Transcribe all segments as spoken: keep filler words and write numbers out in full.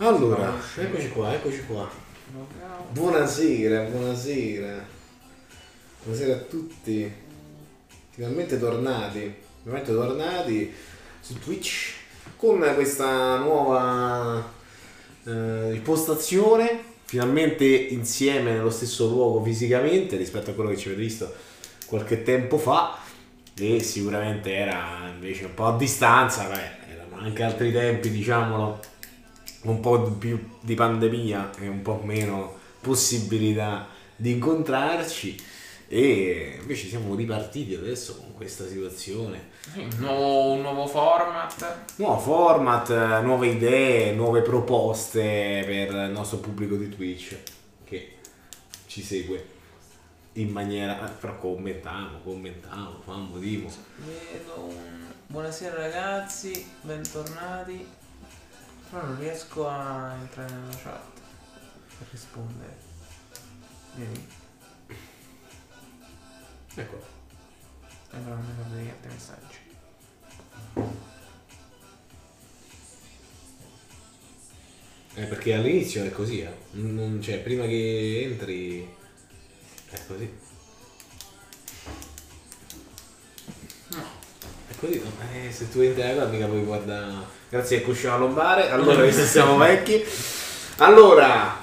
Allora, eccoci qua, eccoci qua. Buonasera, buonasera. Buonasera a tutti. Finalmente tornati. Finalmente tornati su Twitch con questa nuova eh, impostazione. Finalmente insieme nello stesso luogo fisicamente rispetto a quello che ci avete visto qualche tempo fa. E sicuramente era invece un po' a distanza, beh, erano anche altri tempi, diciamolo, un po' più di pandemia e un po' meno possibilità di incontrarci, e invece siamo ripartiti adesso con questa situazione. Un nuovo, un nuovo format. Nuovo format, nuove idee, nuove proposte per il nostro pubblico di Twitch che ci segue in maniera... però commentavo, commentavo, fammo, dimo. Vedo un... Buonasera ragazzi, bentornati. Però non riesco a entrare nella chat per rispondere. Vieni. Ecco. E però non mi fa vedere altri messaggi. Eh, perché all'inizio è così, eh. Non, cioè, prima che entri è così. No. È così, no? Eh, se tu entri nella mica puoi guardare. Grazie al cuscino lombare. Allora, visto che siamo vecchi. Allora,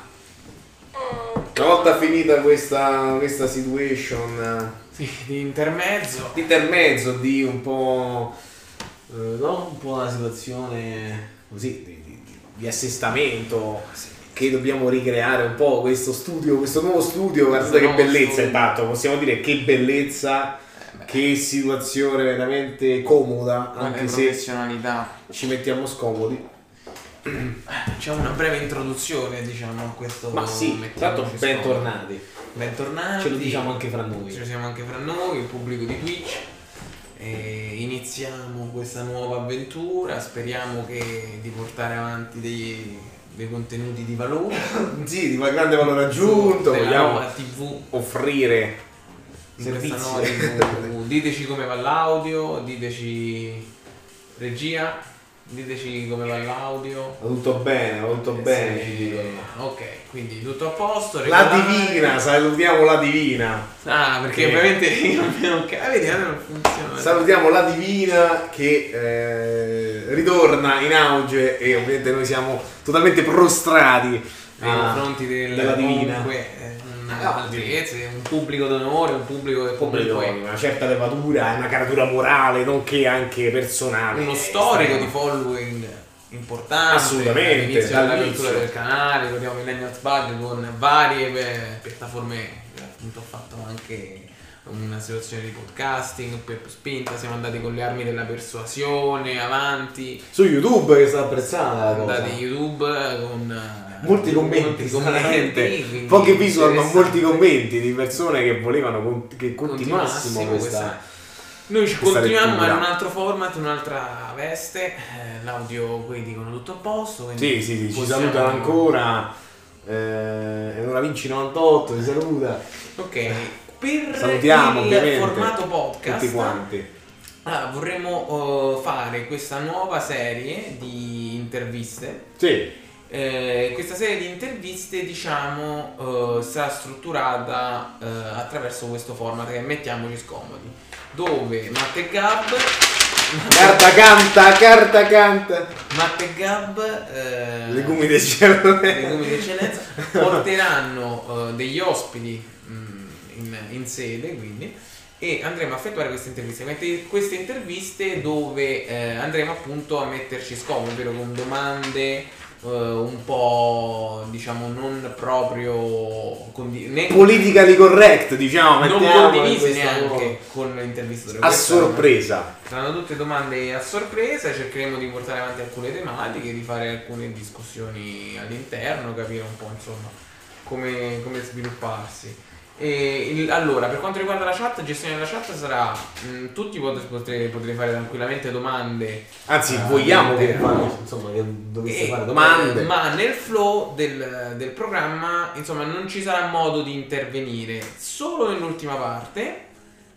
una volta finita questa, questa situation, Sì, di intermezzo. di intermezzo, di un po', eh, no? Un po' una situazione così di, di, di assestamento, che dobbiamo ricreare un po' questo studio, questo nuovo studio. Guardate che bellezza, intanto possiamo dire che bellezza, che situazione veramente comoda, anche se professionalità. ci mettiamo scomodi. C'è una breve introduzione, diciamo, a questo. Ma sì, tanto bentornati. Bentornati. Ce lo diciamo anche fra noi. Ce lo diciamo anche fra noi, il pubblico di Twitch. E iniziamo questa nuova avventura. Speriamo che di portare avanti dei, dei contenuti di valore. Sì, di grande valore aggiunto. Della Vogliamo nuova tivù. offrire In questa servizi. nuova tivù. Diteci come va l'audio, diteci regia. Diteci come va l'audio. Va tutto bene, va tutto Eh, bene. sì. Ci dicono. Ok, quindi tutto a posto. La regolare. divina, salutiamo la divina. Ah, perché Che- ovviamente io non capisco, vedi, non funziona. Salutiamo la divina che eh, ritorna in auge, e ovviamente noi siamo totalmente prostrati Nei a- confronti del della divina. comunque, eh, un No, altezza, un pubblico d'onore, un pubblico che Pubblico, comunque una certa levatura, una caratura morale, nonché anche personale. uno storico Estremo. di following importante. Assolutamente, all'inizio dall'inizio. dell'avventura del canale, ricordiamo Millennials Bug con varie eh, piattaforme, appunto ho fatto anche una situazione di podcasting per spinta, siamo andati con le armi della persuasione avanti, Su YouTube, che sta apprezzando la cosa. andati YouTube con eh, Molti commenti, molti stranamente. commenti, quindi Pochi visual, ma interessante. molti commenti di persone che volevano con- che continuassimo Continuassimo questa. Noi ci questa continuiamo, ma in lettura. un altro format, un'altra veste. Eh, l'audio qui dicono tutto a posto. Sì, quindi sì, sì, ci possiamo- salutano ancora. Eh, Eleonora Vinci novantotto ti saluta. Ok, per Salutiamo il ovviamente formato podcast tutti quanti. ah, vorremmo eh, fare questa nuova serie di interviste. Sì, Eh, questa serie di interviste, diciamo, eh, sarà strutturata eh, attraverso questo format che mettiamoci scomodi, dove Matt e Gab carta canta, carta canta. Matt e Gab eh, Legumi del cielo. legumi di eccellenza porteranno eh, degli ospiti mh, in, in sede, quindi, e andremo a effettuare queste interviste queste, queste interviste dove eh, andremo appunto a metterci scomodi, ovvero con domande Uh, un po', diciamo, non proprio condi- né- Politically correct, diciamo. non mettiamo in condivise questa neanche nuova- con l'intervista a sorpresa. saranno tutte domande a sorpresa. Cercheremo di portare avanti alcune tematiche, di fare alcune discussioni all'interno, capire un po' insomma come, come svilupparsi. E il- allora, per quanto riguarda la chat, gestione della chat sarà mh, tutti pot- potrete, potrete fare tranquillamente domande. Anzi, eh, vogliamo che, all'interno. fare, insomma, che doveste E, fare domande. eh, ma nel flow del, del programma, insomma, non ci sarà modo di intervenire. Solo nell'ultima parte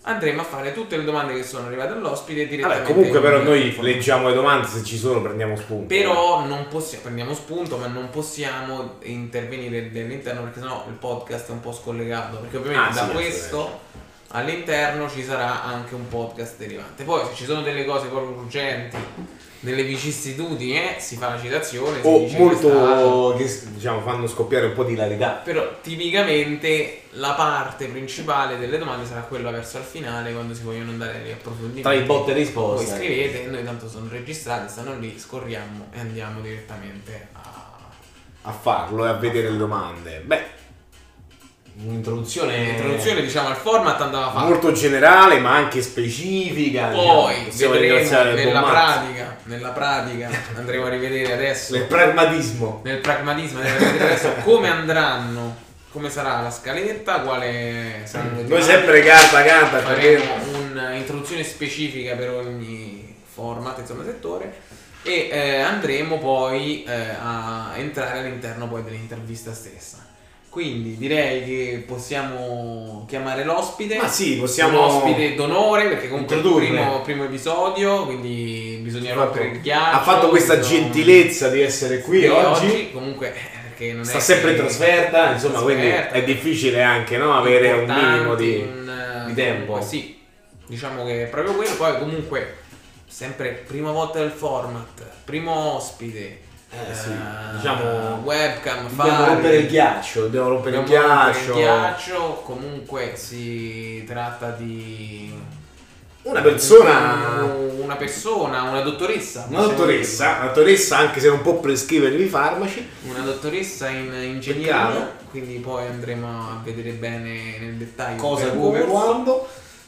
andremo a fare tutte le domande che sono arrivate all'ospite direttamente. Vabbè, comunque però noi leggiamo le domande, se ci sono prendiamo spunto. Però non possiamo, prendiamo spunto, ma non possiamo intervenire all'interno perché sennò il podcast è un po' scollegato, perché ovviamente ah, da sì, questo all'interno ci sarà anche un podcast derivante. Poi se ci sono delle cose proprio urgenti, delle vicissitudini, eh, si fa la citazione, o si molto che diciamo fanno scoppiare un po' di hilarità. Però tipicamente la parte principale delle domande sarà quella verso il finale, quando si vogliono andare agli approfondimenti. Tra i botte e risposte. Voi scrivete, noi tanto sono registrati, stanno lì, scorriamo e andiamo direttamente a, a farlo e a vedere le domande. Beh, un'introduzione L'introduzione diciamo al format andava fatta molto generale ma anche specifica. Poi diciamo, vedremo nella pratica, nella pratica andremo a rivedere adesso nel pragmatismo nel pragmatismo andremo a rivedere adesso come andranno, come sarà la scaletta, quale saranno noi sempre carta carta faremo un'introduzione specifica per ogni format, insomma settore, e eh, andremo poi eh, a entrare all'interno poi dell'intervista stessa. Quindi direi che possiamo chiamare l'ospite. Ma sì, possiamo. Un ospite d'onore, perché comunque è il primo, primo episodio, quindi bisogna rompere il ghiaccio. Ha fatto questa bisogna... gentilezza di essere qui sì, oggi. oggi. Comunque perché non sta è sempre in trasferta, insomma, trasferta, quindi è difficile anche, no, avere un minimo di, un, di tempo. Comunque, sì, diciamo che è proprio quello. Poi comunque sempre prima volta del format, primo ospite. Eh, sì. uh, diciamo webcam, dobbiamo fare, rompere il ghiaccio, dobbiamo rompere il ghiaccio. il ghiaccio. Comunque si tratta di una persona, una persona, una dottoressa, una dottoressa, dire. una dottoressa anche se non può prescrivere i farmaci, una dottoressa in ingegneria, quindi poi andremo a vedere bene nel dettaglio cosa, come, quando,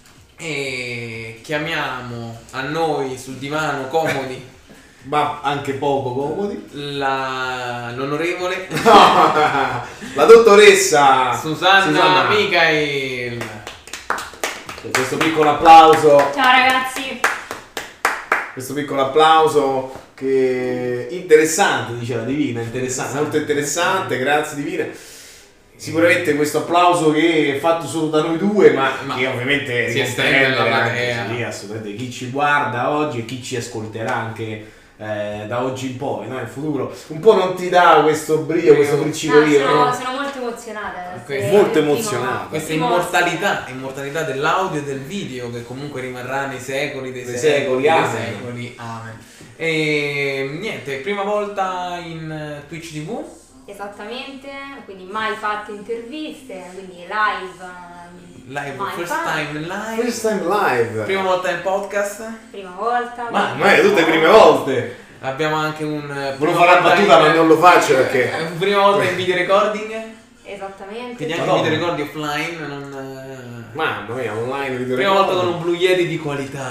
e chiamiamo a noi sul divano comodi ma anche poco comodi la l'onorevole la dottoressa Susanna, Susanna Michael. Questo piccolo applauso. Ciao ragazzi. Questo piccolo applauso che interessante, dice la Divina, interessante, molto interessante, grazie Divina. Sicuramente questo applauso che è fatto solo da noi due, ma, ma che ovviamente si estende alla platea. Sì, assolutamente, chi ci guarda oggi e chi ci ascolterà anche Eh, da oggi in poi, no? In futuro un po' non ti dà questo brio, questo principio. No, sono, no? sono molto emozionata. Okay. Molto emozionata. Questa immortalità, immortalità dell'audio e del video che comunque rimarrà nei secoli dei, dei secoli, secoli, dei amen. secoli. Amen. E niente, prima volta in Twitch ti vu? Esattamente, quindi mai fatte interviste, quindi live. Live, first time live. First time live. Prima volta nel podcast? Prima volta. Ma non è tutte le prime volte. Abbiamo anche un. Volevo fare la battuta, ma non lo faccio perché. Prima volta in video recording? Esattamente. Quindi anche video recording offline, non. Mamma mia, online video prima volta con un Blue Yeti di qualità.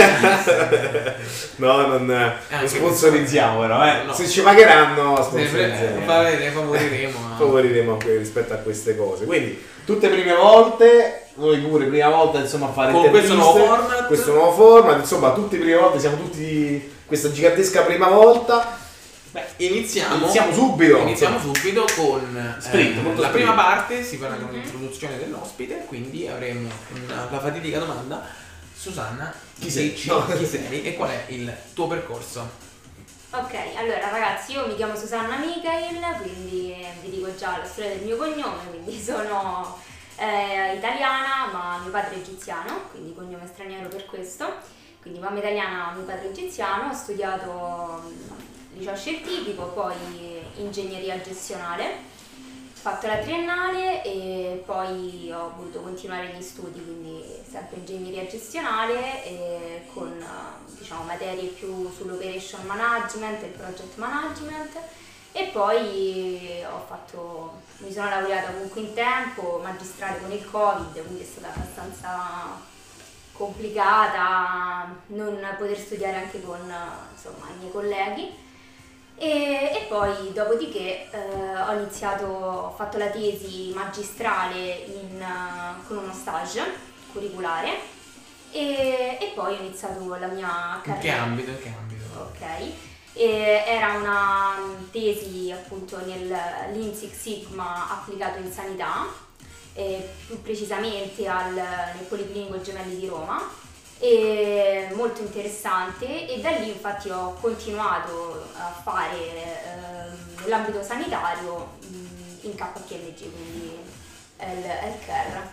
No, non, eh, non sponsorizziamo però, eh. No. Se ci pagheranno sponsorizziamo. Favoriremo, favoriremo. Favoriremo rispetto a queste cose. Quindi tutte prime volte, noi pure prima volta insomma a fare con questo nuovo format. Questo nuovo format, insomma, tutte le prime volte siamo tutti questa gigantesca prima volta. Beh, iniziamo, iniziamo subito. Iniziamo subito con sprint, eh, molto la sprint. prima parte si farà con l'introduzione dell'ospite, quindi avremo una, la fatidica domanda. Susanna, chi sei? No. Chi sei e qual è il tuo percorso? Ok, allora ragazzi, io mi chiamo Susanna Michael, quindi eh, vi dico già la storia del mio cognome, quindi sono eh, italiana ma mio padre è egiziano, quindi cognome straniero per questo, quindi mamma italiana, mio padre egiziano, ho studiato liceo scientifico, poi ingegneria gestionale, ho fatto la triennale e poi ho voluto continuare gli studi, quindi sempre ingegneria gestionale e con diciamo materie più sull'operation management e il project management, e poi ho fatto, mi sono laureata comunque in tempo, magistrale con il Covid, quindi è stata abbastanza complicata non poter studiare anche con insomma i miei colleghi. E, e poi dopodiché eh, ho iniziato, ho fatto la tesi magistrale in, uh, con uno stage curriculare e, e poi ho iniziato la mia carriera. In che ambito? In che ambito? Ok, e era una tesi appunto nel Lean Six Sigma applicato in sanità e più precisamente al, nel Policlinico Gemelli di Roma, e molto interessante, e da lì infatti ho continuato a fare eh, nell'ambito sanitario mh, in K P M G, quindi healthcare.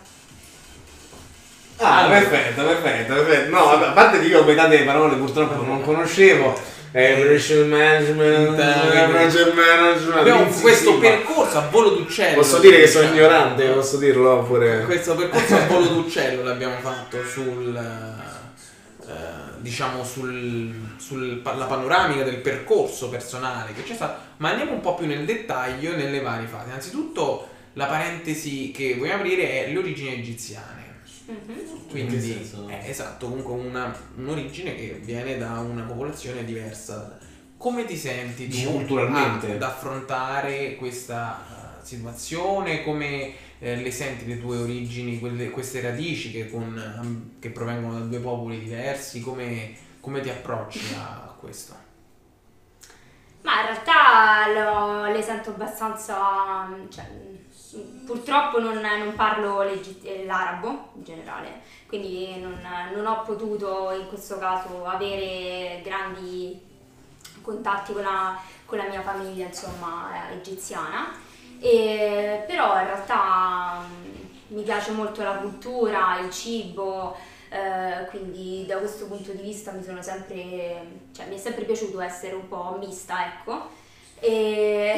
Ah, perfetto, perfetto, perfetto. No, a parte che io poi tante parole purtroppo non conoscevo. Eh, Operation Management, Project Management. Abbiamo questo percorso a volo d'uccello. Posso dire che sono ignorante, posso dirlo oppure. Questo percorso a volo d'uccello l'abbiamo fatto sul eh, diciamo sul, sul la panoramica del percorso personale che c'è stato, ma andiamo un po' più nel dettaglio nelle varie fasi. Innanzitutto la parentesi che vogliamo aprire è le origini egiziane. Mm-hmm. Quindi è esatto, comunque una, un'origine che viene da una popolazione diversa. Come ti senti tu culturalmente ad affrontare questa uh, situazione? Come eh, le senti le tue origini, quelle, queste radici che, con, um, che provengono da due popoli diversi? Come, come ti approcci a questo? Ma in realtà lo, le sento abbastanza, cioè, purtroppo non, non parlo l'arabo in generale, quindi non, non ho potuto in questo caso avere grandi contatti con la, con la mia famiglia, insomma, egiziana, e, però in realtà mh, mi piace molto la cultura, il cibo, eh, quindi da questo punto di vista mi sono sempre, cioè mi è sempre piaciuto essere un po' mista, ecco, e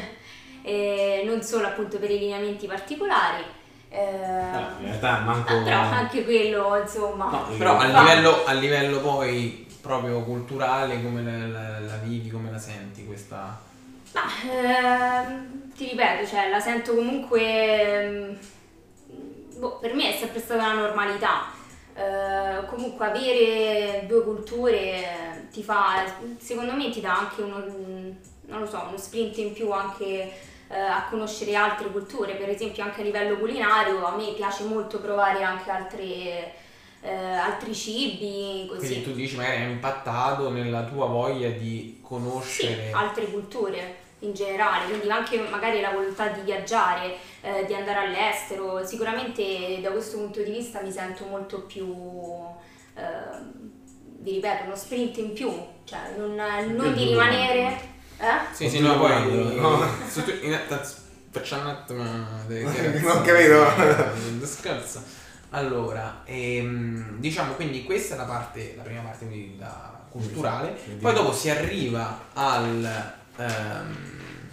e non solo appunto per i lineamenti particolari, eh, no, in realtà manco... però anche quello insomma, no, però a livello, a livello poi proprio culturale come la, la, la vivi, come la senti questa? Ma ehm, ti ripeto, cioè la sento comunque, boh, per me è sempre stata una normalità. Uh, comunque avere due culture ti fa, secondo me ti dà anche uno, non lo so, uno sprint in più anche uh, a conoscere altre culture. Per esempio anche a livello culinario a me piace molto provare anche altre, uh, altri cibi, così. Quindi tu dici magari hai impattato nella tua voglia di conoscere sì, altre culture in generale, quindi anche magari la volontà di viaggiare, eh, di andare all'estero. Sicuramente da questo punto di vista mi sento molto più, eh, vi ripeto, uno sprint in più, cioè non, non di rimanere... Eh? Sì, sì, no, poi... No. Facciamo un attimo... Non capito. Scherzo. Allora, ehm, diciamo, quindi questa è la parte, la prima parte, quindi la culturale, poi dopo si arriva al... Ehm,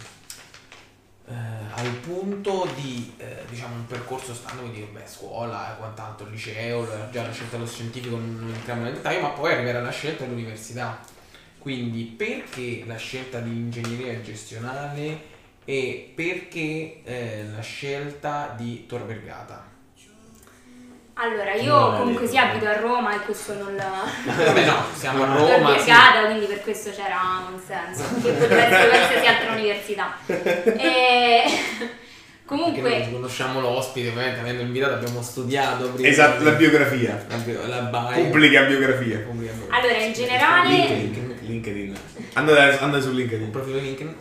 eh, al punto di eh, diciamo un percorso standard, quindi beh, scuola e quant'altro, liceo, già la scelta dello scientifico non entriamo nel dettaglio, ma poi arrivare alla scelta dell'università. Quindi perché la scelta di ingegneria gestionale e perché eh, la scelta di Tor Vergata? Allora, io comunque sì abito a Roma e questo non la... Vabbè no, siamo a Roma, sì. Quindi per questo c'era un senso, che poteva essere qualsiasi altra università. E... comunque... Noi conosciamo l'ospite, ovviamente, avendo invitato abbiamo studiato prima. Esatto, la biografia. La, bio, la bio. Pubblica biografia. Pubblica biografia. Allora, in generale... LinkedIn. LinkedIn. Andate, andate su LinkedIn. Profilo LinkedIn.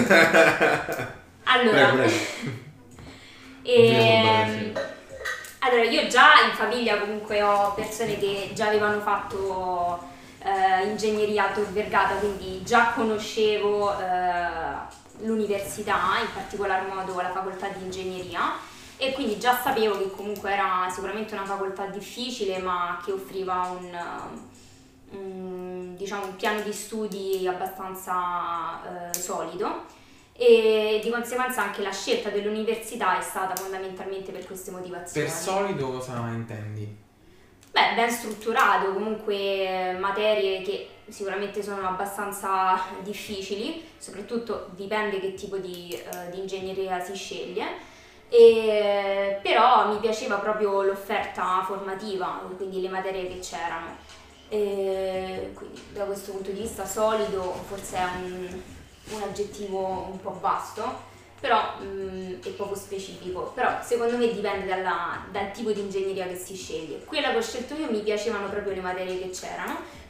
Allora... Prego, prego. E... Allora, io già in famiglia comunque ho persone che già avevano fatto eh, ingegneria a Tor Vergata, quindi già conoscevo eh, l'università, in particolar modo la facoltà di ingegneria, e quindi già sapevo che comunque era sicuramente una facoltà difficile, ma che offriva un, un, diciamo, un piano di studi abbastanza eh, solido. E di conseguenza anche la scelta dell'università è stata fondamentalmente per queste motivazioni. Per solido cosa intendi? Beh, ben strutturato, comunque materie che sicuramente sono abbastanza difficili, soprattutto dipende che tipo di, uh, di ingegneria si sceglie, e, però mi piaceva proprio l'offerta formativa, quindi le materie che c'erano. E, quindi da questo punto di vista solido forse è un... un aggettivo un po' vasto, però mh, è poco specifico, però secondo me dipende dalla, dal tipo di ingegneria che si sceglie. Quella che ho scelto io mi piacevano proprio le materie che c'erano,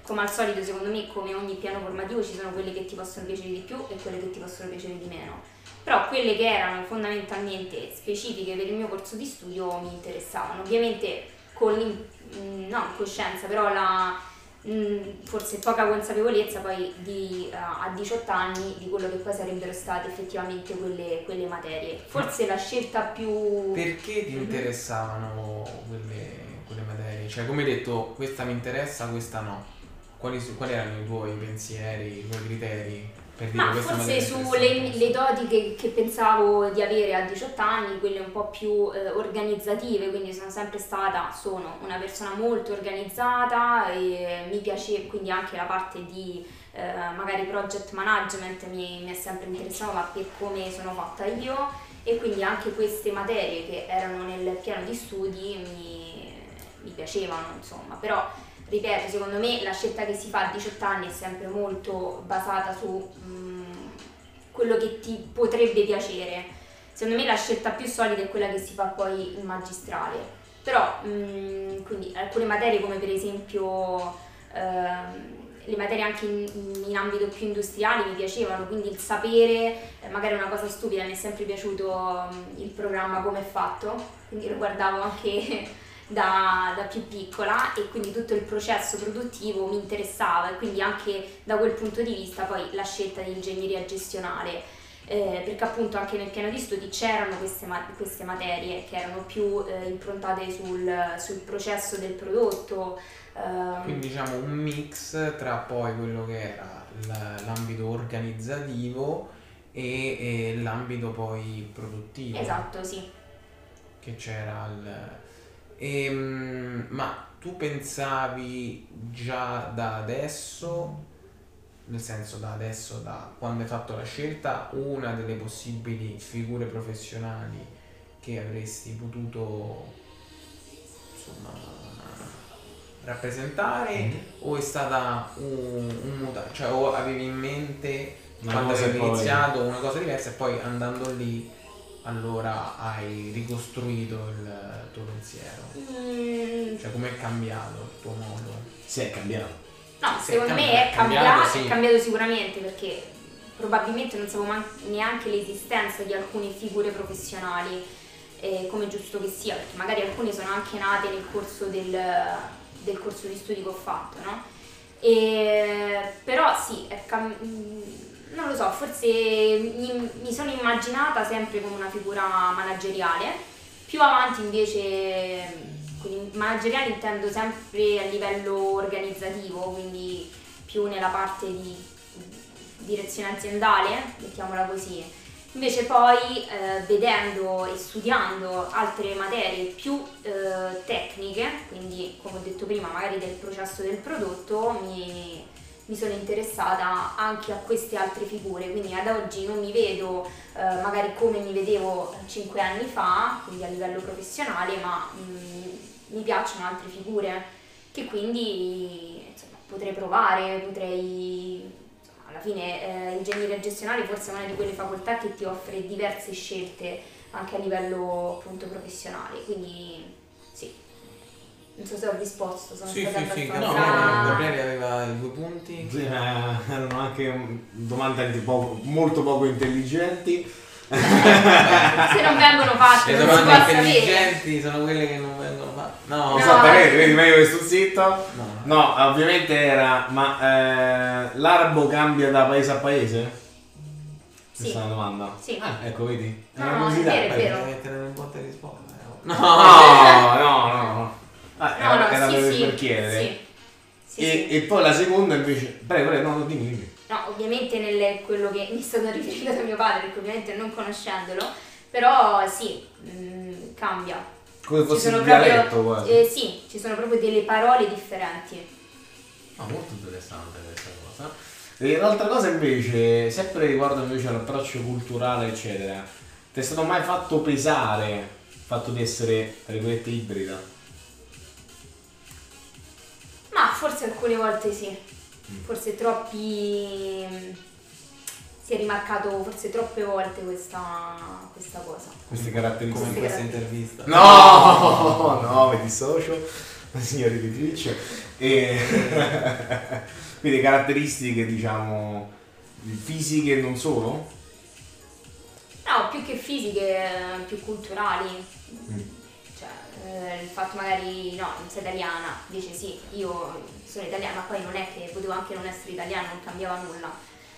come al solito secondo me, come ogni piano formativo, ci sono quelle che ti possono piacere di più e quelle che ti possono piacere di meno, però quelle che erano fondamentalmente specifiche per il mio corso di studio mi interessavano, ovviamente con l'in- no, coscienza, però la mh, forse poca consapevolezza poi di, uh, a diciotto anni di quello che poi sarebbero state effettivamente quelle, quelle materie. Forse la scelta più... Perché ti interessavano quelle, quelle materie? Cioè, come hai detto, questa mi interessa, questa no. Quali, quali erano i tuoi pensieri, i tuoi criteri? Per dire Ma questa forse materia sulle interessante? le doti che, che pensavo di avere a diciotto anni, quelle un po' più eh, organizzative, quindi sono sempre stata, sono una persona molto organizzata e mi piace, quindi anche la parte di eh, magari project management mi, mi è sempre interessato, ma per come sono fatta io, e quindi anche queste materie che erano nel piano di studi mi, mi piacevano, insomma, però ripeto, secondo me la scelta che si fa a diciotto anni è sempre molto basata su mh, quello che ti potrebbe piacere. Secondo me la scelta più solida è quella che si fa poi in magistrale. Però, mh, quindi alcune materie come per esempio ehm, le materie anche in, in ambito più industriale mi piacevano, quindi il sapere, eh, magari una cosa stupida, mi è sempre piaciuto mh, il programma come è fatto, quindi lo guardavo anche Da, da più piccola, e quindi tutto il processo produttivo mi interessava, e quindi anche da quel punto di vista poi la scelta di ingegneria gestionale, eh, perché appunto anche nel piano di studi c'erano queste, ma- queste materie che erano più eh, improntate sul, sul processo del prodotto. ehm. Quindi diciamo un mix tra poi quello che era l- l'ambito organizzativo e, e l'ambito poi produttivo. Esatto, sì. Che c'era il... Ehm, ma tu pensavi già da adesso, nel senso da adesso, da quando hai fatto la scelta, una delle possibili figure professionali che avresti potuto insomma rappresentare, Mm-hmm. o è stata un, un muta- cioè o avevi in mente Una quando cosa avevi e poi- iniziato una cosa diversa e poi andando lì allora hai ricostruito il tuo pensiero? Mm, Cioè com'è cambiato il tuo modo? Si è cambiato. No, Sì, secondo è me cambiato, è cambiato, sì. è cambiato sicuramente, perché probabilmente non sapevo man- neanche l'esistenza di alcune figure professionali, eh, come è giusto che sia, perché magari alcune sono anche nate nel corso del, del corso di studi che ho fatto, no? E, però sì, è cam- non lo so, forse mi, mi sono immaginata sempre come una figura manageriale, più avanti invece, quindi manageriale intendo sempre a livello organizzativo, quindi più nella parte di direzione aziendale, mettiamola così. Invece poi eh, vedendo e studiando altre materie più eh, tecniche, quindi come ho detto prima magari del processo del prodotto, mi, mi sono interessata anche a queste altre figure, quindi ad oggi non mi vedo eh, magari come mi vedevo cinque anni fa, quindi a livello professionale, ma mh, mi piacciono altre figure che quindi insomma, potrei provare, potrei... Alla fine eh, ingegneria gestionale forse è una di quelle facoltà che ti offre diverse scelte anche a livello appunto professionale, quindi sì, non so se ho risposto, sono Sì, stata sì, sì, abbastanza... Gabriele, Gabriele aveva i due punti. Sì, eh, erano anche domande tipo molto poco intelligenti. se non vengono fatte Le non si può domande sapere. intelligenti sono quelle che non vengono fatte. No, No. Esattamente, vedi meglio che sto zitto. no. No, ovviamente era, ma eh, l'arabo cambia da paese a paese? Sì. Questa è una domanda. Sì. Ah, ecco, vedi? È No, una no, è curiosità. vero, è Beh, vero. devi mettere nel botte e rispondere. No. No, no, no, no. Ah, No, era, no, era sì, per, sì, per chiedere. sì. Sì, e, sì. e poi la seconda invece. Prego, prego, no, no, dimmi, dimmi. No, ovviamente nel quello che mi è stato riferito da mio padre, perché ovviamente non conoscendolo, però sì, mh, cambia. Come Ci fosse sono un dialetto proprio, quasi. eh, sì, ci sono proprio delle parole differenti. Ah, molto interessante questa cosa. E l'altra cosa invece, sempre riguardo invece all'approccio culturale, eccetera, ti è stato mai fatto pesare il fatto di essere, tra virgolette, ibrida? Ma forse alcune volte sì, forse troppi... si è rimarcato forse troppe volte questa, questa cosa. Queste Come caratteristiche? in questa intervista. No, no, mi dissocio. la signora editrice. E quindi caratteristiche, diciamo, fisiche non solo? No, più che fisiche, più culturali. Mm. Cioè, eh, il fatto magari, no, non sei italiana, dice sì, io sono italiana, ma poi non è che potevo anche non essere italiana, non cambiava nulla.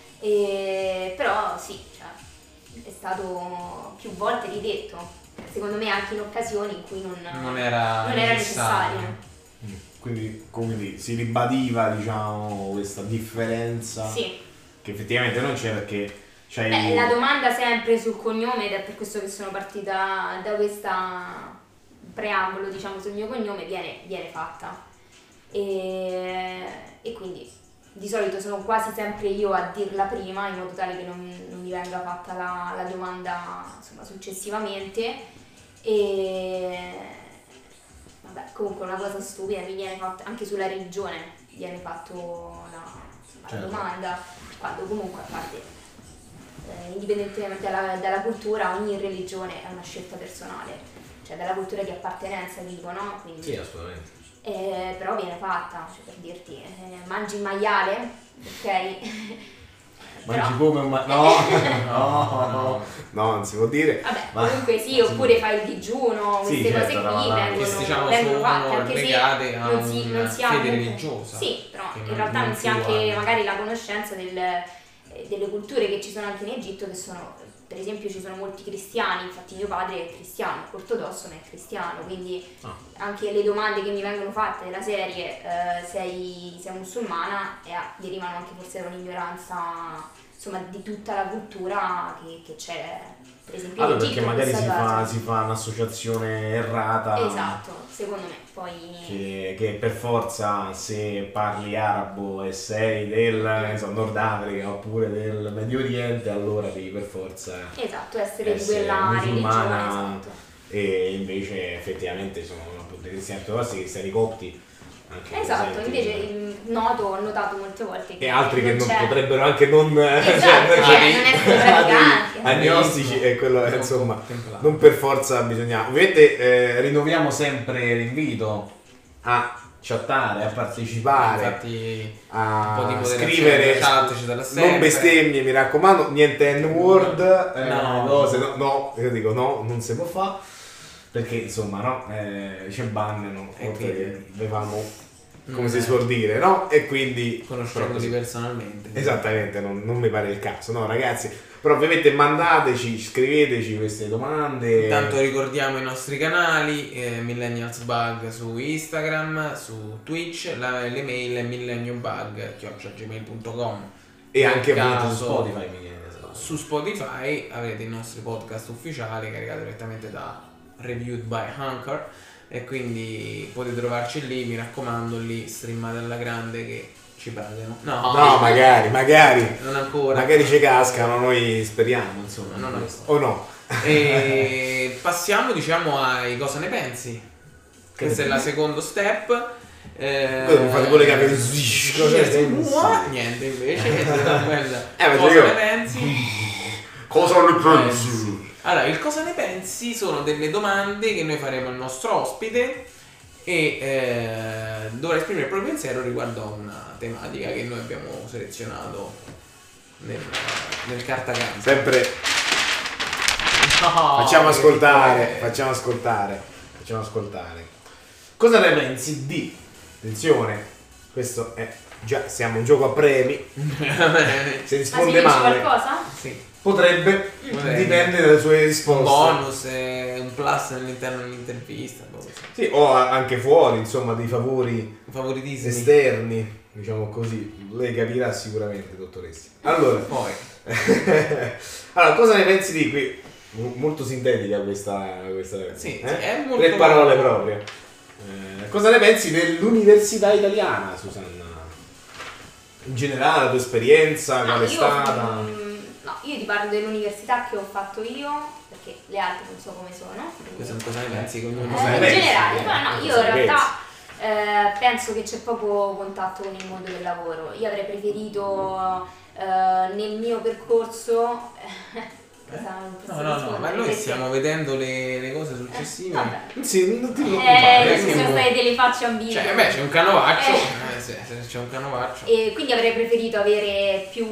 E, però sì, cioè, è stato più volte ridetto, secondo me anche in occasioni in cui non, non era, non era necessario. necessario. Quindi, quindi si ribadiva, diciamo, questa differenza Sì. che effettivamente non c'è, perché c'è Beh, il... la domanda sempre sul cognome, ed è per questo che sono partita da questa preambolo, diciamo, sul mio cognome, viene, viene fatta. E, e quindi di solito sono quasi sempre io a dirla prima, in modo tale che non, non mi venga fatta la, la domanda, insomma, successivamente. E vabbè, comunque una cosa stupida, mi viene fatta anche sulla religione, viene fatto la, insomma, Certo. la domanda, quando comunque, a parte eh, indipendentemente dalla, dalla cultura, ogni religione è una scelta personale, cioè dalla cultura di appartenenza, dico, no? Quindi, Sì, assolutamente. eh, però viene fatta, cioè per dirti, eh, mangi il maiale, ok? Mangi Però- come un ma... No, no, no, no, non si può dire. Vabbè, Ma- comunque sì, oppure fai il digiuno, Sì, queste certo, cose no, qui no, vengono, queste, diciamo, vengono sono fatte, anche legate se a non si, una non si ha fede comunque- religiosa, Sì, però che in non- realtà non, non si si ha anche guarda. magari la conoscenza del, eh, delle culture che ci sono anche in Egitto, che sono, per esempio ci sono molti cristiani, infatti mio padre è cristiano, ortodosso ma è cristiano, quindi Ah. anche le domande che mi vengono fatte della serie eh, sei, sei musulmana e ah, derivano anche forse da un'ignoranza, insomma, di tutta la cultura che, che c'è, per esempio in Allora, Egitto. perché magari in si questa fa, base. si fa un'associazione errata. Esatto, secondo me, poi... Che, che per forza, se parli arabo e sei del non so, Nord Africa oppure del Medio Oriente, allora devi per forza Esatto, essere, essere di quella religione, musulmana. esatto. E invece effettivamente sono appunto i cristiani ortodossi, i cristiani copti anche Esatto, presenti. invece mh, noto, ho notato molte volte che E altri che non c'è. potrebbero anche non Esatto, cioè, cioè, non essere praticanti. agnostici, e quello è, insomma, non per forza bisogna. Ovviamente eh, rinnoviamo sempre l'invito a chattare, a partecipare, Infatti un po' di a moderazione scrivere, nella chat ci sarà sempre. non bestemmie, mi raccomando, niente N-word, eh, No. cose, no, no, io dico no, non si può fare, perché insomma, no, eh, ci bannano, E oltre quindi- che bevamo, come Mm. si suol dire, no? E quindi Conoscendoli personalmente. esattamente, non, non mi pare il caso, no ragazzi, però ovviamente mandateci, scriveteci queste domande. Intanto ricordiamo i nostri canali, eh, Millennials Bug su Instagram, su Twitch, la, l'email è millenniumbug chiocciola gmail punto com. e anche Nel appunto su caso- Spotify mi viene da sapere. Su Spotify avrete i nostri podcast ufficiali caricati direttamente da Reviewed by Anchor, e quindi potete trovarci lì, mi raccomando, lì streamate alla grande che ci pagano. No, No, magari, magari, non ancora. magari ci cascano, noi speriamo, insomma, No, no. questo. O no? E passiamo, diciamo, ai cosa ne pensi. Questo è ne la pensi? secondo step. Eh, Poi mi fate pure capire swish, cosa ne pensi? Niente invece, è stata bella. Eh, ma cosa io- ne pensi? Cosa ne pensi? Allora, il cosa ne pensi sono delle domande che noi faremo al nostro ospite e eh, dovrà esprimere il proprio pensiero riguardo a una tematica che noi abbiamo selezionato nel, nel cartacampo. Sempre No, facciamo che ascoltare, tipo è- facciamo ascoltare, facciamo ascoltare. Cosa ne pensi di? Attenzione, questo è già, siamo un gioco a premi, se Ma si risponde dice male qualcosa? Sì. potrebbe, Potrebbe. dipende dalle sue Un risposte. bonus, eh, un plus all'interno dell'intervista, boh, così. Sì, o a- anche fuori, insomma, dei favori Favoritismi. esterni, diciamo così. Lei capirà sicuramente, dottoressa. Allora, Poi, allora, cosa ne pensi di qui? M- Molto sintetica questa, questa sì, eh? sì, è molto... Tre parole proprio. Eh, cosa ne pensi dell'università italiana, Susanna? In generale, la tua esperienza, No, qual è io, stata? mm, no, io ti parlo dell'università che ho fatto io, perché le altre non so come sono. quindi- Questo è un cosa ne pensi che ognuno Cosa Eh, ne in pensi? generale, Eh, ma no, io cosa in ne realtà eh, penso che c'è poco contatto con il mondo del lavoro. Io avrei preferito eh, nel mio percorso No, no, no, ma noi stiamo vedendo le, le cose successive. Eh, sì, non ti preoccupare. Eh, ci sono state delle facce ambiguë. Cioè, beh, c'è un canovaccio. Eh. Eh, sì, c'è un canovaccio. E quindi avrei preferito avere più,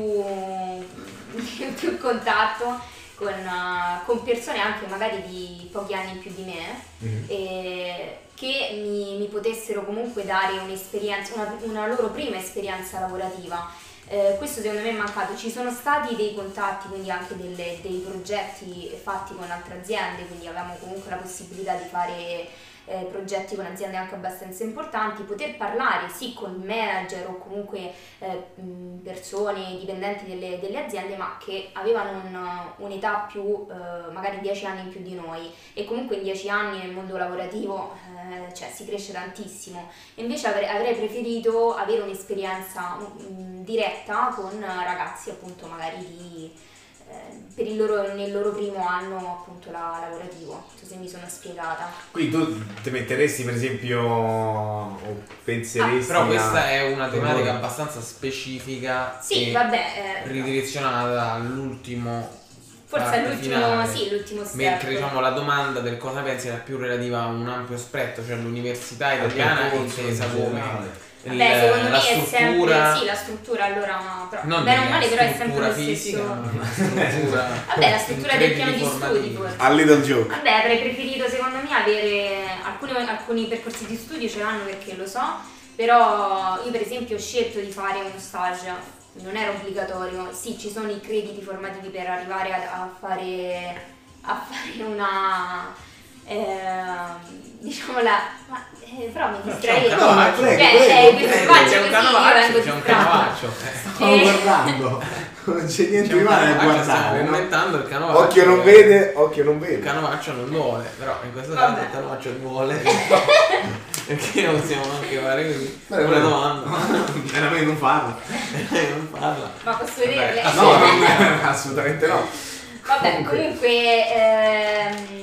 più contatto con, uh, con persone anche magari di pochi anni in più di me, mm-hmm. e che mi, mi potessero comunque dare un'esperienza, una, una loro prima esperienza lavorativa. Eh, questo secondo me è mancato. Ci sono stati dei contatti, quindi anche delle, dei progetti fatti con altre aziende, quindi avevamo comunque la possibilità di fare eh, progetti con aziende anche abbastanza importanti, poter parlare sì con manager o comunque eh, persone dipendenti delle, delle aziende, ma che avevano un, un'età più, eh, magari dieci anni in più di noi, e comunque in dieci anni nel mondo lavorativo eh, cioè, si cresce tantissimo. E invece avrei, avrei preferito avere un'esperienza mh, diretta con ragazzi appunto magari di per il loro, nel loro primo anno appunto la, lavorativo. Non so se mi sono spiegata. Quindi tu ti metteresti per esempio o penseresti ah, però questa a... è una tematica abbastanza specifica, sì, e vabbè, eh, ridirezionata all'ultimo, forse all'ultimo finale, sì, l'ultimo step. Mentre diciamo la domanda del cosa pensi era più relativa a un ampio spettro, cioè l'università italiana intesa come Vabbè, secondo me è sempre sì, la struttura allora, però non bene o male però è sempre lo fisica, stesso. Struttura, vabbè, la struttura del piano di studi forse. A little joke. Vabbè, avrei preferito secondo me avere alcuni, alcuni percorsi di studio ce l'hanno perché lo so, però io per esempio ho scelto di fare uno stage, non era obbligatorio. Sì, ci sono i crediti formativi per arrivare a, a fare a fare una eh, diciamo la ma, eh, però mi distrae no, ma prego, cioè, prego, eh, prego, c'è un canovaccio, c'è un canovaccio. Stavo guardando, non c'è niente di male a guardare, no? Commentando il canovaccio. Occhio non vede, occhio non vede. Il canovaccio non duole, però in questo caso il canovaccio duole. Perché non possiamo anche fare così? Beh, una domanda. Era meglio non farla. non parla. Ma posso vederle? No, non, assolutamente no. Vabbè, comunque ehm,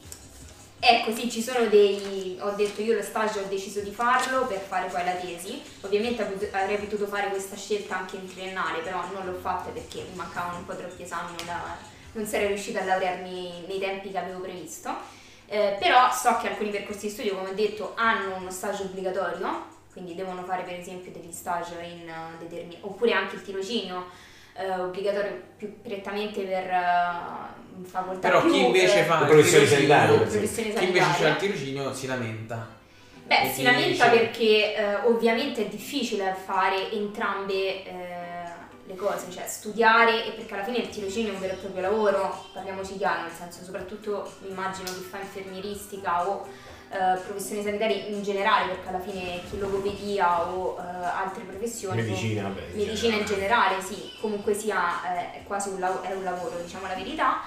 ecco sì, ci sono dei, ho detto io lo stage ho deciso di farlo per fare poi la tesi. Ovviamente avrei potuto fare questa scelta anche in triennale, però non l'ho fatta perché mi mancavano un po' troppi esami, non, non sarei riuscita a laurearmi nei tempi che avevo previsto. Eh, però so che alcuni percorsi di studio, come ho detto, hanno uno stage obbligatorio, quindi devono fare per esempio degli stage in uh, determinati, oppure anche il tirocinio eh, obbligatorio più prettamente per uh, facoltà. Però più, chi invece eh, fa il professione tirocinio, sanitaria, chi invece fa il tirocinio si lamenta. Beh, e si lamenta dice... perché eh, ovviamente è difficile fare entrambe eh, le cose, cioè studiare, e perché alla fine il tirocinio è un vero e proprio lavoro, parliamoci chiaro, nel senso soprattutto mi immagino chi fa infermieristica o eh, professioni sanitarie in generale, perché alla fine chi logopedia o eh, altre professioni, medicina, vabbè, medicina in generale, sì, comunque sia eh, è quasi un, lav- è un lavoro, diciamo la verità.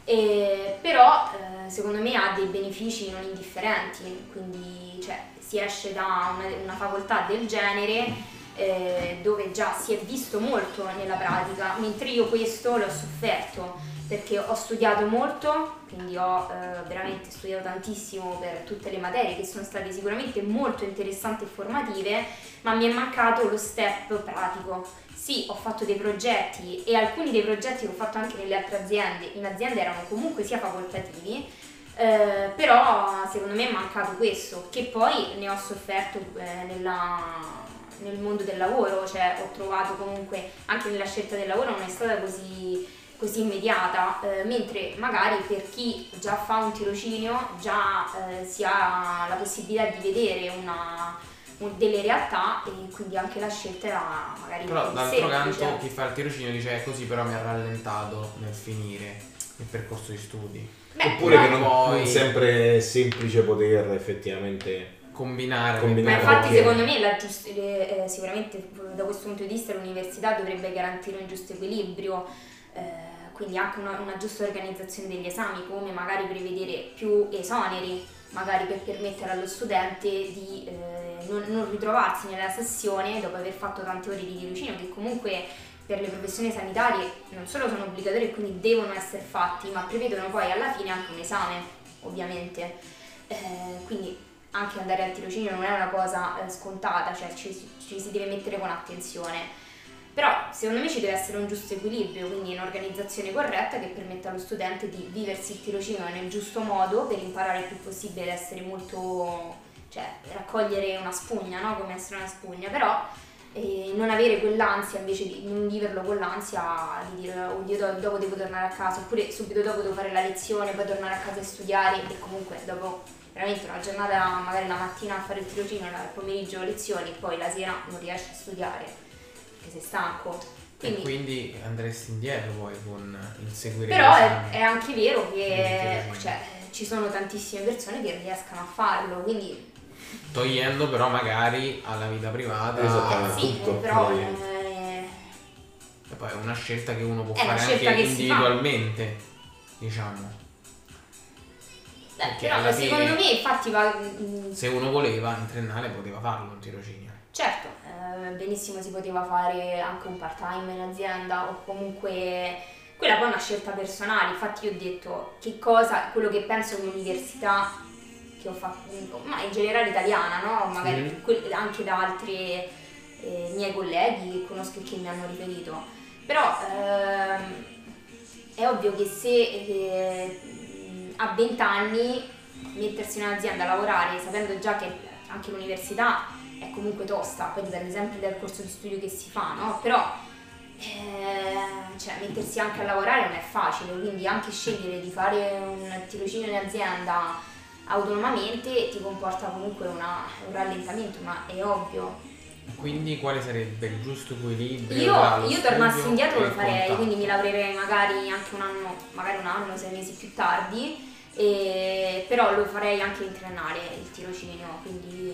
E, però eh, secondo me ha dei benefici non indifferenti, quindi cioè, si esce da una, una facoltà del genere eh, dove già si è visto molto nella pratica, mentre io questo l'ho sofferto perché ho studiato molto, quindi ho eh, veramente studiato tantissimo per tutte le materie che sono state sicuramente molto interessanti e formative, ma mi è mancato lo step pratico. Sì, ho fatto dei progetti e alcuni dei progetti che ho fatto anche nelle altre aziende, in azienda erano comunque sia facoltativi, eh, però secondo me è mancato questo, che poi ne ho sofferto eh, nella, nel mondo del lavoro, cioè ho trovato comunque anche nella scelta del lavoro non è stata così, così immediata, eh, mentre magari per chi già fa un tirocinio già eh, si ha la possibilità di vedere una... delle realtà e quindi anche la scelta era magari però più d'altro semplice. canto chi fa il tirocinio dice eh, così però mi ha rallentato nel finire il percorso di studi. Beh, oppure no, che non, poi... non sempre è semplice poter effettivamente combinare, combinare ma infatti perché... secondo me la giust- eh, sicuramente da questo punto di vista l'università dovrebbe garantire un giusto equilibrio, eh, quindi anche una, una giusta organizzazione degli esami, come magari prevedere più esoneri magari per permettere allo studente di eh, non, non ritrovarsi nella sessione dopo aver fatto tante ore di tirocinio, che comunque per le professioni sanitarie non solo sono obbligatorie e quindi devono essere fatti, ma prevedono poi alla fine anche un esame, ovviamente. Eh, quindi anche andare al tirocinio non è una cosa eh, scontata, cioè ci, ci si deve mettere con attenzione. Però secondo me ci deve essere un giusto equilibrio, quindi un'organizzazione corretta che permetta allo studente di viversi il tirocinio nel giusto modo per imparare il più possibile ad essere molto, cioè raccogliere una spugna, no? Come essere una spugna, però e non avere quell'ansia, invece di non viverlo con l'ansia di dire oddio dopo devo tornare a casa, oppure subito dopo devo fare la lezione, poi tornare a casa e studiare, e comunque dopo veramente una giornata, magari la mattina a fare il tirocinio, il pomeriggio lezioni, e poi la sera non riesci a studiare perché sei stanco. Quindi, e quindi andresti indietro poi con il seguire. Però è, è anche vero che cioè, ci sono tantissime persone che riescano a farlo, quindi togliendo però magari alla vita privata. Esattamente. Sì, tutto, però eh. E poi è una scelta che uno può È una fare scelta anche che si individualmente, diciamo. Beh, Perché però alla secondo fine, me infatti va, mh, se uno voleva in triennale poteva farlo un tirocinio. certo, eh, benissimo si poteva fare anche un part time in azienda, o comunque quella poi è una scelta personale. Infatti io ho detto che cosa, quello che penso all'università che ho fatto, ma in generale italiana, no? Magari Mm. que- anche da altri eh, miei colleghi che conosco e che mi hanno riferito. Però ehm, è ovvio che se eh, a venti anni mettersi in un'azienda a lavorare sapendo già che anche l'università è comunque tosta, poi dipende sempre dal corso di studio che si fa, no? Però eh, cioè, mettersi anche a lavorare non è facile, quindi anche scegliere di fare un tirocinio in azienda autonomamente ti comporta comunque una, un rallentamento, ma è ovvio. Quindi quale sarebbe il giusto equilibrio? Io, tra lo io studio tornassi indietro e lo il farei, contatto? quindi mi lavorerei magari anche un anno, magari un anno, sei mesi più tardi, e, però lo farei anche in triennale il tirocinio, quindi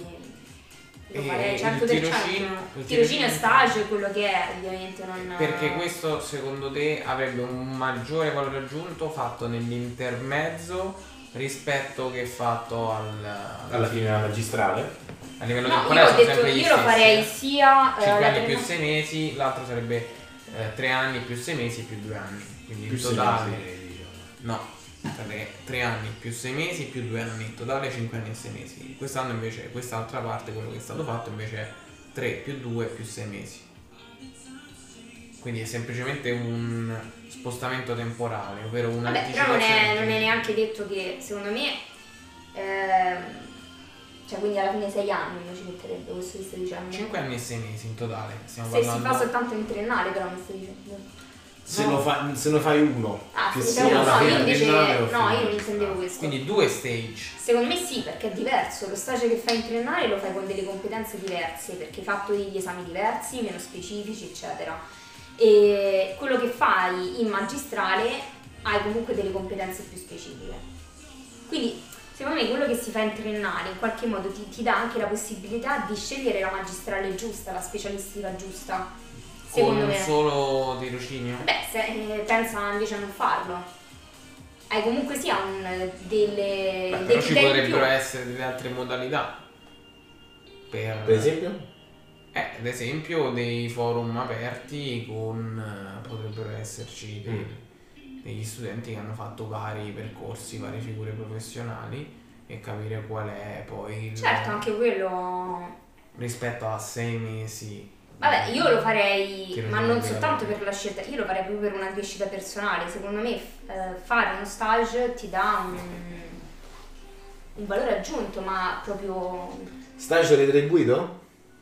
lo E farei il cento per cento. tirocinio- il Il tirocinio tirocinio- stage è quello che è, ovviamente non... Perché questo secondo te avrebbe un maggiore valore aggiunto fatto nell'intermezzo rispetto che fatto al, Alla fine della magistrale? a livello No, io temporale ho sono detto, sempre gli io lo stessi, farei eh. sia... eh, cinque la anni più prima- sei mesi, l'altro sarebbe eh, tre anni più sei mesi più due anni, quindi Più in sei totale mesi, diciamo. no, sarebbe tre anni più sei mesi più due anni, in totale cinque anni e sei mesi. Quest'anno invece, quest'altra parte, quello che è stato fatto invece è tre più due più sei mesi. Quindi è semplicemente un spostamento temporale, ovvero Vabbè, però non un'anticipazione. è, non è neanche detto che, secondo me, ehm, cioè quindi alla fine sei anni non ci metterebbe, questo che stai dicendo. cinque anni e sei mesi in totale, stiamo Se si parlando. fa soltanto in triennale, però mi stai dicendo. Se, No. lo fa, se lo fai uno, Ah, che se sia fai uno, alla no, fine io invece, triennale o no, fine io non magistrale. intendevo questo. Quindi due stage. Secondo me sì, perché è diverso. Lo stage che fai in triennale lo fai con delle competenze diverse, perché hai fatto degli esami diversi, meno specifici, eccetera. E quello che fai in magistrale hai comunque delle competenze più specifiche. Quindi, secondo me, quello che si fa in triennale in qualche modo ti, ti dà anche la possibilità di scegliere la magistrale giusta, la specialistica giusta. Con Secondo un me. solo tirocinio? Beh, se eh, pensa invece a non farlo. Hai comunque sia un, delle, Beh, dei però ci criteri in più. potrebbero essere delle altre modalità. Per, Per esempio? Eh, ad esempio dei forum aperti con eh, potrebbero esserci dei- Mm. degli studenti che hanno fatto vari percorsi, varie figure professionali e capire qual è poi il Certo, anche quello. rispetto a sei mesi. Vabbè, io lo farei, Tirocinio ma non obbligatorio. soltanto per la scelta, io lo farei proprio per una crescita personale. Secondo me f- eh, fare uno stage ti dà un, un valore aggiunto, ma proprio... Stage retribuito?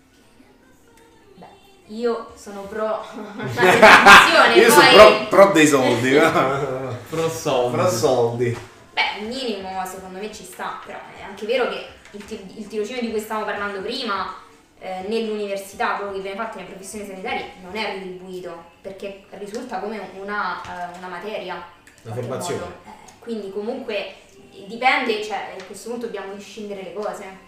Beh, io sono pro la retribuzione, Io sono poi... pro, pro dei soldi. no? Pro soldi. Pro soldi. Beh, un minimo secondo me ci sta, però è anche vero che il, ti- il tirocinio di cui stavamo parlando prima, eh, nell'università, quello che viene fatto nelle professioni sanitarie, non è retribuito, perché risulta come una, eh, una materia. in Una qualche formazione. modo. Eh, quindi comunque dipende, cioè a questo punto dobbiamo discindere le cose.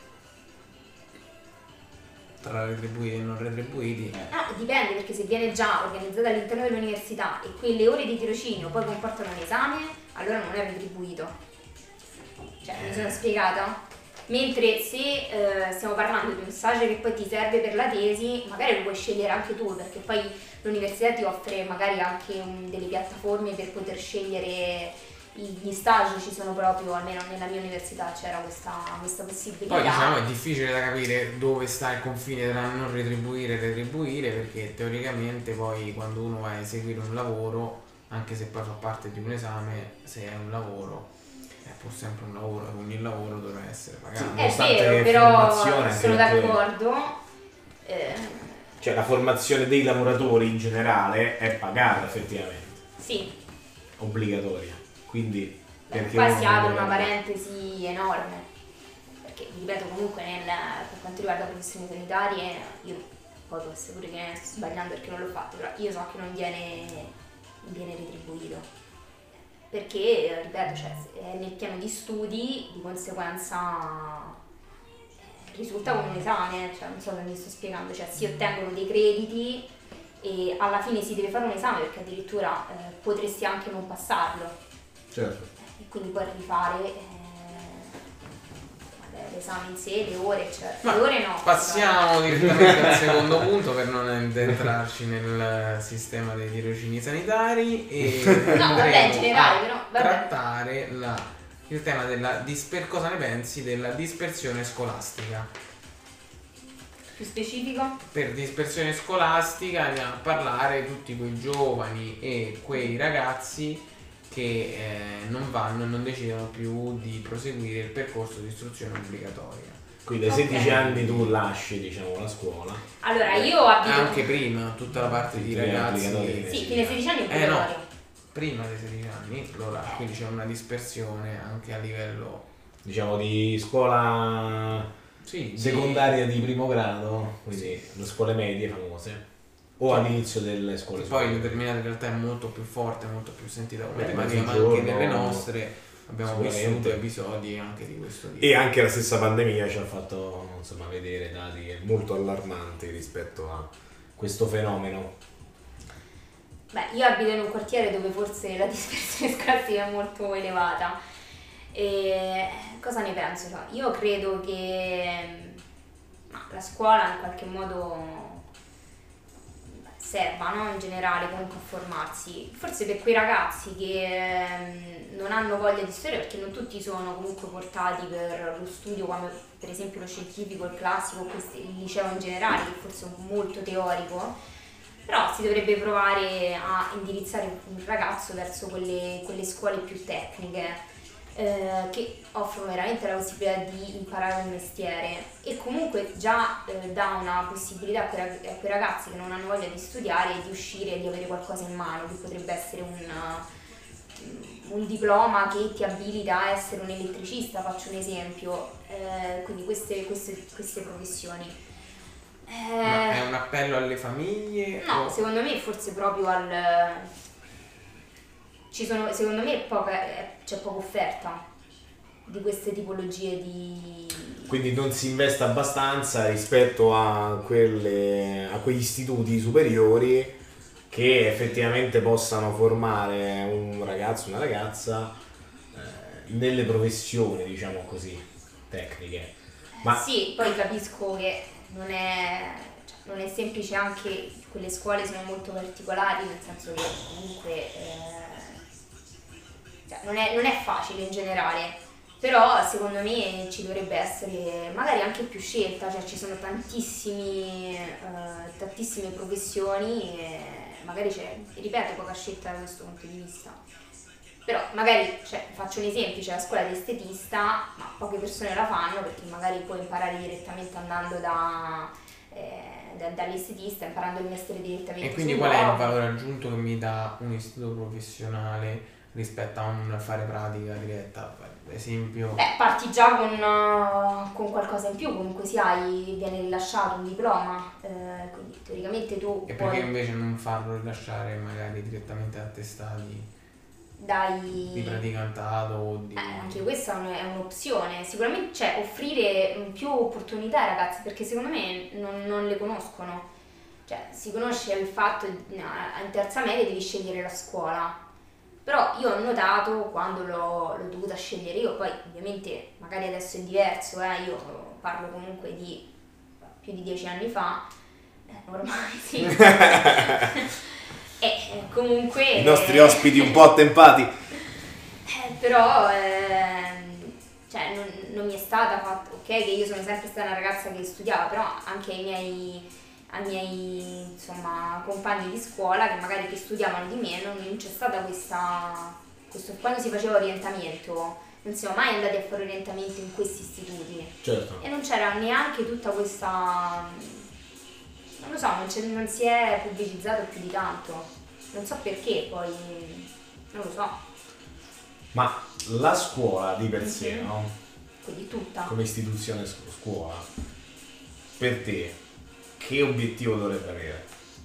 Tra retribuiti e non retribuiti. Ah, dipende, perché se viene già organizzata all'interno dell'università e quelle ore di tirocinio poi comportano un esame, allora non è retribuito. Cioè, mi sono spiegata? Mentre se eh, stiamo parlando di un stage che poi ti serve per la tesi, magari lo puoi scegliere anche tu, perché poi l'università ti offre magari anche un- delle piattaforme per poter scegliere gli stage ci sono proprio, almeno nella mia università c'era questa, questa possibilità. Poi diciamo è difficile da capire dove sta il confine tra non retribuire e retribuire, perché teoricamente poi quando uno va a eseguire un lavoro, anche se poi fa parte di un esame, se è un lavoro è pur sempre un lavoro, e ogni lavoro dovrà essere pagato. Sì, è vero, però sono d'accordo. Eh, cioè la formazione dei lavoratori in generale è pagata effettivamente. Sì. Obbligatoria. Quindi perché qua si apre una parentesi enorme, perché ripeto comunque nel, per quanto riguarda le professioni sanitarie, io poi posso pure che sto sbagliando perché non l'ho fatto, però io so che non viene, non viene retribuito, perché ripeto, cioè, è nel piano di studi, di conseguenza risulta come un esame, cioè non so se mi sto spiegando, cioè si ottengono dei crediti e alla fine si deve fare un esame, perché addirittura eh, potresti anche non passarlo. Certo. E quindi poi rifare eh, l'esame in sé, le ore, cioè Ma le ore no. passiamo direttamente al secondo punto per non entrarci nel sistema dei tirocini sanitari e no, vabbè, in generale, però vabbè. trattare la, il tema della disper- cosa ne pensi della dispersione scolastica. Più specifico? Per dispersione scolastica andiamo a parlare di tutti quei giovani e quei ragazzi che eh, non vanno e non decidono più di proseguire il percorso di istruzione obbligatoria. Quindi dai sedici okay. anni tu lasci, diciamo, la scuola. Allora io abito... Anche prima, tutta la parte di ragazzi... Sì, fino ai sedici anni è obbligatorio. Eh no, prima dei sedici anni, allora, quindi c'è una dispersione anche a livello... Diciamo di scuola sì, secondaria di... di primo grado, quindi le scuole medie famose. O all'inizio delle scuole poi in determinate realtà è molto più forte, molto più sentita come Beh, tematica, ma anche nelle nostre abbiamo vissuto episodi anche di questo tipo. E anche la stessa pandemia ci ha fatto insomma vedere dati molto allarmanti rispetto a questo fenomeno. Beh, io abito in un quartiere dove forse la dispersione scolastica è molto elevata. E cosa ne penso? Io credo che la scuola in qualche modo serva, no? In generale comunque a formarsi, forse per quei ragazzi che ehm, non hanno voglia di studiare, perché non tutti sono comunque portati per lo studio, come per esempio lo scientifico, il classico, questo, il liceo in generale, che forse è molto teorico, però si dovrebbe provare a indirizzare un ragazzo verso quelle, quelle scuole più tecniche, Eh, che offrono veramente la possibilità di imparare un mestiere e comunque già eh, dà una possibilità a quei, rag- a quei ragazzi che non hanno voglia di studiare di uscire e di avere qualcosa in mano, che potrebbe essere un, un diploma che ti abilita a essere un elettricista, faccio un esempio, eh, quindi queste, queste, queste professioni. Eh, Ma è un appello alle famiglie? No, o... secondo me forse proprio al... Ci sono, secondo me poca, c'è poca offerta di queste tipologie di... Quindi non si investe abbastanza rispetto a, quelle, a quegli istituti superiori che effettivamente possano formare un ragazzo, una ragazza eh, nelle professioni, diciamo così, tecniche. Ma... Sì, poi capisco che non è, cioè, non è semplice, anche quelle scuole sono molto particolari, nel senso che comunque... Eh, Cioè, non, è, non è facile in generale, però secondo me ci dovrebbe essere magari anche più scelta, cioè ci sono tantissimi, eh, tantissime professioni e magari c'è, ripeto, poca scelta da questo punto di vista. Però magari, cioè, faccio un esempio, c'è la scuola di estetista, ma poche persone la fanno perché magari puoi imparare direttamente andando da... Eh, Da, dall'estetista, imparando il mestiere direttamente. E quindi qual è il valore aggiunto che mi dà un istituto professionale rispetto a un fare pratica diretta, per esempio? Beh, parti già con, uh, con qualcosa in più, comunque sia, hai, viene rilasciato un diploma, eh, quindi teoricamente tu e puoi... perché invece non farlo rilasciare magari direttamente attestati dai... di praticantato o di... Eh, anche questa è un'opzione, sicuramente, cioè offrire più opportunità ai ragazzi, perché secondo me non, non le conoscono, cioè si conosce il fatto che in terza media devi scegliere la scuola, però io ho notato quando l'ho, l'ho dovuta scegliere io, poi ovviamente magari adesso è diverso, eh, io parlo comunque di più di dieci anni fa, eh, ormai sì, e comunque... I nostri ospiti un po' attempati. Eh, però ehm, cioè, non, non mi è stata fatta, ok, che io sono sempre stata una ragazza che studiava, però anche ai miei, ai miei insomma, compagni di scuola che magari che studiavano di meno, non c'è stata questa, questo, quando si faceva orientamento, non siamo mai andati a fare orientamento in questi istituti. Certo. E non c'era neanche tutta questa, non lo so, non, non si è pubblicizzato più di tanto, non so perché poi, non lo so. Ma la scuola di per sé, Mhm. no? Quindi tutta. Come istituzione scu- scuola, per te che obiettivo dovrebbe avere?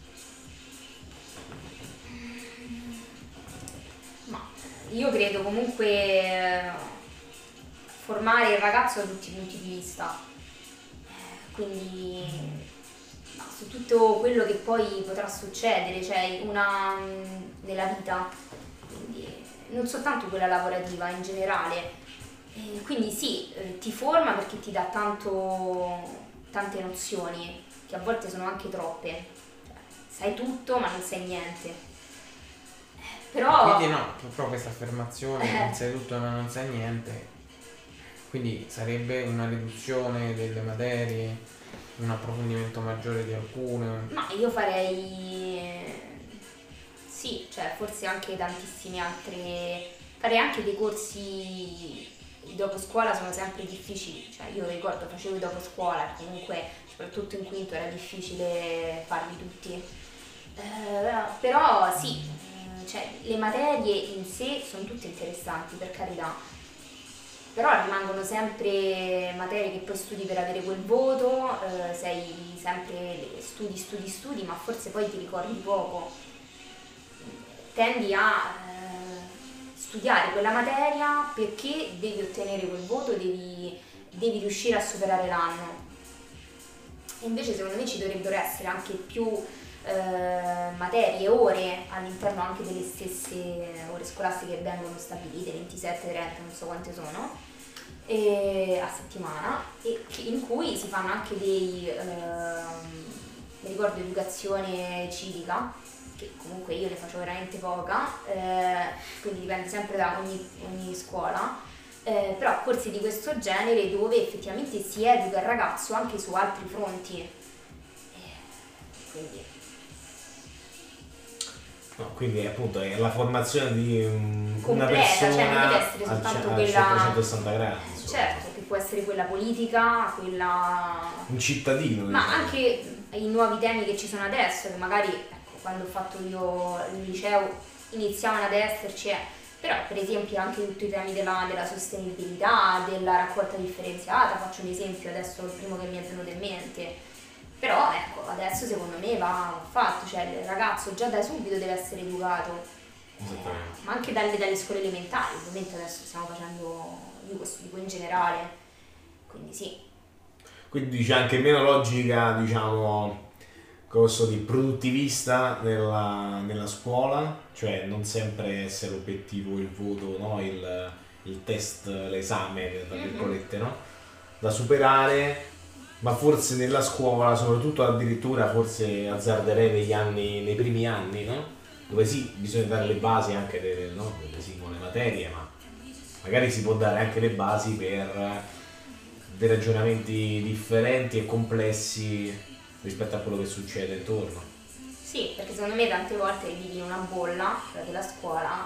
Ma io credo comunque eh, formare il ragazzo da tutti i punti di vista. Eh, Quindi no, su tutto quello che poi potrà succedere, cioè una mh, nella vita, quindi non soltanto quella lavorativa in generale. Eh, quindi sì, eh, ti forma perché ti dà tanto, tante nozioni, che a volte sono anche troppe. Cioè, sai tutto ma non sai niente. Eh, Però Quindi no, proprio questa affermazione, Eh. non sai tutto ma non sai niente, quindi sarebbe una riduzione delle materie, un approfondimento maggiore di alcune. ma io farei eh, sì, cioè forse anche tantissime altre, farei anche dei corsi di dopo scuola sono sempre difficili, cioè io ricordo facevo i dopo scuola e comunque soprattutto in quinto era difficile farli tutti. Eh, però sì, eh, cioè le materie in sé sono tutte interessanti per carità, però rimangono sempre materie che poi studi per avere quel voto, eh, sei sempre studi, studi, studi, ma forse poi ti ricordi poco. Tendi a eh, studiare quella materia perché devi ottenere quel voto, devi, devi riuscire a superare l'anno. E invece secondo me ci dovrebbero essere anche più eh, materie, ore all'interno anche delle stesse ore scolastiche che vengono stabilite, ventisette, trenta, non so quante sono, e, a settimana, e che- in cui si fanno anche dei, ehm, mi ricordo, educazione civica, che comunque io ne faccio veramente poca, eh, quindi dipende sempre da ogni, ogni scuola, eh, però corsi di questo genere dove effettivamente si educa il ragazzo anche su altri fronti. Eh, quindi No, quindi appunto è la formazione di um, una completa, persona cioè non deve essere al soltanto ce- al quella centosessanta gradi, insomma. certo, che può essere quella politica, quella Un cittadino, ma diciamo. anche i nuovi temi che ci sono adesso, che magari ecco, quando ho fatto io il liceo iniziavano ad esserci, eh, però per esempio anche tutti i temi della, della sostenibilità, della raccolta differenziata, faccio un esempio adesso il primo che mi è venuto in mente. Però ecco, adesso secondo me va fatto, cioè il ragazzo già da subito deve essere educato, Esattamente. ma anche dalle, dalle scuole elementari, ovviamente adesso stiamo facendo, io questo dico in generale, quindi sì. Quindi dice anche meno logica, diciamo, cosa di produttivista nella, nella scuola, cioè non sempre essere obiettivo il voto, no? il, il test, l'esame, tra virgolette, no? Da superare, ma forse nella scuola, soprattutto addirittura forse azzarderei negli anni, nei primi anni, no? Dove sì, bisogna dare le basi anche delle, no? delle singole materie, ma magari si può dare anche le basi per dei ragionamenti differenti e complessi rispetto a quello che succede intorno. Sì, perché secondo me tante volte vivi in una bolla, quella della scuola,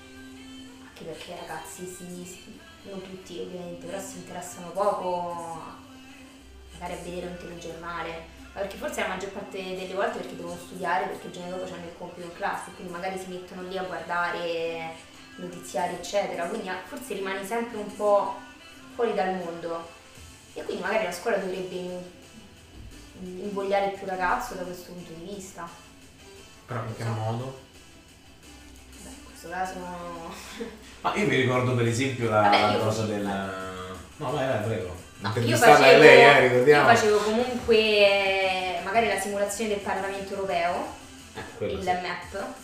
anche perché i ragazzi si, si- non tutti ovviamente, però si interessano poco magari a vedere un telegiornale, ma perché forse la maggior parte delle volte perché devono studiare, perché il giorno dopo hanno il compito in classe, quindi magari si mettono lì a guardare notiziari eccetera, quindi forse rimani sempre un po' fuori dal mondo e quindi magari la scuola dovrebbe invogliare il più ragazzo da questo punto di vista. Però in che modo? Beh, in questo caso Ma io mi ricordo per esempio la, Vabbè, la io cosa facevo- del... No, vai, vai, prego. no, io Intervistata facevo, è lei, eh, io ricordiamo. facevo comunque eh, magari la simulazione del Parlamento Europeo, Eh, quello il sì. M E P,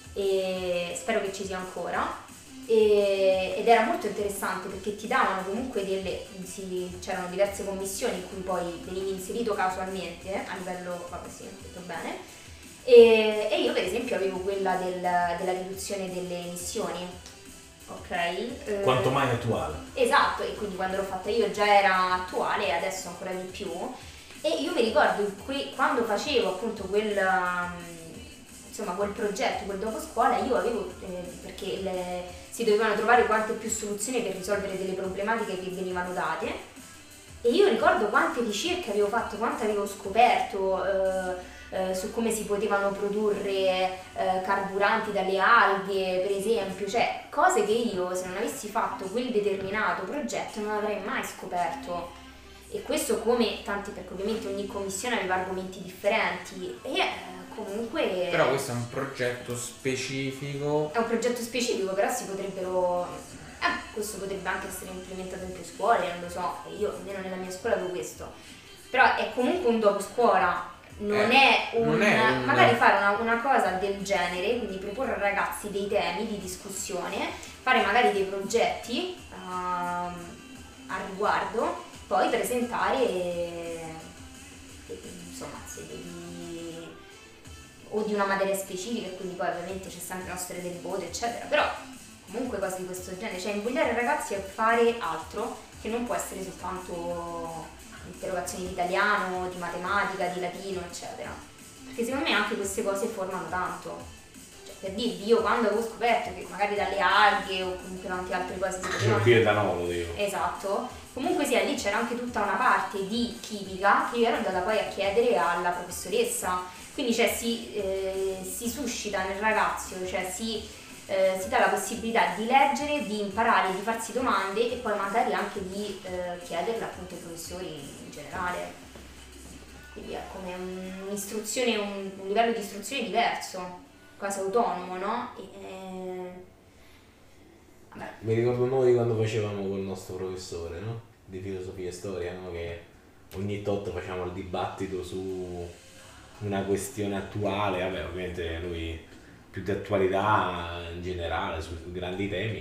e spero che ci sia ancora. E- ed era molto interessante perché ti davano comunque delle, si- c'erano diverse commissioni in cui poi venivi inserito casualmente a livello, vabbè sì, ho detto bene, e, e io per esempio avevo quella del- della riduzione delle emissioni ok? Eh, Quanto mai attuale. Esatto, e quindi quando l'ho fatta io già era attuale e adesso ancora di più. E io mi ricordo que- quando facevo appunto quel, um, insomma, quel progetto, quel dopo scuola, io avevo, eh, perché le, si dovevano trovare quante più soluzioni per risolvere delle problematiche che venivano date, e io ricordo quante ricerche avevo fatto, quante avevo scoperto eh, eh, su come si potevano produrre eh, carburanti dalle alghe, per esempio, cioè cose che io, se non avessi fatto quel determinato progetto, non avrei mai scoperto. E questo come tanti, perché ovviamente ogni commissione aveva argomenti differenti e eh, comunque... Però questo è un progetto specifico. È un progetto specifico, però si potrebbero... Eh, questo potrebbe anche essere implementato in più scuole, non lo so, io almeno nella mia scuola avevo questo. Però è comunque un dopo scuola, non, eh, è, un, non è un... Magari fare una, una cosa del genere, quindi proporre ai ragazzi dei temi di discussione, fare magari dei progetti uh, a riguardo, poi presentare insomma se devi o di una materia specifica, e quindi poi ovviamente c'è sempre una storia del voto eccetera, però comunque cose di questo genere, cioè invogliare i ragazzi a fare altro che non può essere soltanto interrogazioni di italiano, di matematica, di latino eccetera, perché secondo me anche queste cose formano tanto. Cioè, per dirvi, io quando avevo scoperto che magari dalle alghe o comunque tante altre cose si potevano... Di etanolo, dico. Esatto. Comunque sia, lì c'era anche tutta una parte di chimica che io ero andata poi a chiedere alla professoressa, quindi cioè, si, eh, si suscita nel ragazzo, cioè si, eh, si dà la possibilità di leggere, di imparare, di farsi domande e poi magari anche di eh, chiederle appunto ai professori in generale. Quindi è come un'istruzione, un, un livello di istruzione diverso, quasi autonomo, no? E, eh, vabbè. Mi ricordo noi quando facevamo col nostro professore, no? Di filosofia e storia, no? Che ogni tot facciamo il dibattito su una questione attuale, vabbè ovviamente lui più di attualità in generale, su grandi temi,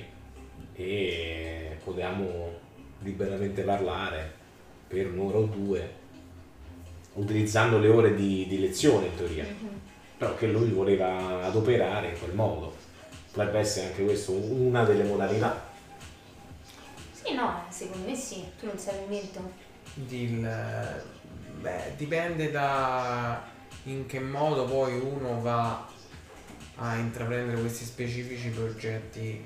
e potevamo liberamente parlare per un'ora o due, utilizzando le ore di, di lezione in teoria, mm-hmm. però che lui voleva adoperare in quel modo. Potrebbe essere anche questo una delle modalità. Sì, no, secondo me sì. Tu non sei convinto? Dil, beh, dipende da in che modo poi uno va a intraprendere questi specifici progetti eh,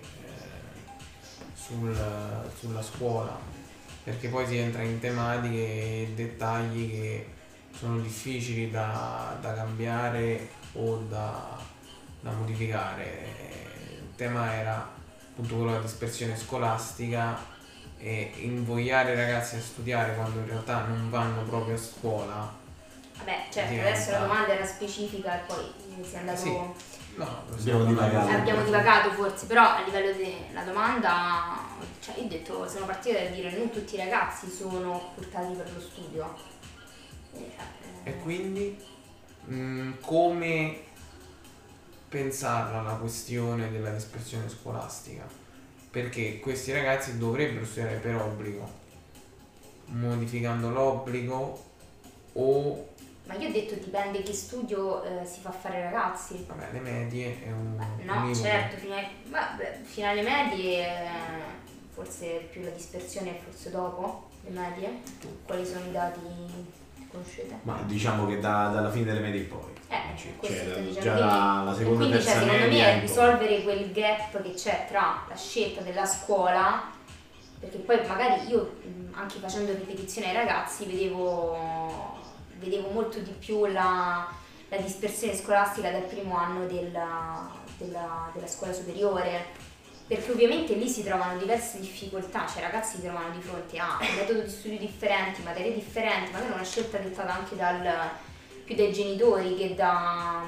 sul, sulla scuola, perché poi si entra in tematiche e dettagli che sono difficili da, da cambiare o da, da modificare. Il tema era appunto quello della dispersione scolastica e invogliare i ragazzi a studiare quando in realtà non vanno proprio a scuola. Vabbè, certo, diventa... adesso la domanda era specifica e poi si è andato... Sì. No, abbiamo divagato. Abbiamo divagato forse, però a livello della domanda, cioè io ho detto, sono partita dal dire non tutti i ragazzi sono portati per lo studio. E, e quindi mh, come pensarla la questione della dispersione scolastica? Perché questi ragazzi dovrebbero studiare per obbligo, modificando l'obbligo o... Ma io ho detto dipende che studio eh, si fa fare ai ragazzi. Vabbè, le medie è un... No, un certo, fino, a, vabbè, fino alle medie eh, forse più la dispersione forse dopo le medie. Quali sono i dati conoscete? Ma diciamo che da, dalla fine delle medie in poi. Eh, cioè, questo sto dicendo. già Quindi, la seconda quindi terza cioè, secondo media me è risolvere quel gap che c'è tra la scelta della scuola, perché poi magari io anche facendo ripetizione ai ragazzi vedevo, vedevo molto di più la, la dispersione scolastica dal primo anno della, della, della scuola superiore, perché ovviamente lì si trovano diverse difficoltà, cioè i ragazzi si trovano di fronte a un metodo di studio differenti, materie differenti, magari una scelta dettata anche dal, più dai genitori che, da,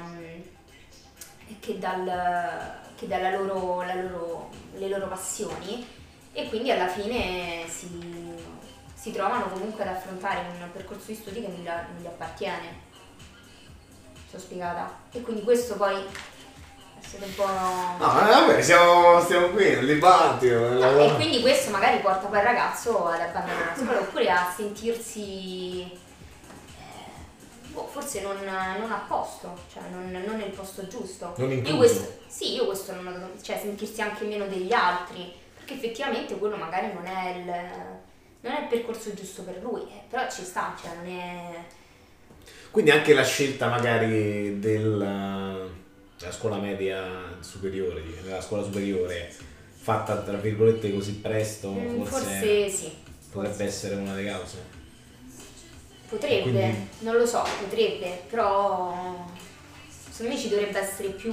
che, dal, che dalla loro, la loro, le loro passioni, e quindi alla fine si, si trovano comunque ad affrontare un percorso di studi che non gli, non gli appartiene. Sono spiegata? E quindi questo poi è stato un po'... No, vabbè, siamo, stiamo qui nel dibattito. No, e quindi questo magari porta poi il ragazzo ad abbandonare la scuola oppure a sentirsi... boh, forse non, non a posto, cioè non, non nel posto giusto. Non incluso. Io questo, sì, io questo non ho, cioè sentirsi anche meno degli altri, perché effettivamente quello magari non è il, non è il percorso giusto per lui, eh, però ci sta, cioè non è... Quindi anche la scelta magari della, della scuola media superiore, della scuola superiore, fatta tra virgolette così presto, Mm, forse, forse sì. potrebbe forse. essere una delle cause. Potrebbe, Quindi- non lo so, potrebbe, però secondo me ci dovrebbe essere più...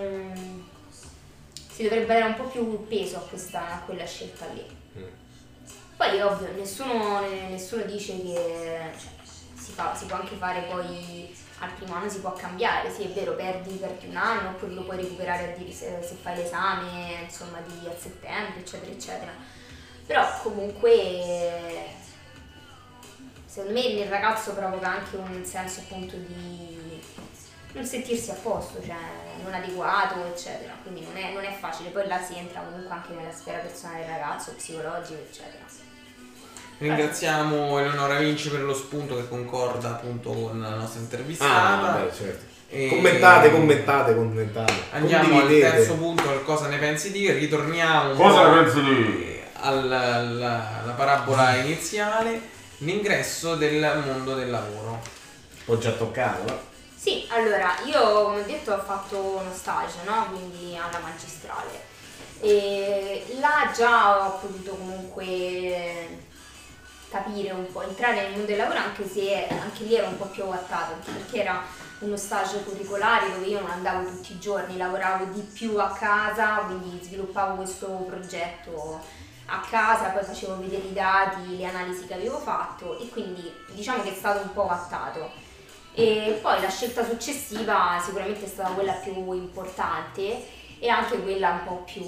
si dovrebbe dare un po' più peso a, questa, a quella scelta lì. Mm. Poi ovvio, nessuno, nessuno dice che cioè, si, fa, si può anche fare poi al primo anno si può cambiare, sì è vero, perdi, perdi un anno oppure lo puoi recuperare a dire se, se fai l'esame insomma di a settembre eccetera eccetera, però comunque secondo me nel ragazzo provoca anche un senso appunto di non sentirsi a posto, cioè non adeguato eccetera, quindi non è, non è facile, poi là si entra comunque anche nella sfera personale del ragazzo, psicologica eccetera. Ringraziamo Eleonora Vinci per lo spunto che concorda appunto con la nostra intervistata. Ah, beh, certo. E- Commentate, commentate, commentate. Andiamo al Condividete. terzo punto, al cosa ne pensi di, ritorniamo un Cosa po' ne pensi di? alla, alla- alla parabola iniziale, l'ingresso del mondo del lavoro. Ho già toccato, eh? Sì, allora io come ho detto ho fatto uno stage, no? Quindi alla magistrale e là già ho potuto comunque capire un po', entrare nel mondo del lavoro anche se anche lì ero un po' più adattata perché era uno stage curricolare dove io non andavo tutti i giorni, lavoravo di più a casa, quindi sviluppavo questo progetto a casa, poi facevo vedere i dati, le analisi che avevo fatto e quindi diciamo che è stato un po' adattato. E poi la scelta successiva sicuramente è stata quella più importante e anche quella un po' più,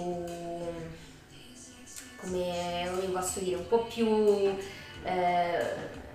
come, come posso dire, un po' più eh,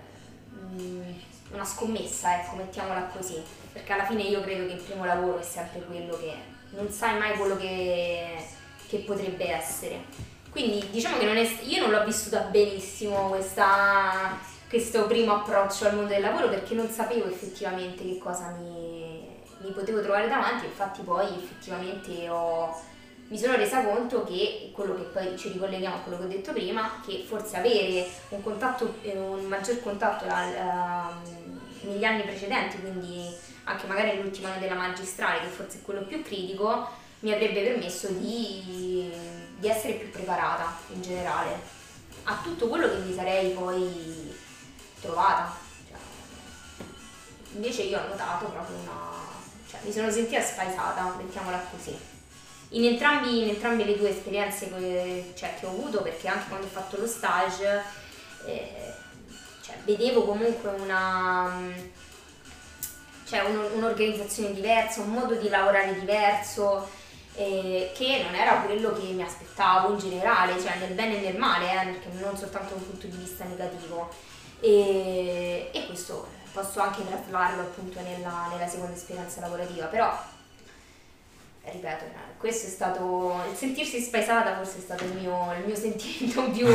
una scommessa, ecco, mettiamola così, perché alla fine io credo che il primo lavoro è sempre quello che non sai mai quello che, che potrebbe essere. Quindi diciamo che non è, io non l'ho vissuta benissimo questa, questo primo approccio al mondo del lavoro perché non sapevo effettivamente che cosa mi, mi potevo trovare davanti, infatti poi effettivamente ho, mi sono resa conto che quello che poi ci ricolleghiamo a quello che ho detto prima, che forse avere un contatto, un maggior contatto la, uh, negli anni precedenti, quindi anche magari nell'ultimo anno della magistrale, che forse è quello più critico, mi avrebbe permesso di, di essere più preparata in generale a tutto quello che mi sarei poi trovata. Cioè, invece io ho notato proprio una... cioè mi sono sentita spaesata, mettiamola così. In, entrambi, in entrambe le due esperienze che, cioè, che ho avuto, perché anche quando ho fatto lo stage eh, cioè, vedevo comunque una... cioè un, un'organizzazione diversa, un modo di lavorare diverso, eh, che non era quello che mi aspettavo in generale, cioè nel bene e nel male, eh, perché non soltanto da un punto di vista negativo. E, e questo posso anche traslarlo appunto nella, nella seconda esperienza lavorativa, però ripeto, questo è stato, il sentirsi spaesata forse è stato il mio, il mio sentimento più...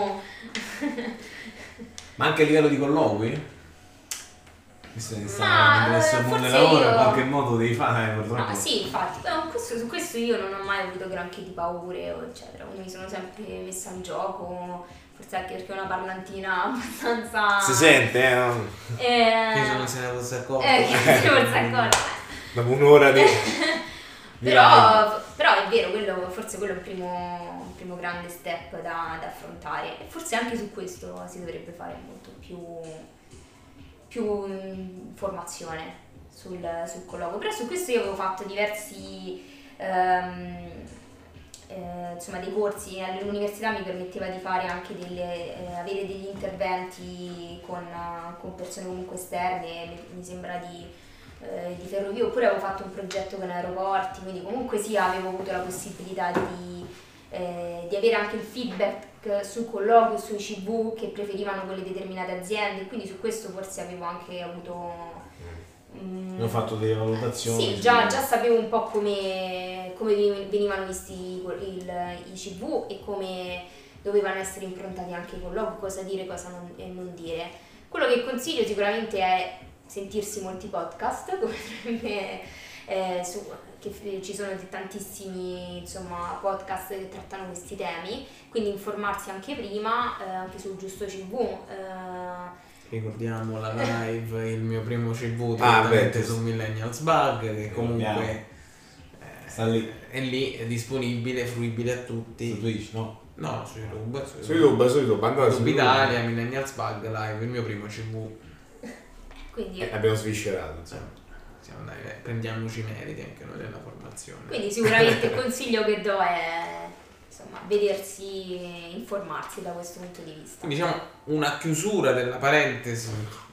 Ma anche a livello di colloqui? Visto che Ma, sta ingresso al mondo del forse lavoro, io- in qualche modo devi fare, purtroppo. No, sì, infatti, però questo- su questo io non ho mai avuto granché di paure, o eccetera, quindi mi sono sempre messa in gioco, forse anche perché è una parlantina abbastanza... Si sente, eh? No? Eh, Che non se ne fosse accorto. eh, che non se ne fosse accorto. Dopo un'ora di... di live. Però, però è vero, quello, forse quello è il primo, il primo grande step da, da affrontare e forse anche su questo si dovrebbe fare molto più, più mm, formazione sul, sul colloquio. Però su questo io avevo fatto diversi ehm, eh, insomma dei corsi all'università, mi permetteva di fare anche delle, eh, avere degli interventi con, con persone comunque esterne, mi, mi sembra di Eh, di ferrovie, oppure avevo fatto un progetto con aeroporti, quindi comunque sì, avevo avuto la possibilità di, eh, di avere anche il feedback sul colloquio, sui C V che preferivano quelle determinate aziende, quindi su questo forse avevo anche avuto... Mm, ho fatto delle valutazioni. Sì, già, già sapevo un po' come, come venivano visti il, i C V e come dovevano essere improntati anche i colloqui, cosa dire, cosa non, e non dire. Quello che consiglio sicuramente è sentirsi molti podcast, come potrebbe, eh, su, che f- ci sono tantissimi insomma podcast che trattano questi temi, quindi informarsi anche prima, eh, anche sul Giusto C V. Eh, Ricordiamo la live, il mio primo C V Ah, direttamente beh, su Millennials Bug, che comunque eh, Sta lì. è lì, è disponibile, fruibile a tutti. Su Twitch, no? No, su YouTube. Su YouTube, su YouTube, andate su YouTube YouTube. Italia, Millennials Bug live, il mio primo C V. quindi, Eh, abbiamo sviscerato, insomma. Siamo andati, eh, prendiamoci i meriti anche noi della formazione. quindi sicuramente il consiglio che do è insomma vedersi, informarsi da questo punto di vista. Quindi diciamo una chiusura della parentesi.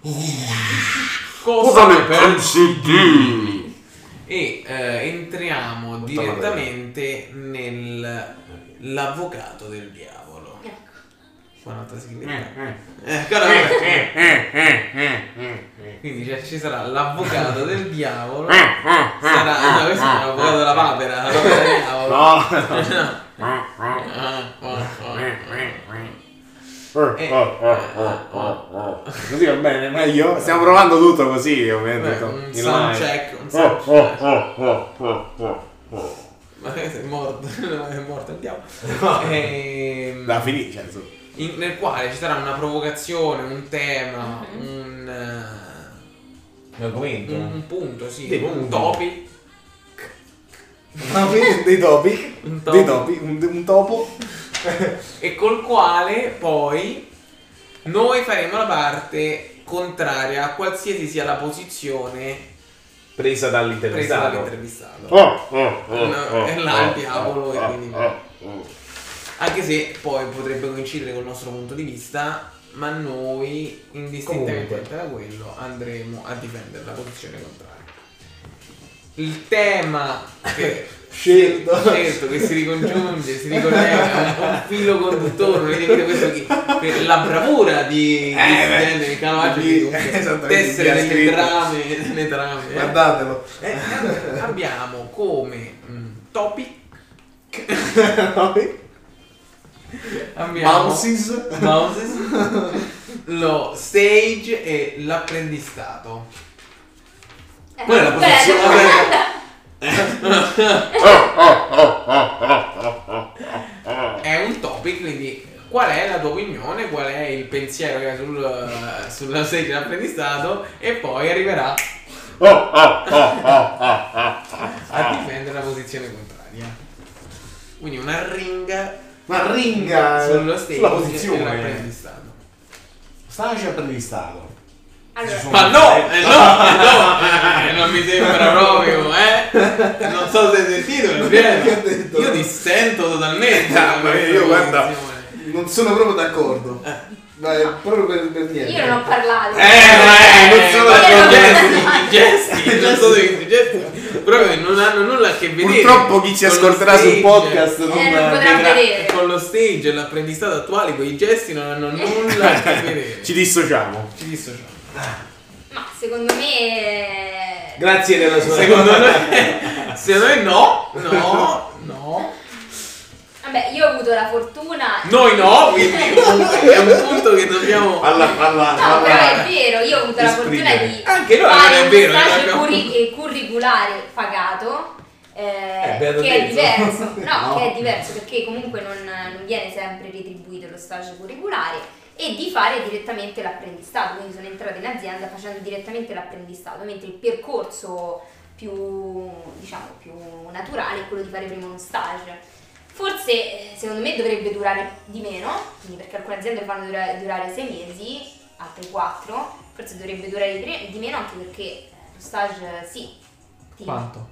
Cosa ne per pensi di? E eh, entriamo direttamente nell'avvocato del diavolo. Ecco. Un'altra sigletta. Ecco, allora, quindi cioè, ci sarà l'avvocato del diavolo. Sarà, no, questo è l'avvocato della papera, la papera del diavolo. Eh, Così va bene, meglio. Stiamo provando tutto così, ovviamente. Beh, un in sound live. check, un sound check. Ma è morto, è morto il diavolo. Ehm, Da finire, cioè, insomma. in- nel quale ci sarà una provocazione, un tema, Mhm. un, eh, Un argomento. un, un punto, sì, Tipo un un- topic, No, quindi dei topi. un Dei topic, topi, un, un topo. e col quale poi noi faremo la parte contraria a qualsiasi sia la posizione Presa presa dall'intervistato. dall'intervistato. Oh, oh, oh, No, oh, è là il diavolo, e oh, quindi- oh, oh. Anche se poi potrebbe coincidere col nostro punto di vista, ma noi indistintamente da quello andremo a difendere la posizione contraria. Il tema che Scelto. scelto, che si ricongiunge, si ricollega, un, un filo conduttore, vedete vedete questo qui, per la bravura di, di Eh, Stende, di Caravaggio, di- di comunque esattamente, tessere chi ha delle scritto. trame, delle trame. eh. Guardatelo. Eh, abbiamo come mm, topic abbiamo Mouses. Moses, lo stage e l'apprendistato. Eh, Qual è la quella posizione? tua domanda. È un topic, quindi qual è la tua opinione, qual è il pensiero che hai sul, sulla stage dell'apprendistato, e poi arriverà a difendere la posizione contraria. Quindi una ringa Ma ringa sullo stage sulla posizione. dell'apprendistato. Stage apprendistato. Allora, Ma no, eh, no, eh, no, eh, non mi sembra proprio, eh. Non so se hai sentito, Gabriele. Che ha detto? Io dissento totalmente. Ah, da ma questa io, guarda, posizione. Non sono proprio d'accordo. Ma è proprio per, per niente. io non ho parlato. Eh, ma non eh, sono ma d'accordo. i gesti, i gesti, non so se i gesti proprio non hanno nulla a che vedere. Purtroppo chi ci con lo ascolterà sul stage, podcast non, Eh, non potrà vedrà vedere. con lo stage e l'apprendistato attuali, quei gesti non hanno nulla a che vedere. ci dissociamo. Ci dissociamo. Ma secondo me Grazie della sua Secondo noi, secondo noi no, no, no. vabbè, io ho avuto la fortuna. Noi no, quindi comunque è un punto che dobbiamo. alla alla No, però è vero, io ho avuto la fortuna esprimere. di Anche noi fare non è uno vero, stage non abbiamo- curri- eh, curriculare pagato, eh, Eh, beato che è te, diverso, no, no. che è diverso perché comunque non, non viene sempre retribuito lo stage curriculare, e di fare direttamente l'apprendistato, quindi sono entrata in azienda facendo direttamente l'apprendistato, mentre il percorso più, diciamo, più naturale è quello di fare prima uno stage. Forse eh, secondo me dovrebbe durare di meno, quindi perché alcune aziende lo fanno dura- durare sei mesi, altre quattro, forse dovrebbe durare di, pre- di meno, anche perché eh, lo stage eh, sì, ti- Quanto?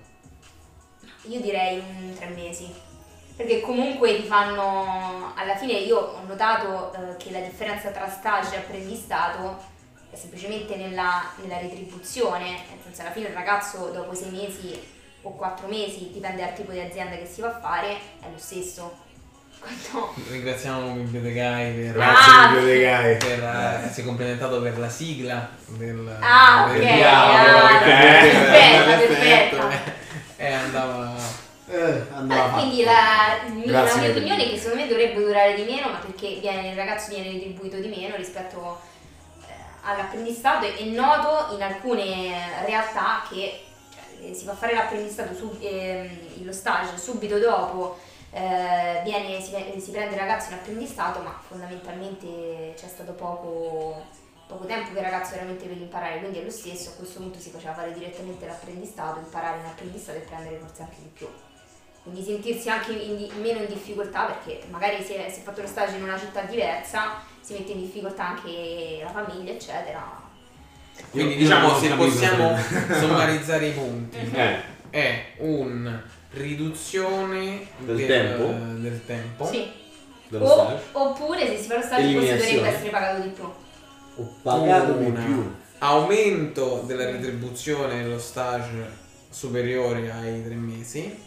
io direi un tre mesi, perché comunque ti fanno, alla fine io ho notato eh, che la differenza tra stage e apprendistato è semplicemente nella, nella retribuzione, nel senso alla fine il ragazzo dopo sei mesi o quattro mesi, dipende dal tipo di azienda che si va a fare, è lo stesso. Quanto... Ringraziamo il bibliotecai per, Grazie Ah. bibliotecai. per eh, si è complimentato per la sigla del, Ah, del ok, diavolo, ah, che perfetta, comunque, perfetta. eh, e andava. Eh, andava Allora, quindi fatto. la, la Grazie mia per- opinione è che secondo me dovrebbe durare di meno, ma perché viene, il ragazzo viene retribuito di meno rispetto eh, all'apprendistato è noto in alcune realtà che cioè, si fa fare l'apprendistato, sub, eh, lo stage subito dopo, eh, viene, si, si prende il ragazzo in apprendistato, ma fondamentalmente c'è stato poco, poco tempo che il ragazzo veramente per imparare, quindi è lo stesso, a questo punto si faceva fare direttamente l'apprendistato, imparare in apprendistato e prendere forse anche di più. Quindi sentirsi anche in di, meno in difficoltà, perché magari si è, si è fatto lo stage in una città diversa, si mette in difficoltà anche la famiglia, eccetera. Quindi Io diciamo, non ho se capito possiamo se- sommarizzare i punti, Eh, è un riduzione Del tempo? del tempo. Sì. dello O, stage. oppure se si fa lo stage forse dovrebbe Eliminazione. essere pagato di più. Ho pagato di Una- più. Aumento della retribuzione dello stage superiore ai tre mesi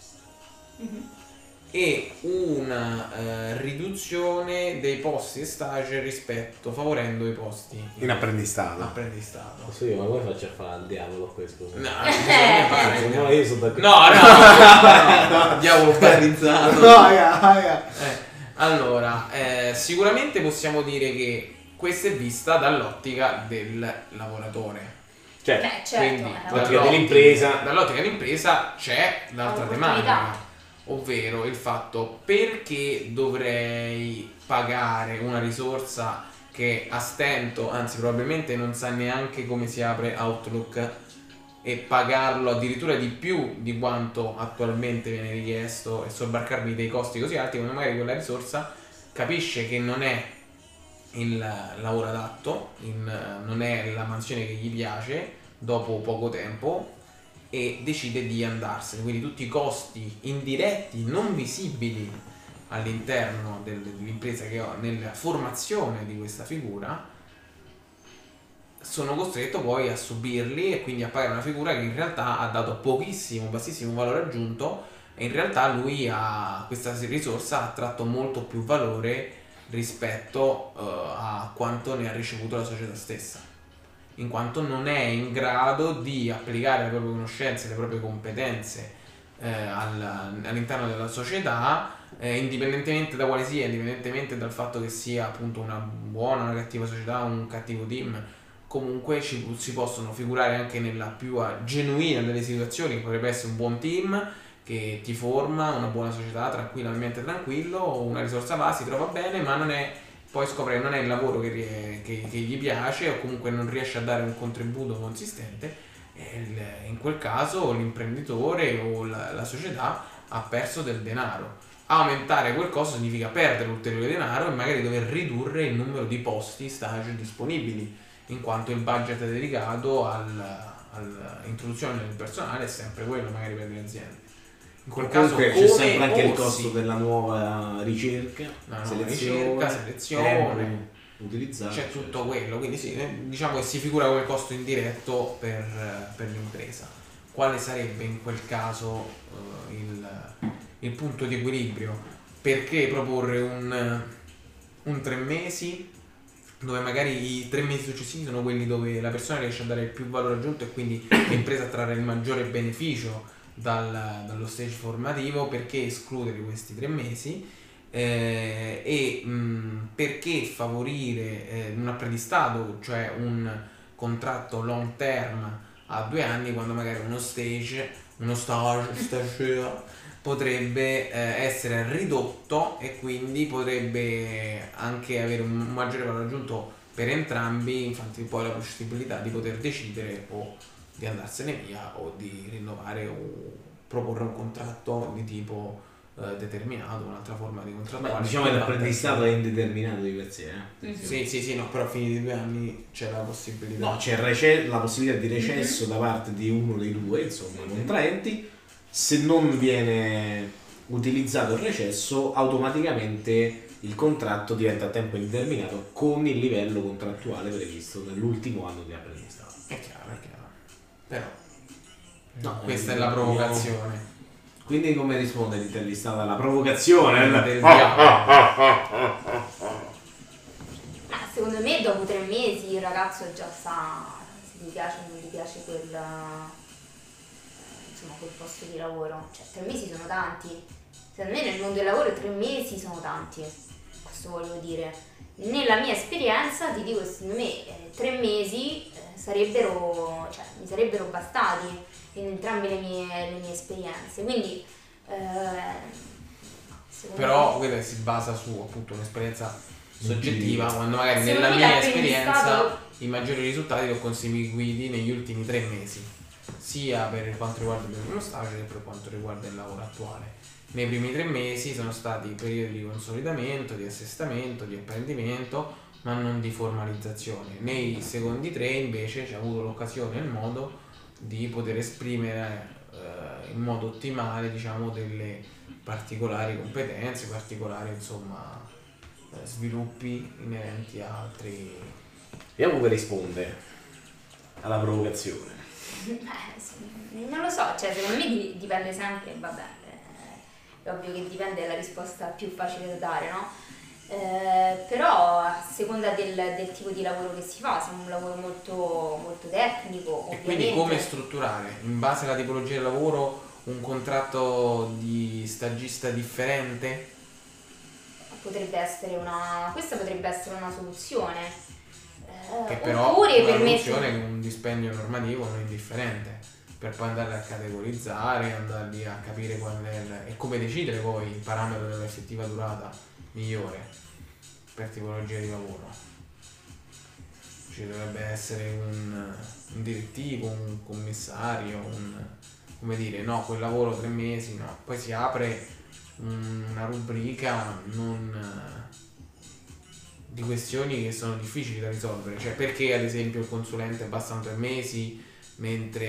e una eh, riduzione dei posti stage rispetto, favorendo i posti In apprendistato. apprendistato. Posso io, ma come faccio a fare al diavolo questo? No, bisogna fare. No, io sono d'accordo. No, no, no, no, diavolo battezzato. Raga, raga. Eh, allora, eh, sicuramente possiamo dire che questa è vista dall'ottica del lavoratore. Cioè, Eh, certo, Quindi, è una- dall'ottica dell'impresa. dall'ottica dell'impresa c'è l'altra Opportunità. tematica, ovvero il fatto perché dovrei pagare una risorsa che a stento, anzi probabilmente non sa neanche come si apre Outlook, e pagarlo addirittura di più di quanto attualmente viene richiesto e sobbarcarmi dei costi così alti, quando magari quella risorsa capisce che non è il lavoro adatto, in- non è la mansione che gli piace dopo poco tempo e decide di andarsene. Quindi tutti i costi indiretti non visibili all'interno del- dell'impresa che ho nella formazione di questa figura sono costretto poi a subirli e quindi a pagare una figura che in realtà ha dato pochissimo, bassissimo valore aggiunto, e in realtà lui ha questa risorsa ha tratto molto più valore rispetto eh, a quanto ne ha ricevuto la società stessa, in quanto non è in grado di applicare le proprie conoscenze, le proprie competenze eh, al- all'interno della società, eh, indipendentemente da quale sia, indipendentemente dal fatto che sia appunto una buona o una cattiva società, un cattivo team. Comunque ci, si possono figurare anche nella più eh, genuina delle situazioni, che potrebbe essere un buon team che ti forma, una buona società, tranquilla, un ambiente tranquillo, o una risorsa va, si trova bene, ma non è, poi scopre che non è il lavoro che, rie- che- che gli piace, o comunque non riesce a dare un contributo consistente, e il- in quel caso l'imprenditore o la, la società ha perso del denaro. Aumentare quel costo significa perdere ulteriore denaro e magari dover ridurre il numero di posti stage disponibili, in quanto il budget dedicato all'introduzione del personale è sempre quello magari per le aziende. In quel caso Comunque come c'è sempre anche il orsi, costo della nuova ricerca, la nuova selezione, ricerca, selezione, tempo utilizzato. c'è tutto quello, quindi sì, eh, diciamo che si figura come costo indiretto per, eh, per l'impresa. Quale sarebbe in quel caso eh, il, il punto di equilibrio? Perché proporre un, un tre mesi dove magari i tre mesi successivi sono quelli dove la persona riesce a dare il più valore aggiunto e quindi l'impresa trarre il maggiore beneficio dal- dallo stage formativo? Perché escludere questi tre mesi eh, e mh, perché favorire eh, un apprendistato, cioè un contratto long term a due anni, quando magari uno stage, uno stage, stage potrebbe eh, essere ridotto e quindi potrebbe anche avere un maggiore valore aggiunto per entrambi, infatti poi la possibilità di poter decidere o di andarsene via o di rinnovare o proporre un contratto di tipo eh, determinato, un'altra forma di contratto. Ma diciamo che l'apprendistato è indeterminato di per sé. Eh? Mhm. Sì, sì, sì, no, però finiti due anni c'è la possibilità. No, c'è il rece- la possibilità di recesso da parte di uno dei due, insomma, contraenti. Se non viene utilizzato il recesso, automaticamente il contratto diventa a tempo indeterminato con il livello contrattuale previsto nell'ultimo anno di apprendistato. È chiaro, è chiaro. Però No, questa eh, è la dobbiamo- provocazione. Quindi come risponde l'intervistato alla provocazione? Del diavolo. Ma secondo me dopo tre mesi il ragazzo già sa se gli piace o non gli piace quel, eh, insomma, quel posto di lavoro. Cioè tre mesi sono tanti. Secondo me nel mondo del lavoro tre mesi sono tanti. questo voglio dire. Nella mia esperienza ti dico, secondo me eh, tre mesi eh, sarebbero, cioè, mi sarebbero bastati in entrambe le mie, le mie esperienze, quindi eh, però quella si basa su appunto un'esperienza soggettiva, Sì. quando magari Secondo nella me mia l'apprendistato- esperienza i maggiori risultati li ho conseguiti negli ultimi tre mesi, sia per quanto riguarda il mio stage che per quanto riguarda il lavoro attuale. Nei primi tre mesi sono stati periodi di consolidamento, di assestamento, di apprendimento, ma non di formalizzazione. Nei secondi tre invece c'è avuto l'occasione e il modo di poter esprimere eh, in modo ottimale, diciamo, delle particolari competenze, particolari insomma eh, sviluppi inerenti a altri. Vediamo come risponde alla provocazione. Eh, sì, non lo so, cioè secondo me di- dipende sempre, vabbè, eh, è ovvio che dipende dalla risposta più facile da dare, no? Eh, però a seconda del, del tipo di lavoro che si fa, se è un lavoro molto, molto tecnico, E ovviamente. quindi come strutturare in base alla tipologia di lavoro un contratto di stagista differente? Potrebbe essere una, questa potrebbe essere una soluzione. Eh, Che però oppure una permettere. soluzione con un dispendio normativo non indifferente, per poi andare a categorizzare, andarli a capire qual è il, e come decidere poi il parametro dell'effettiva durata migliore per tipologia di lavoro. Ci dovrebbe essere un, un direttivo, un commissario, un, come dire, no, quel lavoro tre mesi, no. Poi si apre un- una rubrica non di questioni che sono difficili da risolvere, cioè perché ad esempio il consulente bastano tre mesi mentre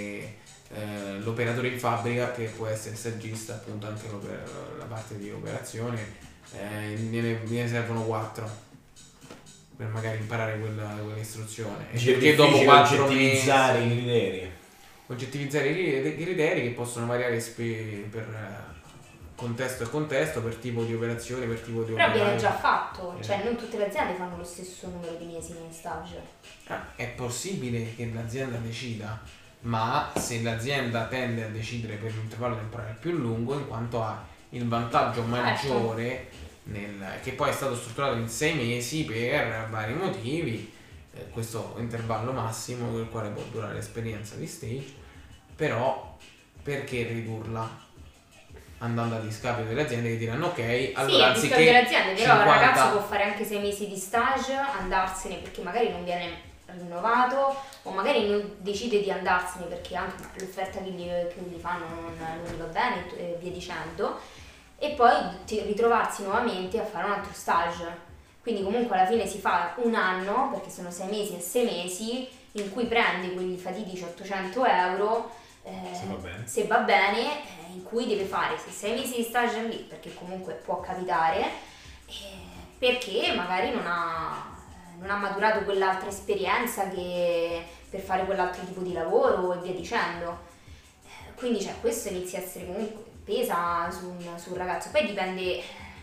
eh, l'operatore in fabbrica, che può essere stagista appunto anche l'oper- la parte di operazione, eh, ne, ne servono quattro per magari imparare quella, quell'istruzione, e Dice perché è dopo difficile quattro mesi oggettivizzare i criteri. oggettivizzare i cri- i criteri che possono variare spe- per eh, contesto e contesto, per tipo di operazione, per tipo di Però viene operaio. già fatto, Eh. cioè non tutte le aziende fanno lo stesso numero di mesi in stage. Ah, è possibile che l'azienda decida, ma se l'azienda tende a decidere per un intervallo temporale più lungo, in quanto ha il vantaggio maggiore, nel, che poi è stato strutturato in sei mesi per vari motivi, eh, questo intervallo massimo per il quale può durare l'esperienza di stage, però perché ridurla? Andando a discapito delle aziende che diranno ok, allora sì, anziché anziché delle aziende, però cinquanta il ragazzo può fare anche sei mesi di stage, andarsene perché magari non viene rinnovato, o magari non decide di andarsene perché anche l'offerta che gli, che gli fanno non, non gli va bene e via dicendo, e poi ti- ritrovarsi nuovamente a fare un altro stage. Quindi comunque alla fine si fa un anno, perché sono sei mesi e sei mesi, in cui prendi quegli fatidici ottocento euro, eh, Se va bene. se va bene, eh, in cui deve fare se sei mesi di stage lì, perché comunque può capitare, eh, perché magari non ha, non ha maturato quell'altra esperienza che per fare quell'altro tipo di lavoro e via dicendo. Eh, Quindi cioè, questo inizia a essere comunque, pesa su un, sul ragazzo, poi dipende, eh,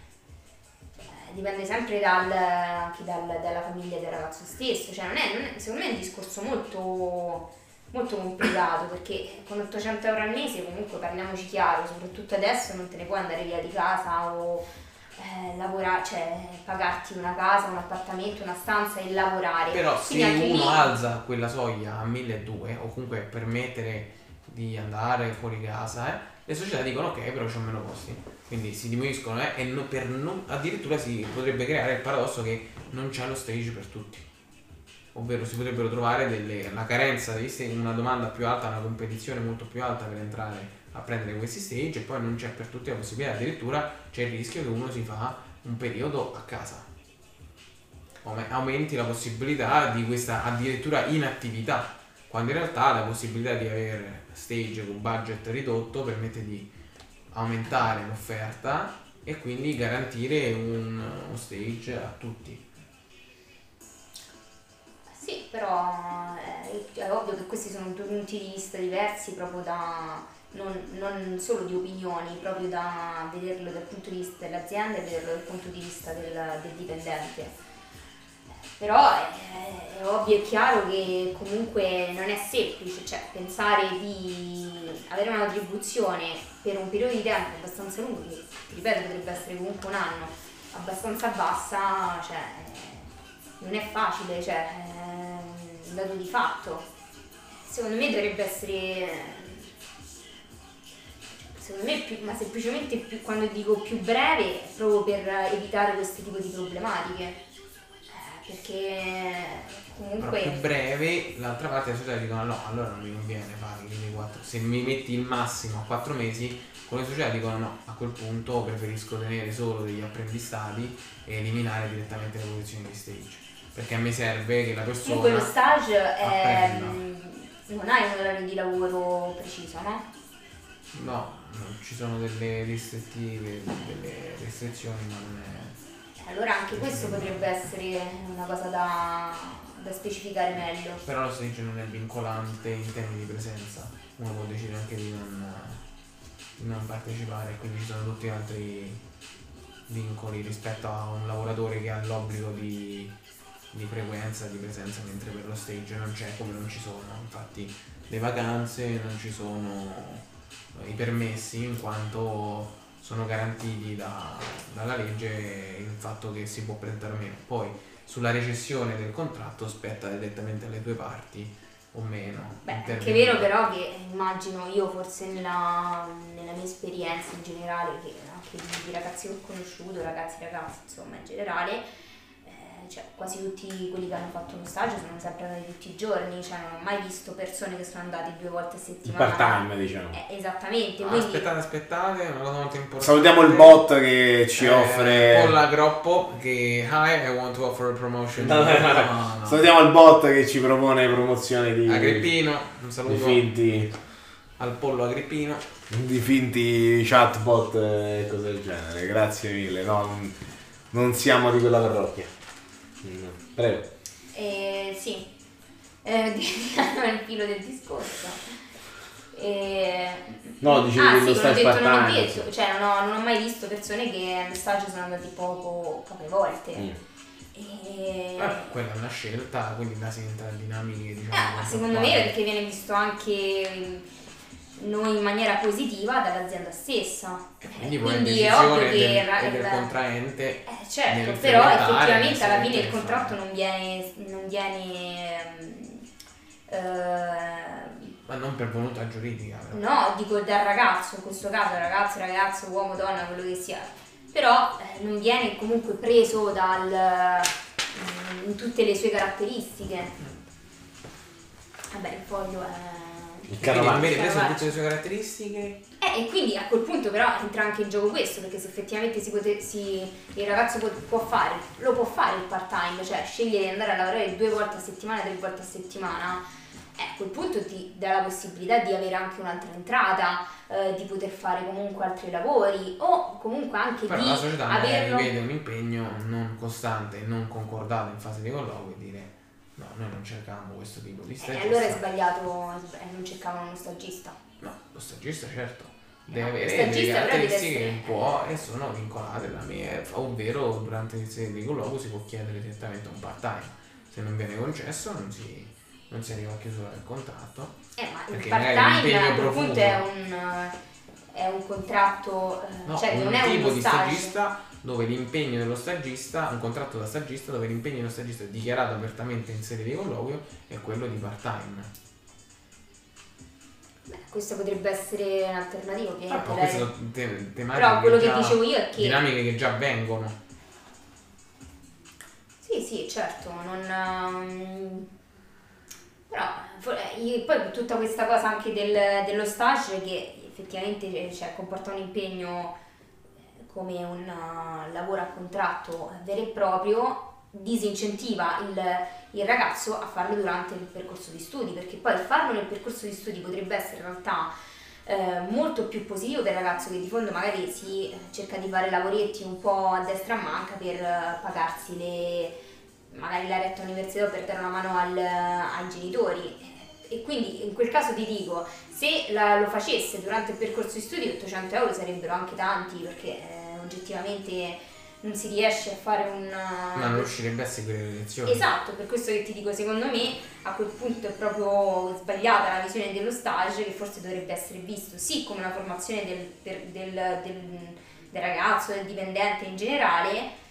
dipende sempre dal, anche dal- dalla famiglia del ragazzo stesso, cioè non è, non è- secondo me è un discorso molto, molto complicato, perché con ottocento euro al mese comunque, parliamoci chiaro, soprattutto adesso non te ne puoi andare via di casa o eh, lavorare, cioè pagarti una casa, un appartamento, una stanza e lavorare. Però se Quindi anche uno lì- alza quella soglia a milleduecento o comunque permettere di andare fuori casa, eh, le società dicono ok, però c'ho meno posti, quindi si diminuiscono eh, e no- per non- addirittura si potrebbe creare il paradosso che non c'è lo stage per tutti, ovvero si potrebbero trovare delle, la carenza degli stage, una domanda più alta, una competizione molto più alta per entrare a prendere questi stage, e poi non c'è per tutti la possibilità, addirittura c'è il rischio che uno si fa un periodo a casa, Aume- aumenti la possibilità di questa addirittura inattività, quando in realtà la possibilità di avere stage con budget ridotto permette di aumentare l'offerta e quindi garantire un, uno stage a tutti. Sì, però eh, è ovvio che questi sono due punti di vista diversi, proprio da non, non solo di opinioni, proprio da vederlo dal punto di vista dell'azienda e vederlo dal punto di vista del, del dipendente. Però è, è ovvio e chiaro che comunque non è semplice, cioè pensare di avere una retribuzione per un periodo di tempo abbastanza lungo, che ti ripeto potrebbe essere comunque un anno, abbastanza bassa, cioè non è facile, cioè è un dato di fatto. Secondo me dovrebbe essere, secondo me più, ma semplicemente più, quando dico più breve è proprio per evitare questo tipo di problematiche, eh, perché comunque però più breve, l'altra parte della società dicono no, allora non mi conviene fare i quattro, se mi metti il massimo a quattro mesi, con le società dicono no, a quel punto preferisco tenere solo degli apprendistati e eliminare direttamente le posizioni di stage, perché a me serve che la persona comunque lo stage è, apprenda. non hai un orario di lavoro preciso, no? No, non ci sono delle restrittive, delle restrizioni, ma non è... Allora anche questo potrebbe essere una cosa da, da specificare meglio. Però lo stage non è vincolante in termini di presenza, uno può decidere anche di non, di non partecipare, quindi ci sono tutti altri vincoli rispetto a un lavoratore che ha l'obbligo di, di frequenza, di presenza, mentre per lo stage non c'è, come non ci sono infatti le vacanze, non ci sono i permessi, in quanto sono garantiti da, dalla legge il fatto che si può presentare o meno. Poi sulla recessione del contratto spetta direttamente alle due parti o meno. Beh, è anche vero però che immagino io, forse nella, nella mia esperienza in generale, che anche di, di ragazzi che ho conosciuto, ragazzi ragazzi insomma in generale, cioè quasi tutti quelli che hanno fatto uno stage sono sempre andati tutti i giorni, cioè non ho mai visto persone che sono andate due volte a settimana. Part time, diciamo. Eh, esattamente. Ah, quindi... Aspettate, aspettate, una cosa molto importante. Salutiamo il bot che ci eh, offre. Polla Groppo che hi, I want to offer a promotion. No, no, no. No, no. Salutiamo il bot che ci propone promozioni di Agrippino, un saluto di finti al pollo Agrippino. Di finti chatbot e cose del genere. Grazie mille. No, non, non siamo di quella parrocchia. Prego. Eh, sì, eh, diciamo il filo del discorso. Eh, no, dicevi ah, che sì, lo non ho stage detto, non ho part-time. detto, cioè non ho, non ho mai visto persone che allo stage sono andati poco, poche volte. Mm. E... Eh, quella è una scelta, quindi là si entra in dinamiche, diciamo. Eh, ma secondo me perché viene visto anche non in maniera positiva dall'azienda stessa. E quindi, quindi è è ovvio decisione che del, il, del contraente. Eh, certo, nel però frequentare, effettivamente alla fine il insomma. contratto non viene, non viene eh, Ma non per volontà giuridica. Però. no, dico dal ragazzo, in questo caso ragazzo, ragazzo, uomo, donna, quello che sia, però eh, non viene comunque preso dal, in tutte le sue caratteristiche. Vabbè, il foglio è... Il Quindi non carovaccio. viene preso in tutte le sue caratteristiche. Eh, e quindi a quel punto però entra anche in gioco questo, perché se effettivamente si pote- si, il ragazzo può, può fare, lo può fare il part time, cioè scegliere di andare a lavorare due volte a settimana, tre volte a settimana, eh, a quel punto ti dà la possibilità di avere anche un'altra entrata, eh, di poter fare comunque altri lavori o comunque anche Però di la società averlo... vede un impegno non costante, non concordato in fase di colloquio e dire no, noi non cercavamo questo tipo di Eh, stagista. allora è sbagliato, eh, non cercavano uno stagista. No, lo stagista certo deve No, avere lo delle stagista però deve caratteristiche essere- che può e sono vincolate da me, ovvero durante il sede di colloquio si può chiedere direttamente un part time. Se non viene concesso non si, non si arriva a chiusura del contratto. Eh, ma il Perché part magari time l'impegno a quel profuso- punto è un, è un contratto, eh, No, cioè un non è tipo uno di stage. stagista dove l'impegno dello stagista, un contratto da stagista dove l'impegno dello stagista è dichiarato apertamente in sede di colloquio è quello di part time. Beh, questo potrebbe essere un'alternativa, Ah, ovviamente. ma lei- queste sono te- tematiche Però quello che già- dicevo io è che... dinamiche che già avvengono. Sì, sì, certo, non... ehm, però for- eh, io- poi tutta questa cosa anche del- dello stage che effettivamente cioè, comporta un impegno eh, come un uh, lavoro a contratto vero e proprio, disincentiva il, il ragazzo a farlo durante il percorso di studi, perché poi farlo nel percorso di studi potrebbe essere in realtà eh, molto più positivo per il ragazzo che di fondo magari si eh, cerca di fare lavoretti un po' a destra e a manca per eh, pagarsi le, magari la retta università o per dare una mano al, ai genitori. E quindi in quel caso ti dico, se la, lo facesse durante il percorso di studi ottocento euro sarebbero anche tanti, perché eh, oggettivamente non si riesce a fare un... Ma non riuscirebbe a seguire le lezioni. Esatto, per questo che ti dico, secondo me a quel punto è proprio sbagliata la visione dello stage, che forse dovrebbe essere visto sì come una formazione del, per- del, del, del ragazzo, del dipendente in generale,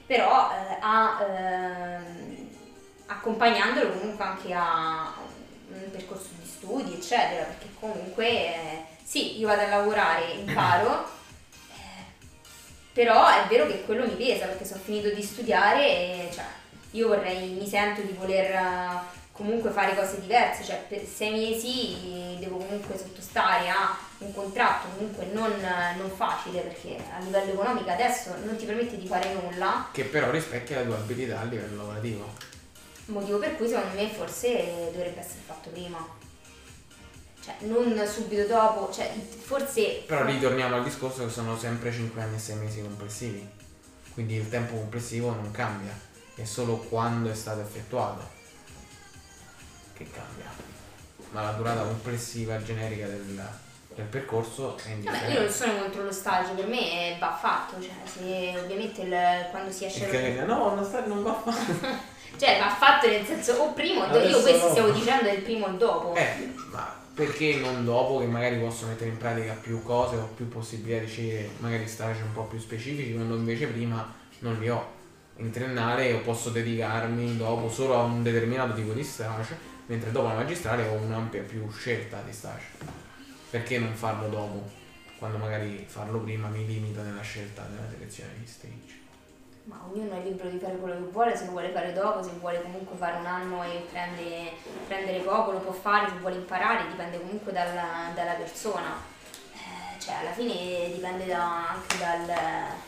però eh, a, ehm, accompagnandolo comunque anche a un percorso di studi eccetera, perché comunque eh, sì, io vado a lavorare, imparo, eh, però è vero che quello mi pesa perché sono finito di studiare e cioè, io vorrei, mi sento di voler uh, comunque fare cose diverse, cioè per sei mesi devo comunque sottostare a un contratto comunque non, non facile, perché a livello economico adesso non ti permette di fare nulla. Che però rispecchia la tua abilità a livello lavorativo. Motivo per cui secondo me forse dovrebbe essere fatto prima. Cioè non subito dopo, cioè forse... Però ritorniamo al discorso che sono sempre cinque anni e sei mesi complessivi. Quindi il tempo complessivo non cambia, è solo quando è stato effettuato che cambia, ma la durata complessiva generica del, del percorso è indifferente. Vabbè, io non sono contro lo stage, per me va fatto, cioè se ovviamente il, quando si esce... Perché no, uno stage non va fatto. Cioè va fatto nel senso o prima o dopo, io questo no. Stiamo dicendo del primo o il dopo. Eh, ma perché non dopo, che magari posso mettere in pratica più cose, ho più possibilità di scegliere magari stage un po' più specifici, quando invece prima non li ho. In triennale io posso dedicarmi dopo solo a un determinato tipo di stage, mentre dopo la magistrale ho un'ampia più scelta di stage. Perché non farlo dopo, quando magari farlo prima mi limita nella scelta della selezione di stage? Ma ognuno è libero di fare quello che vuole, se lo vuole fare dopo, se vuole comunque fare un anno e prende, prendere poco lo può fare, se vuole imparare, dipende comunque dalla, dalla persona. Eh, cioè alla fine dipende da, anche dal...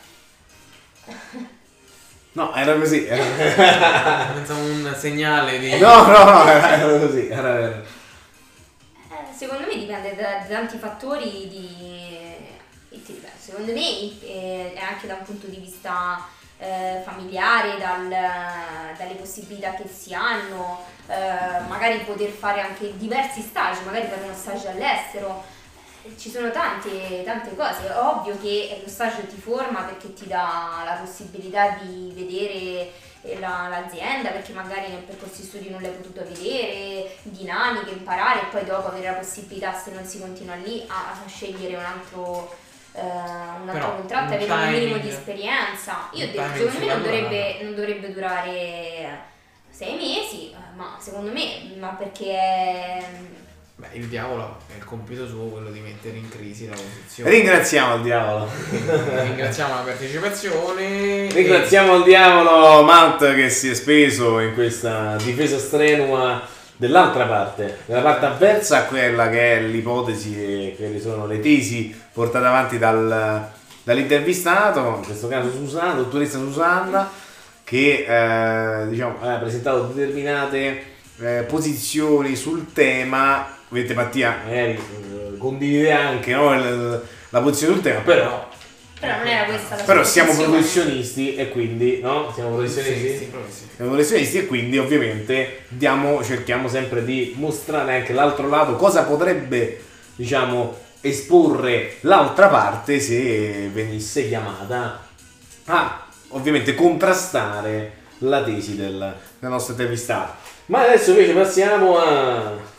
No, era così. Era... Pensavo un segnale di... No, no, no, era così. Era... Eh, secondo me dipende da, da tanti fattori di... E ti ripeto, secondo me eh, è anche da un punto di vista eh, familiare, dal, dalle possibilità che si hanno, eh, magari poter fare anche diversi stage, magari fare uno stage all'estero. Ci sono tante, tante cose, è ovvio che lo stage ti forma perché ti dà la possibilità di vedere la, l'azienda, perché magari nel percorso di studi non l'hai potuto vedere, dinamiche, imparare e poi dopo avere la possibilità, se non si continua lì, a, a scegliere un altro, eh, un altro Però, contratto, un avere un minimo timing, di esperienza. Io ho un detto, timing secondo me non sulla dovrebbe, non dovrebbe durare sei mesi, ma secondo me, ma perché... È, Beh, il diavolo è il compito suo quello di mettere in crisi la posizione. Ringraziamo il diavolo. Ringraziamo la partecipazione. Ringraziamo il diavolo Matt che si è speso in questa difesa strenua dell'altra parte, della parte avversa a quella che è l'ipotesi e quelle sono le tesi portate avanti dal, dall'intervistato, in questo caso Susanna, dottoressa Susanna, che eh, diciamo, ha presentato determinate eh, posizioni sul tema. Vedete, Mattia magari eh, condivide anche, no, il, la posizione sul tema, però Però non era questa la però siamo posizione. professionisti e quindi no? Siamo professionisti? Sì, sì, professionisti. Siamo professionisti e quindi ovviamente diamo, cerchiamo sempre di mostrare anche l'altro lato, cosa potrebbe, diciamo, esporre l'altra parte se venisse chiamata a ovviamente contrastare la tesi del, del nostro intervistato. Ma adesso invece passiamo a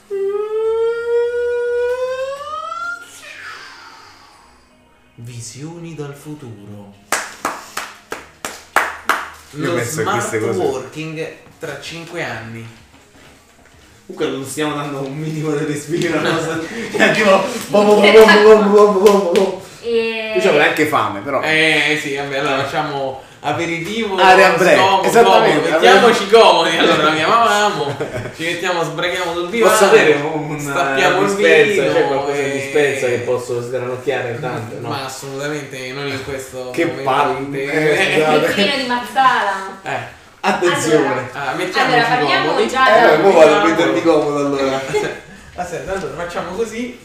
Visioni dal futuro. Io Lo penso che queste smart cose- working tra cinque anni. Comunque non stiamo dando un minimo di respiro alla cosa. È tipo boh, boh, boh, boh, boh, boh, boh, boh. E... io c'avrei anche fame, però Eh sì, vabbè, allora facciamo aperitivo, Area break, scomodo, esattamente. comodo. Mettiamoci comodi, allora chiamavamo, ci mettiamo, sbraghiamo sul divano, Posso avere un stappiamo il dispensa, vino, c'è qualcosa e- in dispensa che posso sgranocchiare intanto, no? Ma assolutamente non in questo Che momento palle, di- eh, il scusate. vino di Mazzala. eh, Attenzione! ah, mettiamoci Allora, parliamo comodi. già Eh, da... poi vado a mettermi comodo allora. Aspetta, allora facciamo così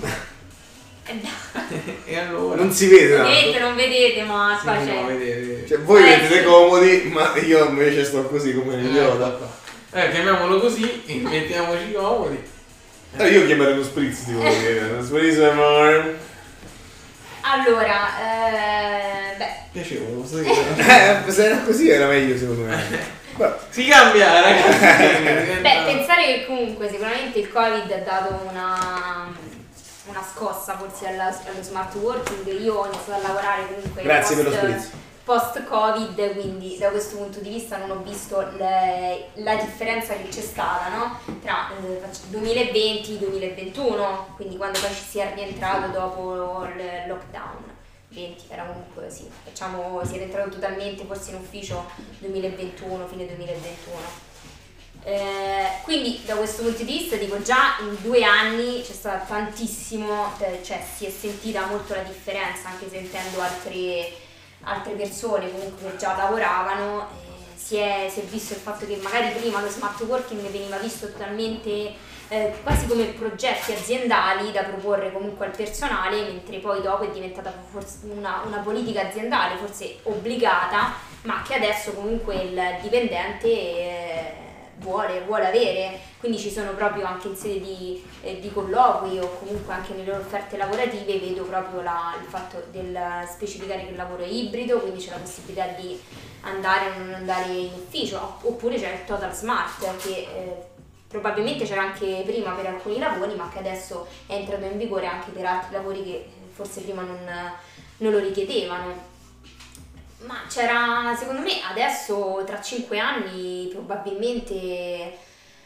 e allora non si vede Vedete, tanto. non vedete, ma sì, qua no, c'è... vedete. Cioè voi Eh, vedete sì. comodi, ma io invece sto così come un idiota. Eh, chiamiamolo così e mettiamoci comodi. Eh, io chiamerei uno spritz, ti voglio dire. Uno spritz amore. Allora, eh, beh, Piacevole, posso dire? Eh, se era così era meglio secondo me. Però, Si cambia, ragazzi. diventa- beh, pensare che comunque sicuramente il Covid ha dato una, una scossa forse alla- allo smart working. Io ho iniziato a lavorare comunque Grazie per lo post, spritz. post-Covid, quindi da questo punto di vista non ho visto le, la differenza che c'è stata, no? Tra eh, duemilaventi e duemilaventuno, quindi quando poi ci si è rientrato dopo il lockdown. venti era comunque sì, facciamo, si è rientrato totalmente forse in ufficio duemilaventuno, fine duemilaventuno. Eh, quindi da questo punto di vista dico già in due anni c'è stato tantissimo, cioè si è sentita molto la differenza, anche sentendo altre, altre persone comunque che già lavoravano, eh, si, è, si è visto il fatto che magari prima lo smart working veniva visto totalmente eh, quasi come progetti aziendali da proporre comunque al personale, mentre poi dopo è diventata forse una, una politica aziendale forse obbligata, ma che adesso comunque il dipendente eh, Vuole, vuole avere, quindi ci sono proprio anche in sede di, eh, di colloqui o comunque anche nelle loro offerte lavorative vedo proprio la, il fatto del specificare che il lavoro è ibrido, quindi c'è la possibilità di andare o non andare in ufficio, oppure c'è il total smart che eh, probabilmente c'era anche prima per alcuni lavori ma che adesso è entrato in vigore anche per altri lavori che forse prima non, non lo richiedevano. Ma c'era, secondo me, adesso tra cinque anni probabilmente,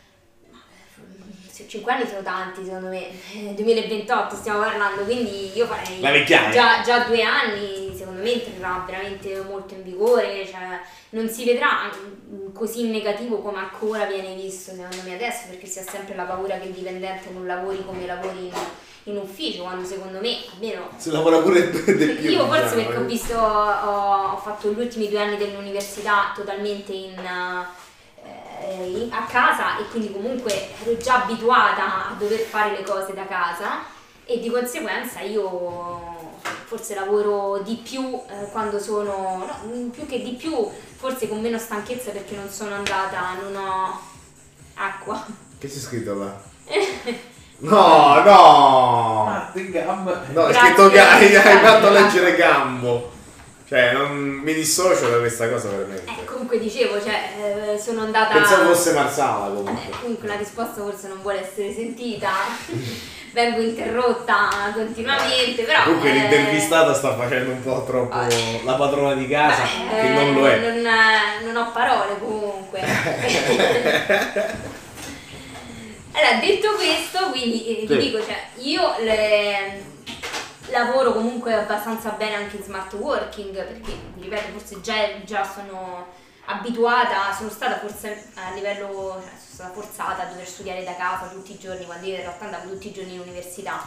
cinque anni sono tanti secondo me, duemilaventotto stiamo parlando, quindi io farei già, già due anni, secondo me entrerà veramente molto in vigore, cioè non si vedrà così negativo come ancora viene visto secondo me adesso, perché si ha sempre la paura che il dipendente non lavori come lavori in, in ufficio, quando secondo me almeno si lavora pure di più. Io forse perché ho visto, ho, ho fatto gli ultimi due anni dell'università totalmente in, eh, in, a casa, e quindi comunque ero già abituata a dover fare le cose da casa e di conseguenza io forse lavoro di più eh, quando sono, no, più che di più, forse con meno stanchezza perché non sono andata, non ho acqua. Che c'è scritto là? No, no! Ah, di gamba. No, è Grazie, scritto che hai, hai fatto grazie. leggere Gambo. Cioè, non mi dissocio da questa cosa veramente. Eh, comunque dicevo, cioè, eh, sono andata... Pensavo fosse Marsala comunque. Eh, comunque la risposta forse non vuole essere sentita, vengo interrotta continuamente, però... Comunque eh, l'intervistata sta facendo un po' troppo eh, la padrona di casa, beh, che eh, non lo è. Non, non ho parole comunque. Allora, detto questo, quindi eh, Sì. vi dico, cioè, io le, lavoro comunque abbastanza bene anche in smart working, perché, vi ripeto, forse già, già sono abituata, sono stata forse a livello, cioè, sono stata forzata a dover studiare da casa tutti i giorni, quando io in realtà andavo tutti i giorni in università.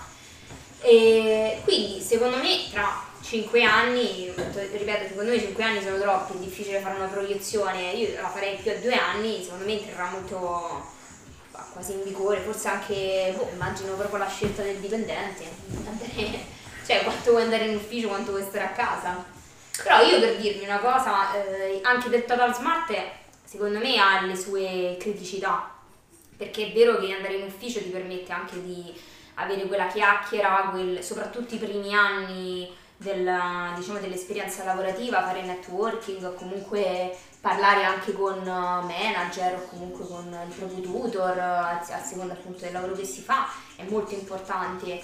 E quindi, secondo me, tra cinque anni, ripeto, secondo me cinque anni sono troppi, è difficile fare una proiezione, io la farei più a due anni, secondo me entrerà molto... quasi in vigore, forse anche, boh, immagino proprio la scelta del dipendente, andare, cioè quanto vuoi andare in ufficio, quanto vuoi stare a casa. Però io per dirvi una cosa, eh, anche del total smart secondo me ha le sue criticità, perché è vero che andare in ufficio ti permette anche di avere quella chiacchiera, quel, soprattutto i primi anni del, diciamo, dell'esperienza lavorativa, fare networking o comunque parlare anche con manager o comunque con il proprio tutor a seconda appunto del lavoro che si fa, è molto importante,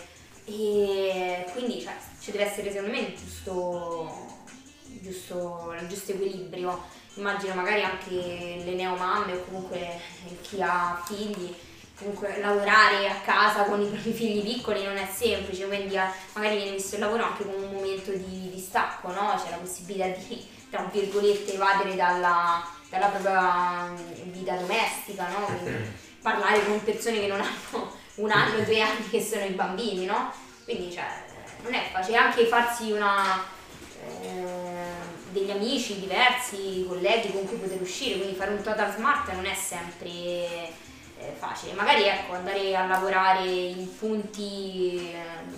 e quindi cioè, ci deve essere secondo me il giusto, giusto, il giusto equilibrio. Immagino magari anche le neomamme o comunque chi ha figli, comunque lavorare a casa con i propri figli piccoli non è semplice, quindi magari viene visto il lavoro anche come un momento di, di stacco, no? C'è la possibilità di, tra virgolette, evadere dalla, dalla propria vita domestica, no? Quindi parlare con persone che non hanno un anno, due anni, che sono i bambini, no? Quindi cioè, non è facile, anche farsi una, eh, degli amici diversi, colleghi con cui poter uscire, quindi fare un total smart non è sempre eh, facile. Magari ecco, andare a lavorare in punti,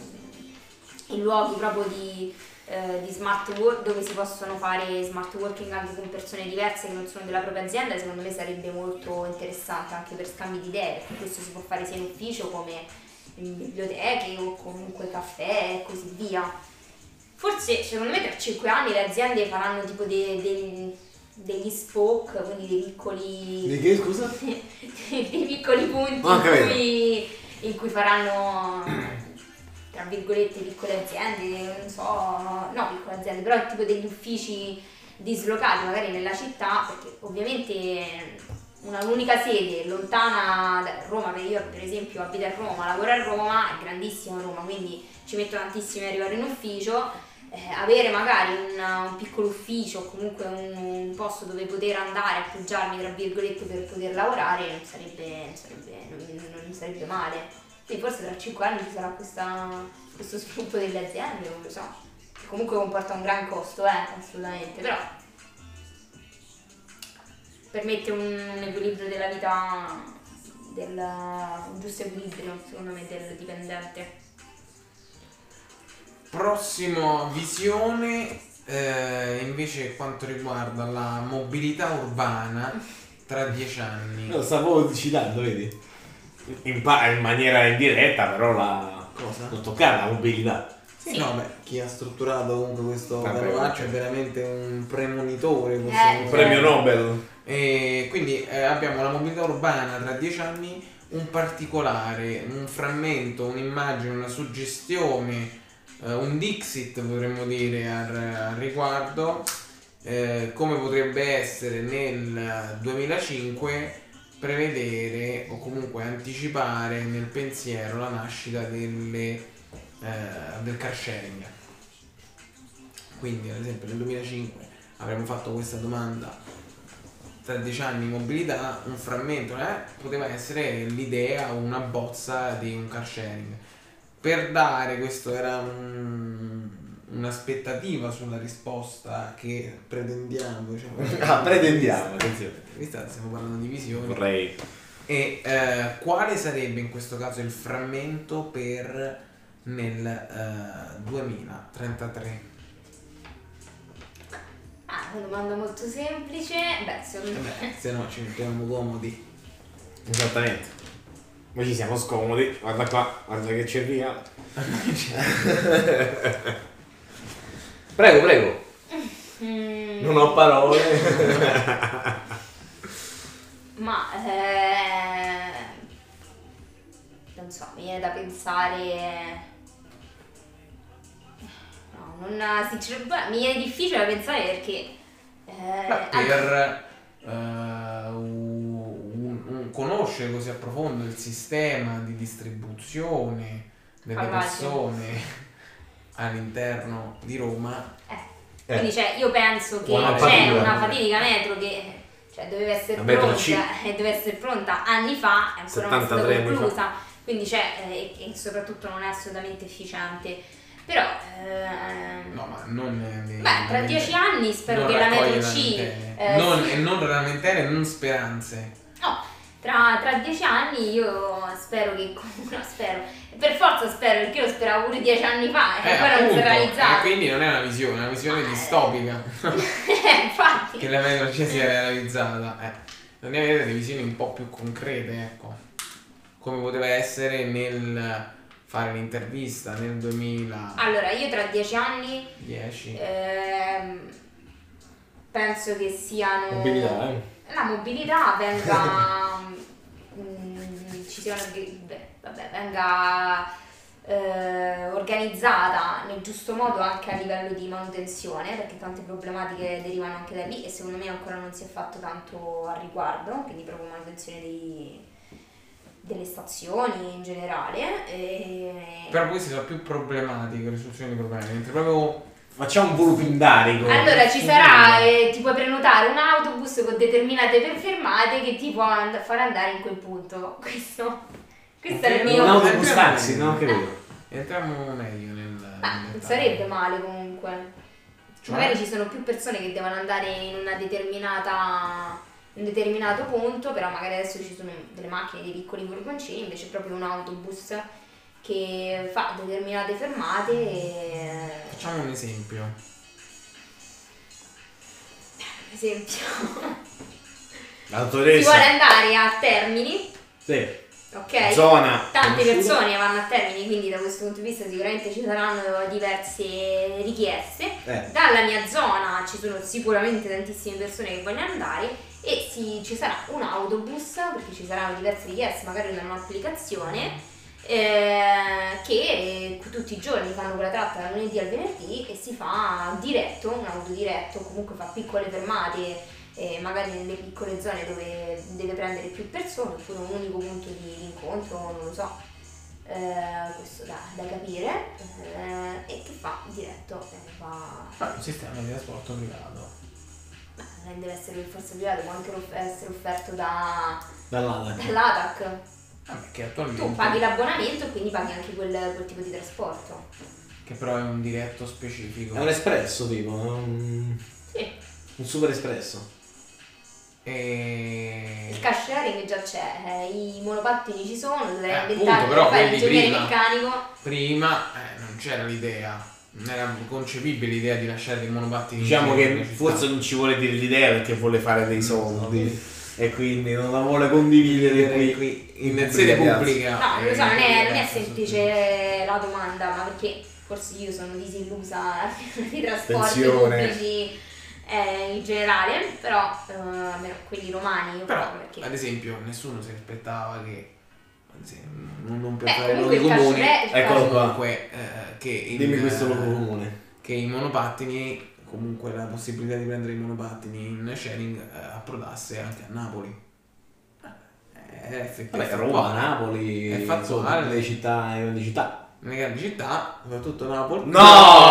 eh, in luoghi proprio di Eh, di smart work, dove si possono fare smart working anche con persone diverse che non sono della propria azienda, secondo me sarebbe molto interessante anche per scambi di idee, perché questo si può fare sia in ufficio come in biblioteche o comunque caffè e così via. Forse secondo me tra cinque anni le aziende faranno tipo de, de, degli spoke, quindi dei piccoli Di che, scusa? dei piccoli punti Ah, in, cui, in cui faranno tra virgolette piccole aziende, non so, no piccole aziende, però tipo degli uffici dislocati magari nella città, perché ovviamente una unica sede lontana da Roma, perché io per esempio abito a Roma, lavoro a Roma, è grandissima Roma, quindi ci metto tantissimo ad arrivare in ufficio. Eh, avere magari un, un piccolo ufficio o comunque un, un posto dove poter andare, appoggiarmi tra virgolette per poter lavorare non sarebbe, non sarebbe, non, non sarebbe male. Quindi forse tra cinque anni ci sarà questa, questo sviluppo delle aziende, non lo so. Comunque comporta un gran costo, eh, assolutamente, però permette un, un equilibrio della vita, del, un giusto equilibrio secondo me del dipendente. Prossima visione, eh, invece quanto riguarda la mobilità urbana tra dieci anni. Lo stavo citando, vedi? In, pa- in maniera indiretta, però la Cosa? non toccare la mobilità. Sì, no, beh, Chi ha strutturato comunque questo Vabbè, canovaccio è veramente un premonitore, Eh, possiamo Un premio Nobel. E quindi eh, abbiamo la mobilità urbana tra dieci anni, un particolare, un frammento, un'immagine, una suggestione, eh, un Dixit potremmo dire al, al riguardo, eh, come potrebbe essere nel duemilacinque prevedere o comunque anticipare nel pensiero la nascita delle, eh, del car sharing. Quindi ad esempio nel duemilacinque avremmo fatto questa domanda: tra dieci anni mobilità, un frammento, eh, poteva essere l'idea o una bozza di un car sharing. Per dare, questo era un, un'aspettativa sulla risposta che pretendiamo, diciamo. Ah, pretendiamo, attenzione. Vista, stiamo parlando di visioni. Vorrei. E eh, quale sarebbe in questo caso il frammento per nel eh, duemilatrentatré? Ah, una domanda molto semplice. Beh, secondo me. Eh beh, se no ci mettiamo comodi. Esattamente. Noi ci siamo scomodi. Guarda qua, guarda che c'è via. Prego, prego. Mm, Non ho parole. ma eh, non so, mi viene da pensare. No, non sinceramente mi viene difficile da pensare perché. Eh, Beh, anche- per eh, un, un- conoscere così a profondo il sistema di distribuzione delle Immagino. persone all'interno di Roma, eh, Quindi cioè, io penso che Buona c'è fatica. una fatidica metro che cioè, doveva essere La metro C. pronta e doveva essere pronta anni fa e ancora non è stata settantatré anni fa. conclusa. Quindi c'è eh, e soprattutto non è assolutamente efficiente. Però ehm, no, ma non le- beh, tra le- dieci anni spero non che la raccoglie metro C lamentele. eh, non, sì. e non lamentele, non speranze. No, tra, tra dieci anni io spero che no, spero, per forza spero, perché io lo speravo pure dieci anni fa e Eh, ancora non si è appunto, realizzato. e quindi non è una visione, è una visione Eh. distopica. Eh, infatti. Che la metro C sia realizzata. Eh. Bisogna avere delle visioni un po' più concrete, ecco. Come poteva essere nel fare l'intervista nel duemiladieci. Allora, io tra dieci anni ehm, penso che siano Mobilità, eh. la mobilità venga mm, ci sia una, beh, vabbè, venga eh, organizzata nel giusto modo anche a livello di manutenzione, perché tante problematiche derivano anche da lì e secondo me ancora non si è fatto tanto al riguardo, quindi proprio manutenzione dei, delle stazioni in generale. E... Però queste sono più problematiche, le soluzioni di problemi, mentre proprio Facciamo un volo pindarico. Allora ci sarà, eh, ti puoi prenotare un autobus con determinate fermate che ti può and- far andare in quel punto. Questo, questo è il mio... Un no, autobus eh, taxi, eh, no? Che vedo. entriamo meglio nel, Ah, nel non dettaglio. sarebbe male comunque. Cioè? Magari ci sono più persone che devono andare in una determinata un determinato punto, però magari adesso ci sono delle macchine, dei piccoli furgoncini, invece proprio un autobus che fa determinate fermate e... Facciamo un esempio. Per esempio La si dottoressa. vuole andare a Termini, Sì. ok? Zona. Tante conosciuta. persone vanno a Termini, quindi da questo punto di vista sicuramente ci saranno diverse richieste. Eh. Dalla mia zona ci sono sicuramente tantissime persone che vogliono andare e si- ci sarà un autobus, perché ci saranno diverse richieste, magari da un'applicazione, eh, che tutti i giorni fanno quella tratta dal lunedì al venerdì e si fa diretto, un autodiretto, comunque fa piccole fermate, eh, magari nelle piccole zone dove deve prendere più persone, oppure un unico punto di, di incontro, non lo so, eh, questo da, da capire, eh, e che fa diretto, eh, fa... Ma un sistema di trasporto privato. Ma non deve essere per forza privato, può anche off- essere offerto da, Dall'A T A C. dall'A T A C. Vabbè, che attualmente... Tu paghi l'abbonamento e quindi paghi anche quel, quel tipo di trasporto. Che però è un diretto specifico. È un espresso tipo, è un, Sì. un super espresso. E... Il car sharing già c'è, eh, i monopattini ci sono, Eh, dovrei appunto, inventare, però fare quelli l'ingegnere prima. meccanico. Prima eh, non c'era l'idea, non era concepibile l'idea di lasciare dei monopattini. Diciamo in che giro nella città. forse non ci vuole dire l'idea perché vuole fare dei soldi e quindi non la vuole condividere qui, qui in, in sede pubblica pubblica. No, non lo so, eh, non è, non è adesso semplice la domanda, ma perché forse io sono disillusa di trasporti Attenzione. pubblici eh, in generale, però eh, almeno quelli romani io Però, proprio perché... ad esempio, nessuno si aspettava che, anzi, non, non per Beh, fare comunque luoghi il comuni, cash share- Eccolo qua. comunque eh, che, il, Dimmi questo luogo comune. che i monopattini, comunque la possibilità di prendere i monopattini in sharing eh, approdasse anche a Napoli. Eh, effettivamente Vabbè, è Roma, fattuale. Napoli, È insomma, fattuale. le città, le grandi città. Nelle grandi città, soprattutto Napoli. No!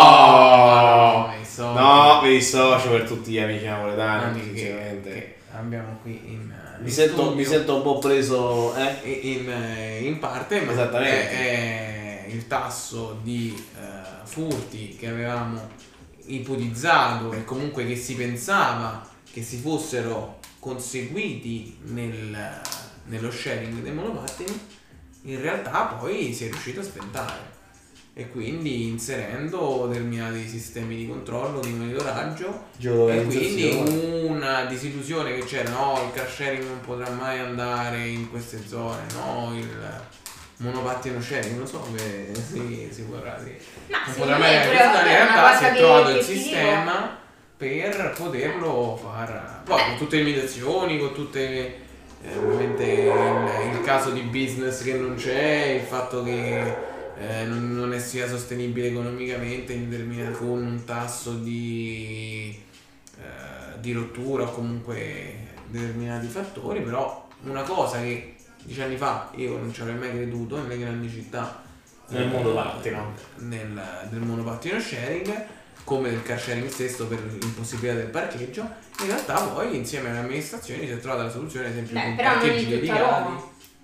No, i soldi. No, mi dissocio per tutti gli amici napoletani, Amici che, sinceramente. che abbiamo qui in, in Mi sento, studio. mi sento un po' preso, eh? in, in parte, ma Esattamente. è, è il tasso di eh, furti che avevamo ipotizzato e comunque che si pensava che si fossero conseguiti nel, nello sharing dei monopattini, in realtà poi si è riuscito a sventare, e quindi inserendo determinati sistemi di controllo, di monitoraggio, e quindi una disillusione che c'era, no, il car sharing non potrà mai andare in queste zone, no, il monopattino sharing, non so come si, si vorrà dire, Ma non secondo potrà me mai pure andare, in vabbè, è una realtà si cosa è che- trovato che il ti dico- sistema per poterlo far, poi con tutte le limitazioni, con tutte eh, ovviamente il, il caso di business che non c'è, il fatto che eh, non, non è sia sostenibile economicamente in determinati, con un tasso di, eh, di rottura o comunque determinati fattori, però una cosa che dieci anni fa io non ci avrei mai creduto nelle grandi città, Nel monopattino. nel, del monopattino sharing, come del car sharing stesso per l'impossibilità del parcheggio, in realtà poi insieme alle amministrazioni si è trovata la soluzione, ad esempio Beh, con però non parcheggi in tutta dedicati. Roma.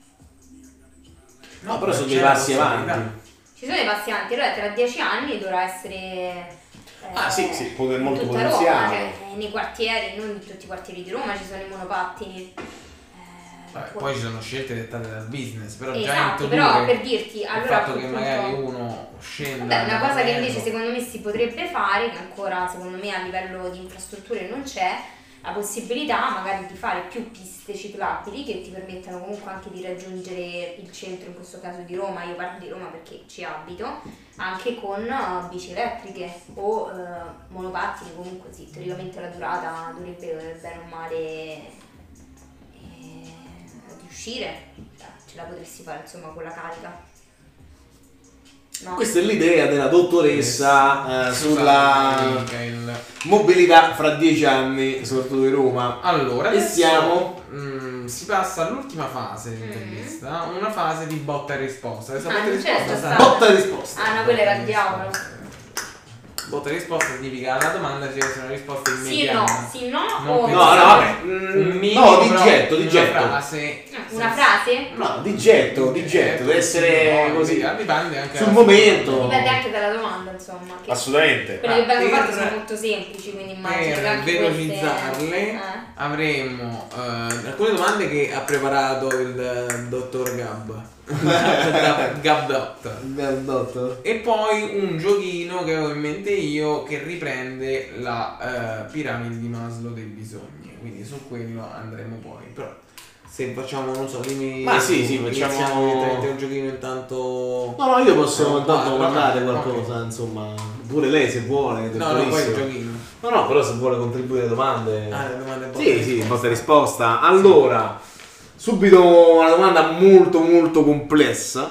No, però sono c'è dei la passi possibilità. avanti. Ci sono dei passi avanti, allora tra dieci anni dovrà essere... eh, Ah, sì, sì, poter- molto in tutta Roma, potenziato. cioè, nei quartieri, non in tutti i quartieri di Roma ci sono i monopattini. Eh, Vabbè, poi- poi ci sono scelte dettate dal business, però già Esatto, introdurre però per dirti, il allora fatto a che quel magari punto- uno scenda Vabbè, una da cosa che Palermo- invece secondo me si potrebbe fare, che ancora secondo me a livello di infrastrutture non c'è, la possibilità magari di fare più piste ciclabili che ti permettano comunque anche di raggiungere il centro, in questo caso di Roma, io parlo di Roma perché ci abito, anche con uh, bici elettriche o uh, monopattini. Comunque sì, teoricamente la durata dovrebbe bene o male eh, riuscire, cioè, ce la potresti fare insomma con la carica. No. Questa è l'idea della dottoressa eh, sulla Michael. mobilità fra dieci anni, soprattutto di Roma. Allora, E adesso, siamo? mm, si passa all'ultima fase dell'intervista, una fase di botta e risposta. Questa Ah, botta e non c'è risposta stata. sta- Botta e risposta. Ah no, quella era il diavolo. Botta e risposta significa alla domanda ci deve essere una risposta Sì, immediata. no, sì, no, Non o... No, pensare- no, vabbè. Un mm, minimo, no, di però, getto, di una getto. frase. Una frase? No, di getto, di getto, deve essere No, così. dipende anche Sul dalla- momento. Dipende anche dalla domanda, insomma. Che Assolutamente. quelle che vengono Per- fatte sono molto semplici, quindi immagino che Per anche velocizzarle queste... Eh. avremo eh, alcune domande che ha preparato il eh, dottor Gab. Gab, Gab Dot. Dottor. E poi un giochino che avevo in mente io che riprende la eh, piramide di Maslow dei bisogni. Quindi su quello andremo poi. Però se facciamo, non so, dimmi. Ma sì, sì, iniziamo facciamo- direttamente un giochino intanto. No, no, io posso No, intanto guarda, guardare ok. qualcosa, insomma. Pure lei se vuole, No, no, poi il dottorissimo. giochino. No, no, però se vuole contribuire alle domande. Ah, le domande botta Sì, e sì, risposta. botta e risposta. Allora, subito una domanda molto molto complessa.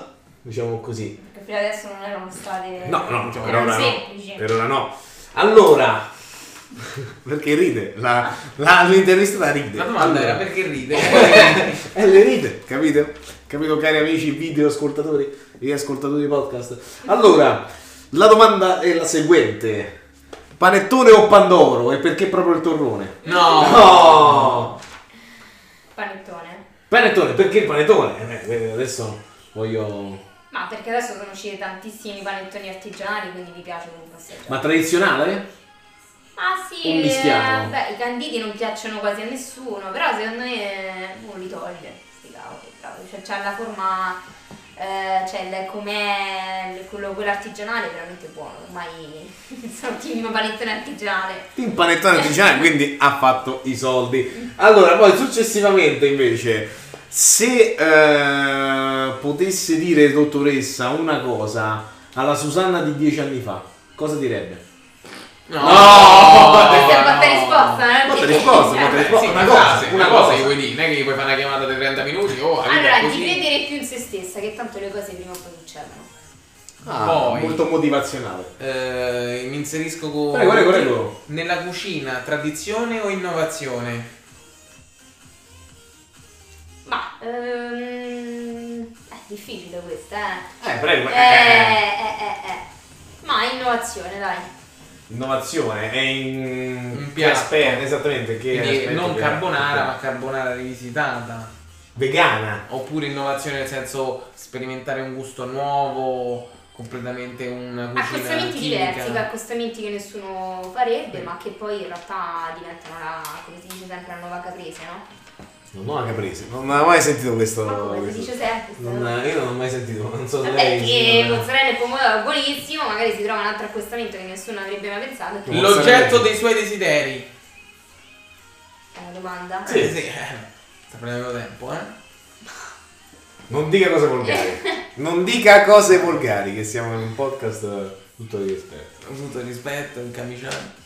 diciamo così. Perché fino adesso non erano state... No, no, cioè, per erano ora no. semplici. Per ora no. Allora, perché ride? La, la, l'intervista ride. La domanda allora. era perché ride? Eh, le ride, capite? Capito, cari amici video ascoltatori e ascoltatori podcast? Allora, la domanda è la seguente. Panettone o Pandoro? E perché proprio il torrone? No! No! Panettone. Panettone, perché il panettone? Eh, adesso voglio... Ma perché adesso sono usciti tantissimi panettoni artigianali, quindi mi piace comunque assaggiare. Ma tradizionale? Ah sì, Un mischiato. eh, beh, i canditi non piacciono quasi a nessuno, però secondo me uno li toglie, sti cavoli, proprio. Cioè c'ha la forma, eh, cioè il- com'è il- quello, quello artigianale è veramente buono, ormai sono team panettone artigianale. Il panettone artigianale quindi ha fatto i soldi. Allora, poi successivamente invece, se eh, potesse dire dottoressa una cosa alla Susanna di dieci anni fa, cosa direbbe? No! Questa è botta e risposta, eh? Botta e risposta, botta e risposta. Sì, Una una cosa, cosa, una una cosa cosa. gli vuoi dire, non è che gli puoi fare una chiamata di trenta minuti o oh, Allora, di così. credere più in se stessa, che tanto le cose prima o poi succedono. Ah, Poi- molto motivazionale. Eh, mi inserisco con Prego, prego, prego. nella cucina, tradizione o innovazione? Ma, ehm, è difficile questa, eh. Eh, prego. Eh, eh, eh, eh. Ma innovazione, dai. Innovazione è in... Un che piatto. aspetta, esattamente, che Quindi aspetto non che- carbonara, ma carbonara rivisitata. Vegana. Oppure innovazione nel senso sperimentare un gusto nuovo, completamente una cucina Accostamenti chimica. diversi, accostamenti che nessuno farebbe, ma che poi in realtà diventano la, come si dice sempre, la nuova caprese, no? Non ho caprese, non ho mai sentito questo. Ma come si questo. dice sempre? Non- io non ho mai sentito, non so se Vabbè, lei... che sì, non- mozzarella e pomodoro buonissimo, magari si trova un altro accostamento che nessuno avrebbe mai pensato. È L'oggetto dei suoi desideri. una domanda. Sì. Eh, sì. eh, Sta prendendo tempo, eh? Non dica cose volgari. Non dica cose volgari, che siamo in un podcast eh, tutto di rispetto. Con tutto il rispetto, incamiciato.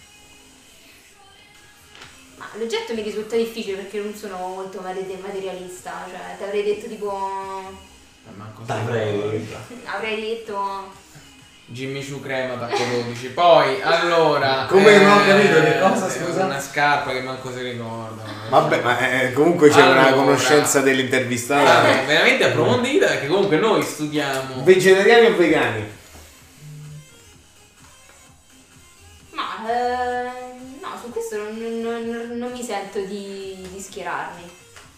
Ma l'oggetto mi risulta difficile perché non sono molto mate- materialista, cioè ti avrei detto tipo... Ma manco se- Dai, avrei detto... Jimmy Choo crema tacco dodici. Poi allora Come non ho capito che cosa, è scusa? Una scarpa che manco si ricorda. Vabbè, ma eh, comunque c'è una Allora. conoscenza dell'intervistata. Ah, veramente approfondita perché comunque noi studiamo. Vegetariani o vegani? Ma eh, no, su questo non, non- non mi sento di, di schierarmi.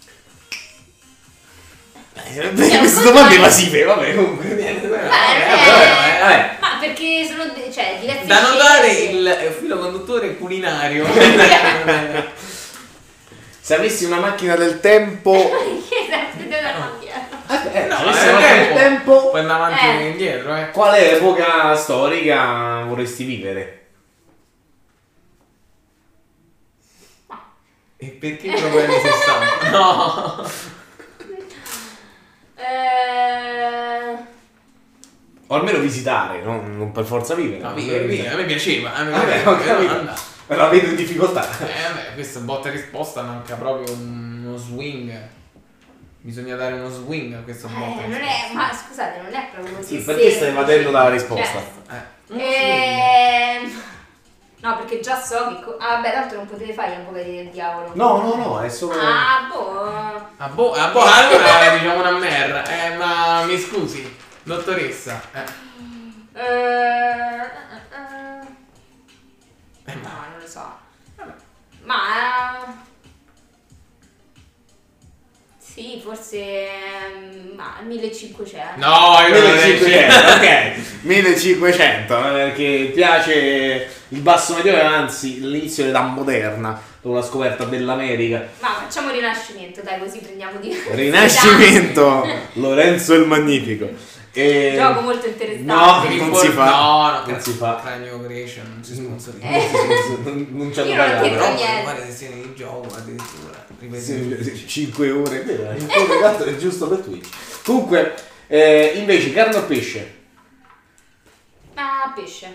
Eh, queste domande evasive, vabbè, comunque niente. Beh, vabbè, eh, vabbè. ma perché sono de- cioè, diverse Da notare scelte. il filo conduttore culinario. Se avessi una macchina del tempo... Perché sempre della macchina? Eh, No, se ma avessi è una macchina del tempo. tempo... Poi andare avanti Eh. e indietro, eh. Quale epoca storica vorresti vivere? E perché proprio anni sessanta? No. Eh, O almeno visitare, no? Non per forza vivere. No, via, via, a me piaceva. A me Vabbè, piaceva, ho però capito. andava. La vedo in difficoltà. Eh vabbè, questa botta e risposta manca proprio uno swing. Bisogna dare uno swing a questa botta eh, e non risposta. è, ma scusate, non è proprio così. Sì, perché stai semplice. evadendo dalla risposta? Cioè, Eh, uno swing. ehm, no, perché già so che... co- ah, beh, tanto non potete fare gli avvocati del diavolo. No, no, no, è solo... Ah, boh. Ah boh, ah boh, allora diciamo una merda. Eh, ma mi scusi, dottoressa. Eh, Eh, eh, eh. eh, No, ma non lo so. Ma... Sì, forse... ehm, ma millecinquecento. no, io non millecinquecento, ok, millecinquecento, eh, perché piace il basso medioevo, anzi l'inizio dell'età moderna, dopo la scoperta dell'America. Ma facciamo Rinascimento, dai, così prendiamo di... Rinascimento, Lorenzo il Magnifico. E... Gioco molto interessante. No, Mi non può- si fa. No, no, Non si fa. Cranio Grecia non si sponsorizza. non, non ci Io hanno non pagato. ho Però niente. voglio fare sessioni di gioco addirittura. Ripeti. cinque ore, è vero, il collegato è giusto per Twitch. Comunque, eh, invece, carne o pesce? Ah, pesce.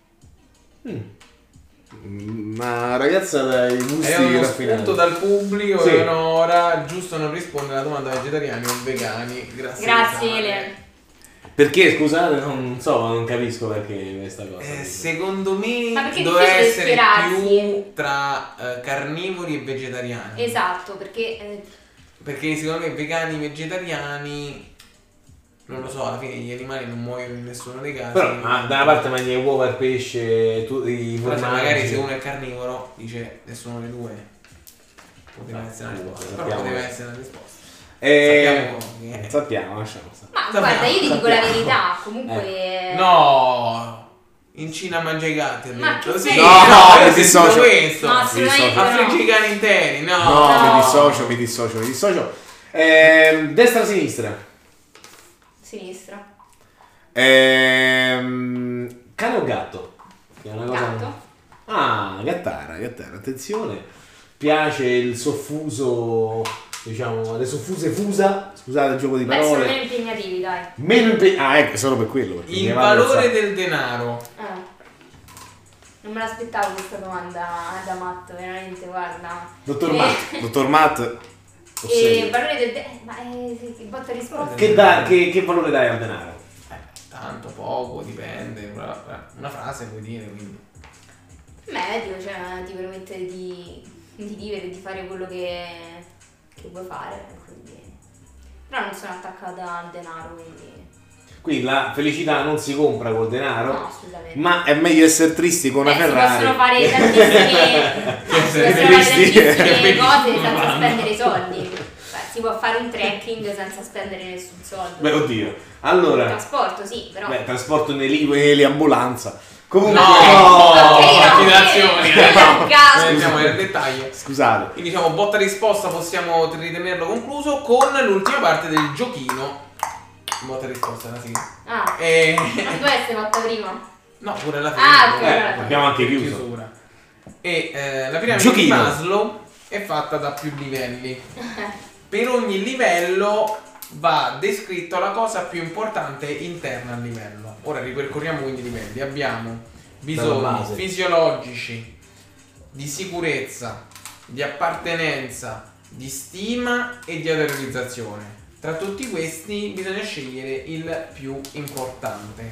Una ragazza dai gusti È uno raffinati. spunto dal pubblico Sì. e un'ora giusto non rispondere alla domanda vegetariani o vegani. Grazie. Grazie, Sara. Ele. Perché, scusate, non so, non capisco perché questa cosa. Eh, secondo me Ma perché è doveva difficile essere schierarsi. più tra eh, carnivori e vegetariani. Esatto, perché eh, Perché secondo me vegani, vegetariani, non lo so, alla fine gli animali non muoiono in nessuno dei casi. Però, ma da una parte mangi le uova, il pesce, tu, i Però se formaggi. magari se uno è carnivoro dice nessuno delle due. Poteva Ah, essere una risposta. sappiamo. Però poteva essere una risposta. Eh, Sappiamo che- sappiamo, lasciamo stare. ma Sappiamo, guarda, io ti dico la sappiamo. verità, comunque No! In Cina mangia i gatti, ha Ma detto. che Sì, sei? No, io mi ho sentito dissocio. questo. No, assolutamente Affliggi no. i cani interi, no. No, No. mi dissocio, mi dissocio, mi dissocio. Ehm, Destra, sinistra. Sinistra. Ehm, Cane o gatto? Che è una cosa. Gatto. Ah, gattara, gattara, attenzione. Piace il soffuso, diciamo, le soffuse fusa. Scusate il gioco di Beh, sono parole. meno impegnativi, dai. Meno impe- Ah, ecco, solo per quello. perché Il mia madre valore sa- del denaro. Eh. Non me l'aspettavo questa domanda da matto, veramente, guarda. Dottor Eh, Matt. dottor Matt, E osservi. il valore del... de- ma è... Sì, botta e risposta. Che, da- che, che valore dai al denaro? Eh, tanto, poco, dipende. Una, una frase puoi dire, quindi. Medio, cioè ti permette di, di vivere, di fare quello che, che vuoi fare. Quindi... Però non sono attaccata al denaro, quindi... Quindi la felicità non si compra col denaro, No, assolutamente. Ma è meglio essere tristi con una Beh, si Ferrari. possono fare tantissime, si possono fare tristi. tantissime cose senza spendere soldi. Cioè, si può fare un trekking senza spendere nessun soldo. Beh, oddio. Il Allora, trasporto sì, però... beh, trasporto nell'ambulanza. Comunque, No! Ok, no, Vaccinazioni, eh, eh, no. a caso. Noi Entriamo nel dettaglio. Scusate. Quindi diciamo botta risposta possiamo ritenerlo concluso con l'ultima parte del giochino. Botta risposta, la sigla. Ah, E... non può essere fatta prima. No, pure alla fine. Ah, ok, Eh, allora. abbiamo anche per chiuso. chiusura. E eh, la piramide Giochino. di Maslow è fatta da più livelli. Per ogni livello va descritto la cosa più importante interna al livello. Ora ripercorriamo quindi i livelli. Abbiamo Dalla bisogni base. fisiologici, di sicurezza, di appartenenza, di stima e di autorealizzazione. Tra tutti questi bisogna scegliere il più importante.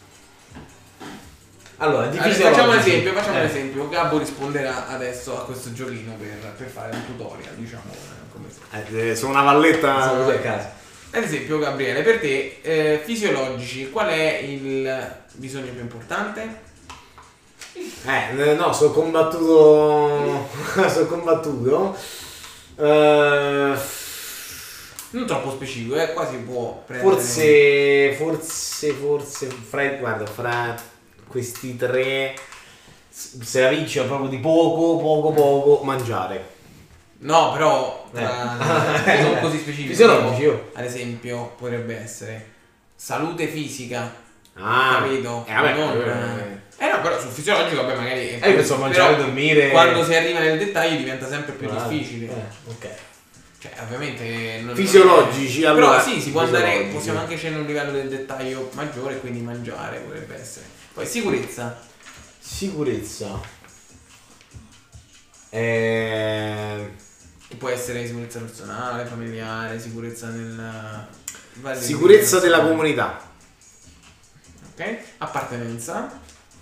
allora, di Allora, facciamo un fisiologici. esempio, facciamo un Eh. esempio. Gabbo risponderà adesso a questo giochino per, per fare un tutorial, diciamo. eh, come si- Eh, sono una valletta. Sono così a casa. Ad esempio, Gabriele, per te, eh, fisiologici, qual è il bisogno più importante? Eh, no, sono combattuto. sono combattuto. Eh, Non troppo specifico, eh, qua si può prendere. forse, forse, forse, fra, guarda, fra questi tre, se la vince proprio di poco, poco, poco, mangiare. No, però tra- Eh. non così specifico. Fisiologici, tipo, io. ad esempio, potrebbe essere salute fisica. Ah, Capito? Eh, vabbè, Non- vabbè. Eh no, però sul fisiologico, vabbè, magari. Eh, io penso a mangiare, però dormire. Quando si arriva nel dettaglio diventa sempre più Ah, difficile. eh, ok. Cioè, ovviamente. Non, Fisiologici, non è- allora. Però sì, si può andare. Fisiologici. Possiamo anche scendere a un livello del dettaglio maggiore, quindi mangiare potrebbe essere. Poi sicurezza. Sicurezza. Eh, Che può essere sicurezza personale, familiare, sicurezza nel. varie sicurezza dimensioni. della comunità. Ok. Appartenenza.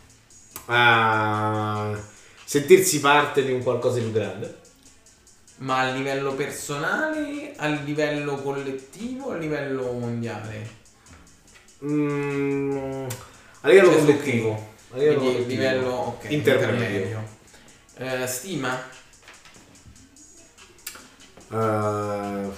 Ah, sentirsi parte di un qualcosa di più grande. Ma a livello personale, a livello collettivo, a livello mondiale? Mm, a livello Cioè, collettivo. A livello Quindi collettivo. livello ok, Intermedio. Eh, stima? Eh,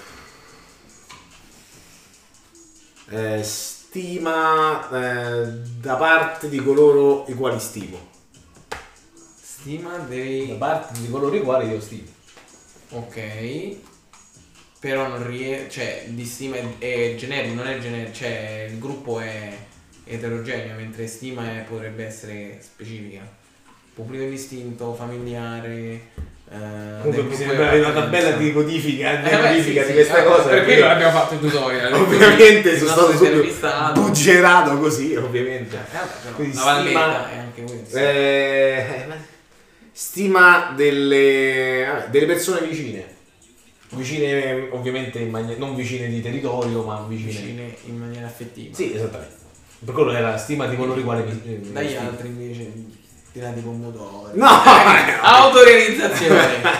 eh, stima eh, da parte di coloro i quali stimo. Stima Da dei... parte di coloro i quali io stimo. Ok. Però non riesce... Cioè, di stima è, è generico, non è generico. Cioè, il gruppo è eterogeneo, mentre stima è- potrebbe essere specifica. Pubblico distinto, familiare... Eh, Comunque del mi gruppo sembra una appartenenza. tabella di codifica, di Eh, beh, modifica sì, di sì, questa eh, cosa. Per perché quello l'abbiamo fatto il tutorial. Ovviamente Il sono nostro stato subito intervistato. buggerato così, ovviamente. Eh, vabbè, però Quindi la valletta stima- è anche questo. Eh, stima delle, vabbè, delle persone vicine. vicine ovviamente in maniera, non vicine di territorio, ma vicine, vicine in maniera affettiva. Sì, esattamente. Per quello era stima di coloro i quali mi, Dagli altri invece tirati con motore. No! Autorealizzazione.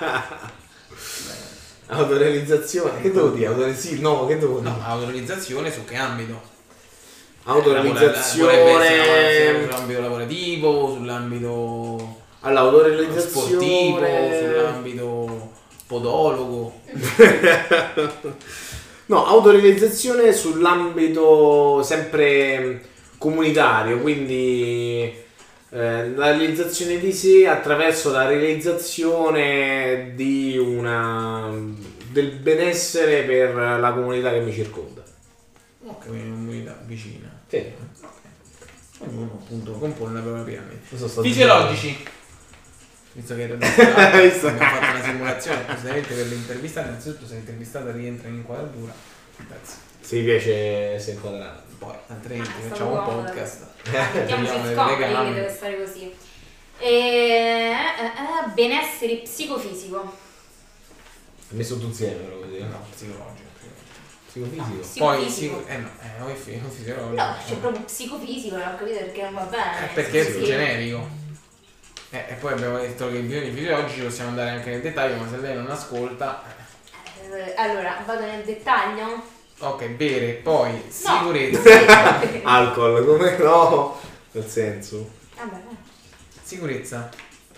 Autorealizzazione. Che devo dire? Autore... Sì, no, che devo dire? No, autorealizzazione su che ambito? Autorealizzazione. Vorrebbe essere sull'ambito lavorativo, sull'ambito All'autorealizzazione sportivo, sull'ambito podologo. No, autorealizzazione sull'ambito sempre comunitario, quindi eh, la realizzazione di sé attraverso la realizzazione di una del benessere per la comunità che mi circonda. Ok, quindi una comunità vicina. Sì. Ognuno appunto compone la propria piramide. Stato Fisiologici. Visto che abbiamo fatto una simulazione precisamente per l'intervistata, innanzitutto se l'intervistata rientra in inquadratura, grazie. Se vi piace essere inquadrato. Poi altrimenti Ah, facciamo un comodo. podcast. Mettiamoci Togliamo le scomodi telecamere. che deve stare così. E, eh, eh, benessere psicofisico. Ho messo tutto insieme però così. No, psicologico. Psicofisico. Poi Psicofisico. sì, eh no, eh, noi fi- fisiologico. No, c'è proprio psicofisico, non ho capito perché non va bene. Eh, perché è Sì. più generico. Eh, e poi abbiamo detto che i bisogni fisiologici possiamo andare anche nel dettaglio, ma se lei non ascolta. Eh, allora, vado nel dettaglio? Ok, bere, poi No. sicurezza. Alcol, come no? Nel senso. Vabbè, vai. Sicurezza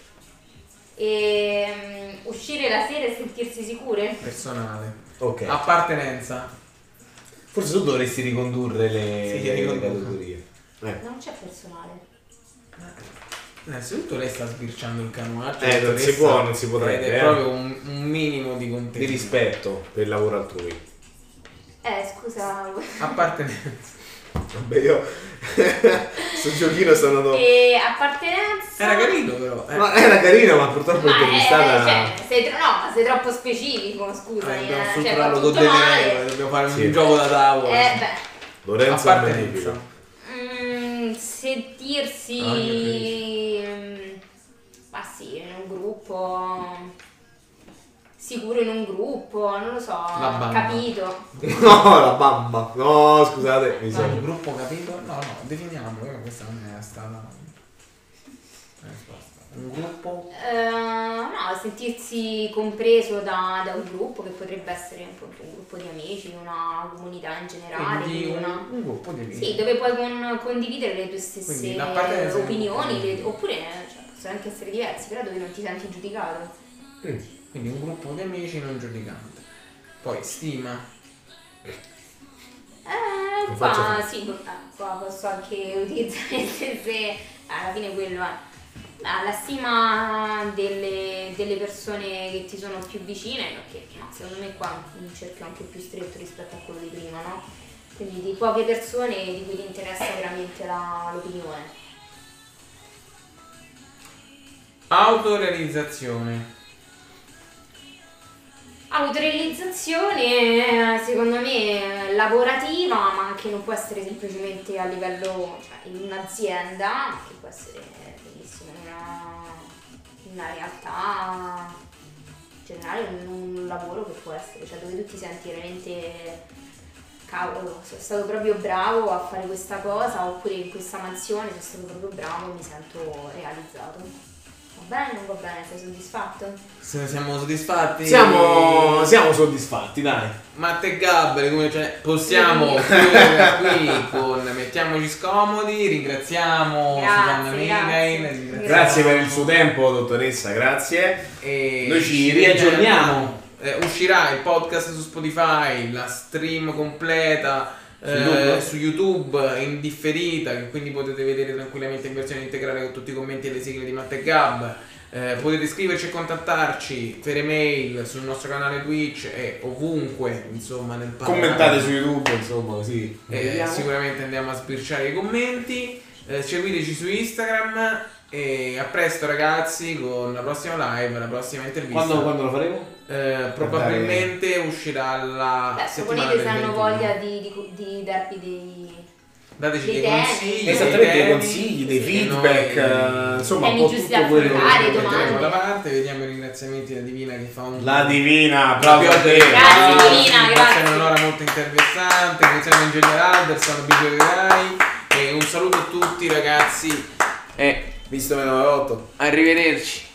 E, um, uscire la sera e sentirsi sicure? personale. Ok. Appartenenza. Forse tu dovresti ricondurre le, Sì, le ricondurre. categorie. Eh. Non c'è personale. Innanzitutto lei sta sbirciando il canoaggio. Eh, non si può, non si potrebbe, Ed è eh. proprio un, un minimo di contenuto. Di rispetto per il lavoro altrui. Eh, scusa. Appartenenza. Vabbè, io sto giochino sono andato. E appartenenza? Era carino però. Eh. Ma era carino, ma purtroppo Ma è, l'intervistata. cioè, sei, tro- no, ma sei troppo specifico, scusa. Eh, Eh, dobbiamo cioè, strutturarlo fa con tutto delle male. regole, dobbiamo fare Sì. un gioco da tavola. Eh, beh. Lorenzo è Appartenenza. magnifico. Mm, sentirsi Ah, io mm, ma sì, in un gruppo sicuro in un gruppo, non lo so, La banda. capito. No, la bamba. No, scusate, mi No, sono. un gruppo capito? No, no, definiamolo, eh, questa non è stata la risposta. Un gruppo Eh, no, sentirsi compreso da, da un gruppo che potrebbe essere appunto un gruppo di amici, una comunità in generale, quindi quindi un, una- un gruppo di amici. sì, dove puoi con- condividere le tue stesse Quindi l'appartenenza è un opinioni, gruppo. le- oppure cioè, possono anche essere diversi, però dove non ti senti giudicato. Mm. Quindi un gruppo di amici non giudicante. Poi stima. Eh, Non qua faccio sì, eh, qua posso anche utilizzare se, se alla fine quello è. Ah, la stima delle, delle persone che ti sono più vicine, perché no, secondo me qua è un cerchio anche più stretto rispetto a quello di prima, no? Quindi di poche persone di cui ti interessa veramente la- l'opinione. Autorealizzazione. Autorealizzazione, eh, secondo me, lavorativa, ma anche non può essere semplicemente a livello, cioè in un'azienda, ma che può essere benissimo in una, in una realtà generale, in un lavoro che può essere, cioè dove tu ti senti veramente, cavolo, sono stato proprio bravo a fare questa cosa, oppure in questa mansione sono stato proprio bravo, mi sento realizzato. Va bene, non va bene, sei soddisfatto? Se siamo soddisfatti? Siamo, siamo soddisfatti, dai. Matte e Gabbere, come cioè, possiamo chiudere qui con Mettiamoci Scomodi, ringraziamo Grazie, Susanna Michael, grazie. ringraziamo- Grazie per il suo tempo, dottoressa, grazie. E Noi ci riaggiorniamo. Eh, uscirà il podcast su Spotify, la stream completa Su eh, YouTube? su YouTube in differita, che quindi potete vedere tranquillamente in versione integrale con tutti i commenti e le sigle di Matte e Gab. Eh, potete scriverci e contattarci per email sul nostro canale Twitch e ovunque, insomma, nel panorama. Commentate su YouTube, insomma, così. Eh, Vediamo. sicuramente andiamo a sbirciare i commenti. Eh, seguiteci su Instagram e a presto ragazzi con la prossima live, la prossima intervista. Quando, quando lo faremo? Eh, probabilmente uscirà la Beh, settimana proponete del se hanno ventuno. voglia di, di, di darvi dei, dateci dei dei, temi. consigli, Esattamente, dei temi, consigli, dei e feedback, noi- eh, insomma un temi po' giusti tutto da quello affrontare, che- domande. metteremo da parte, vediamo i ringraziamenti della Divina che fa un La Divina, una applauso a pioggia te. di Grazie, applausi, Divina, grazie grazie. a Eleonora molto interessante, grazie a Angela Alderson, Biggio Rai e un saluto a tutti ragazzi e Visto meno otto. arrivederci.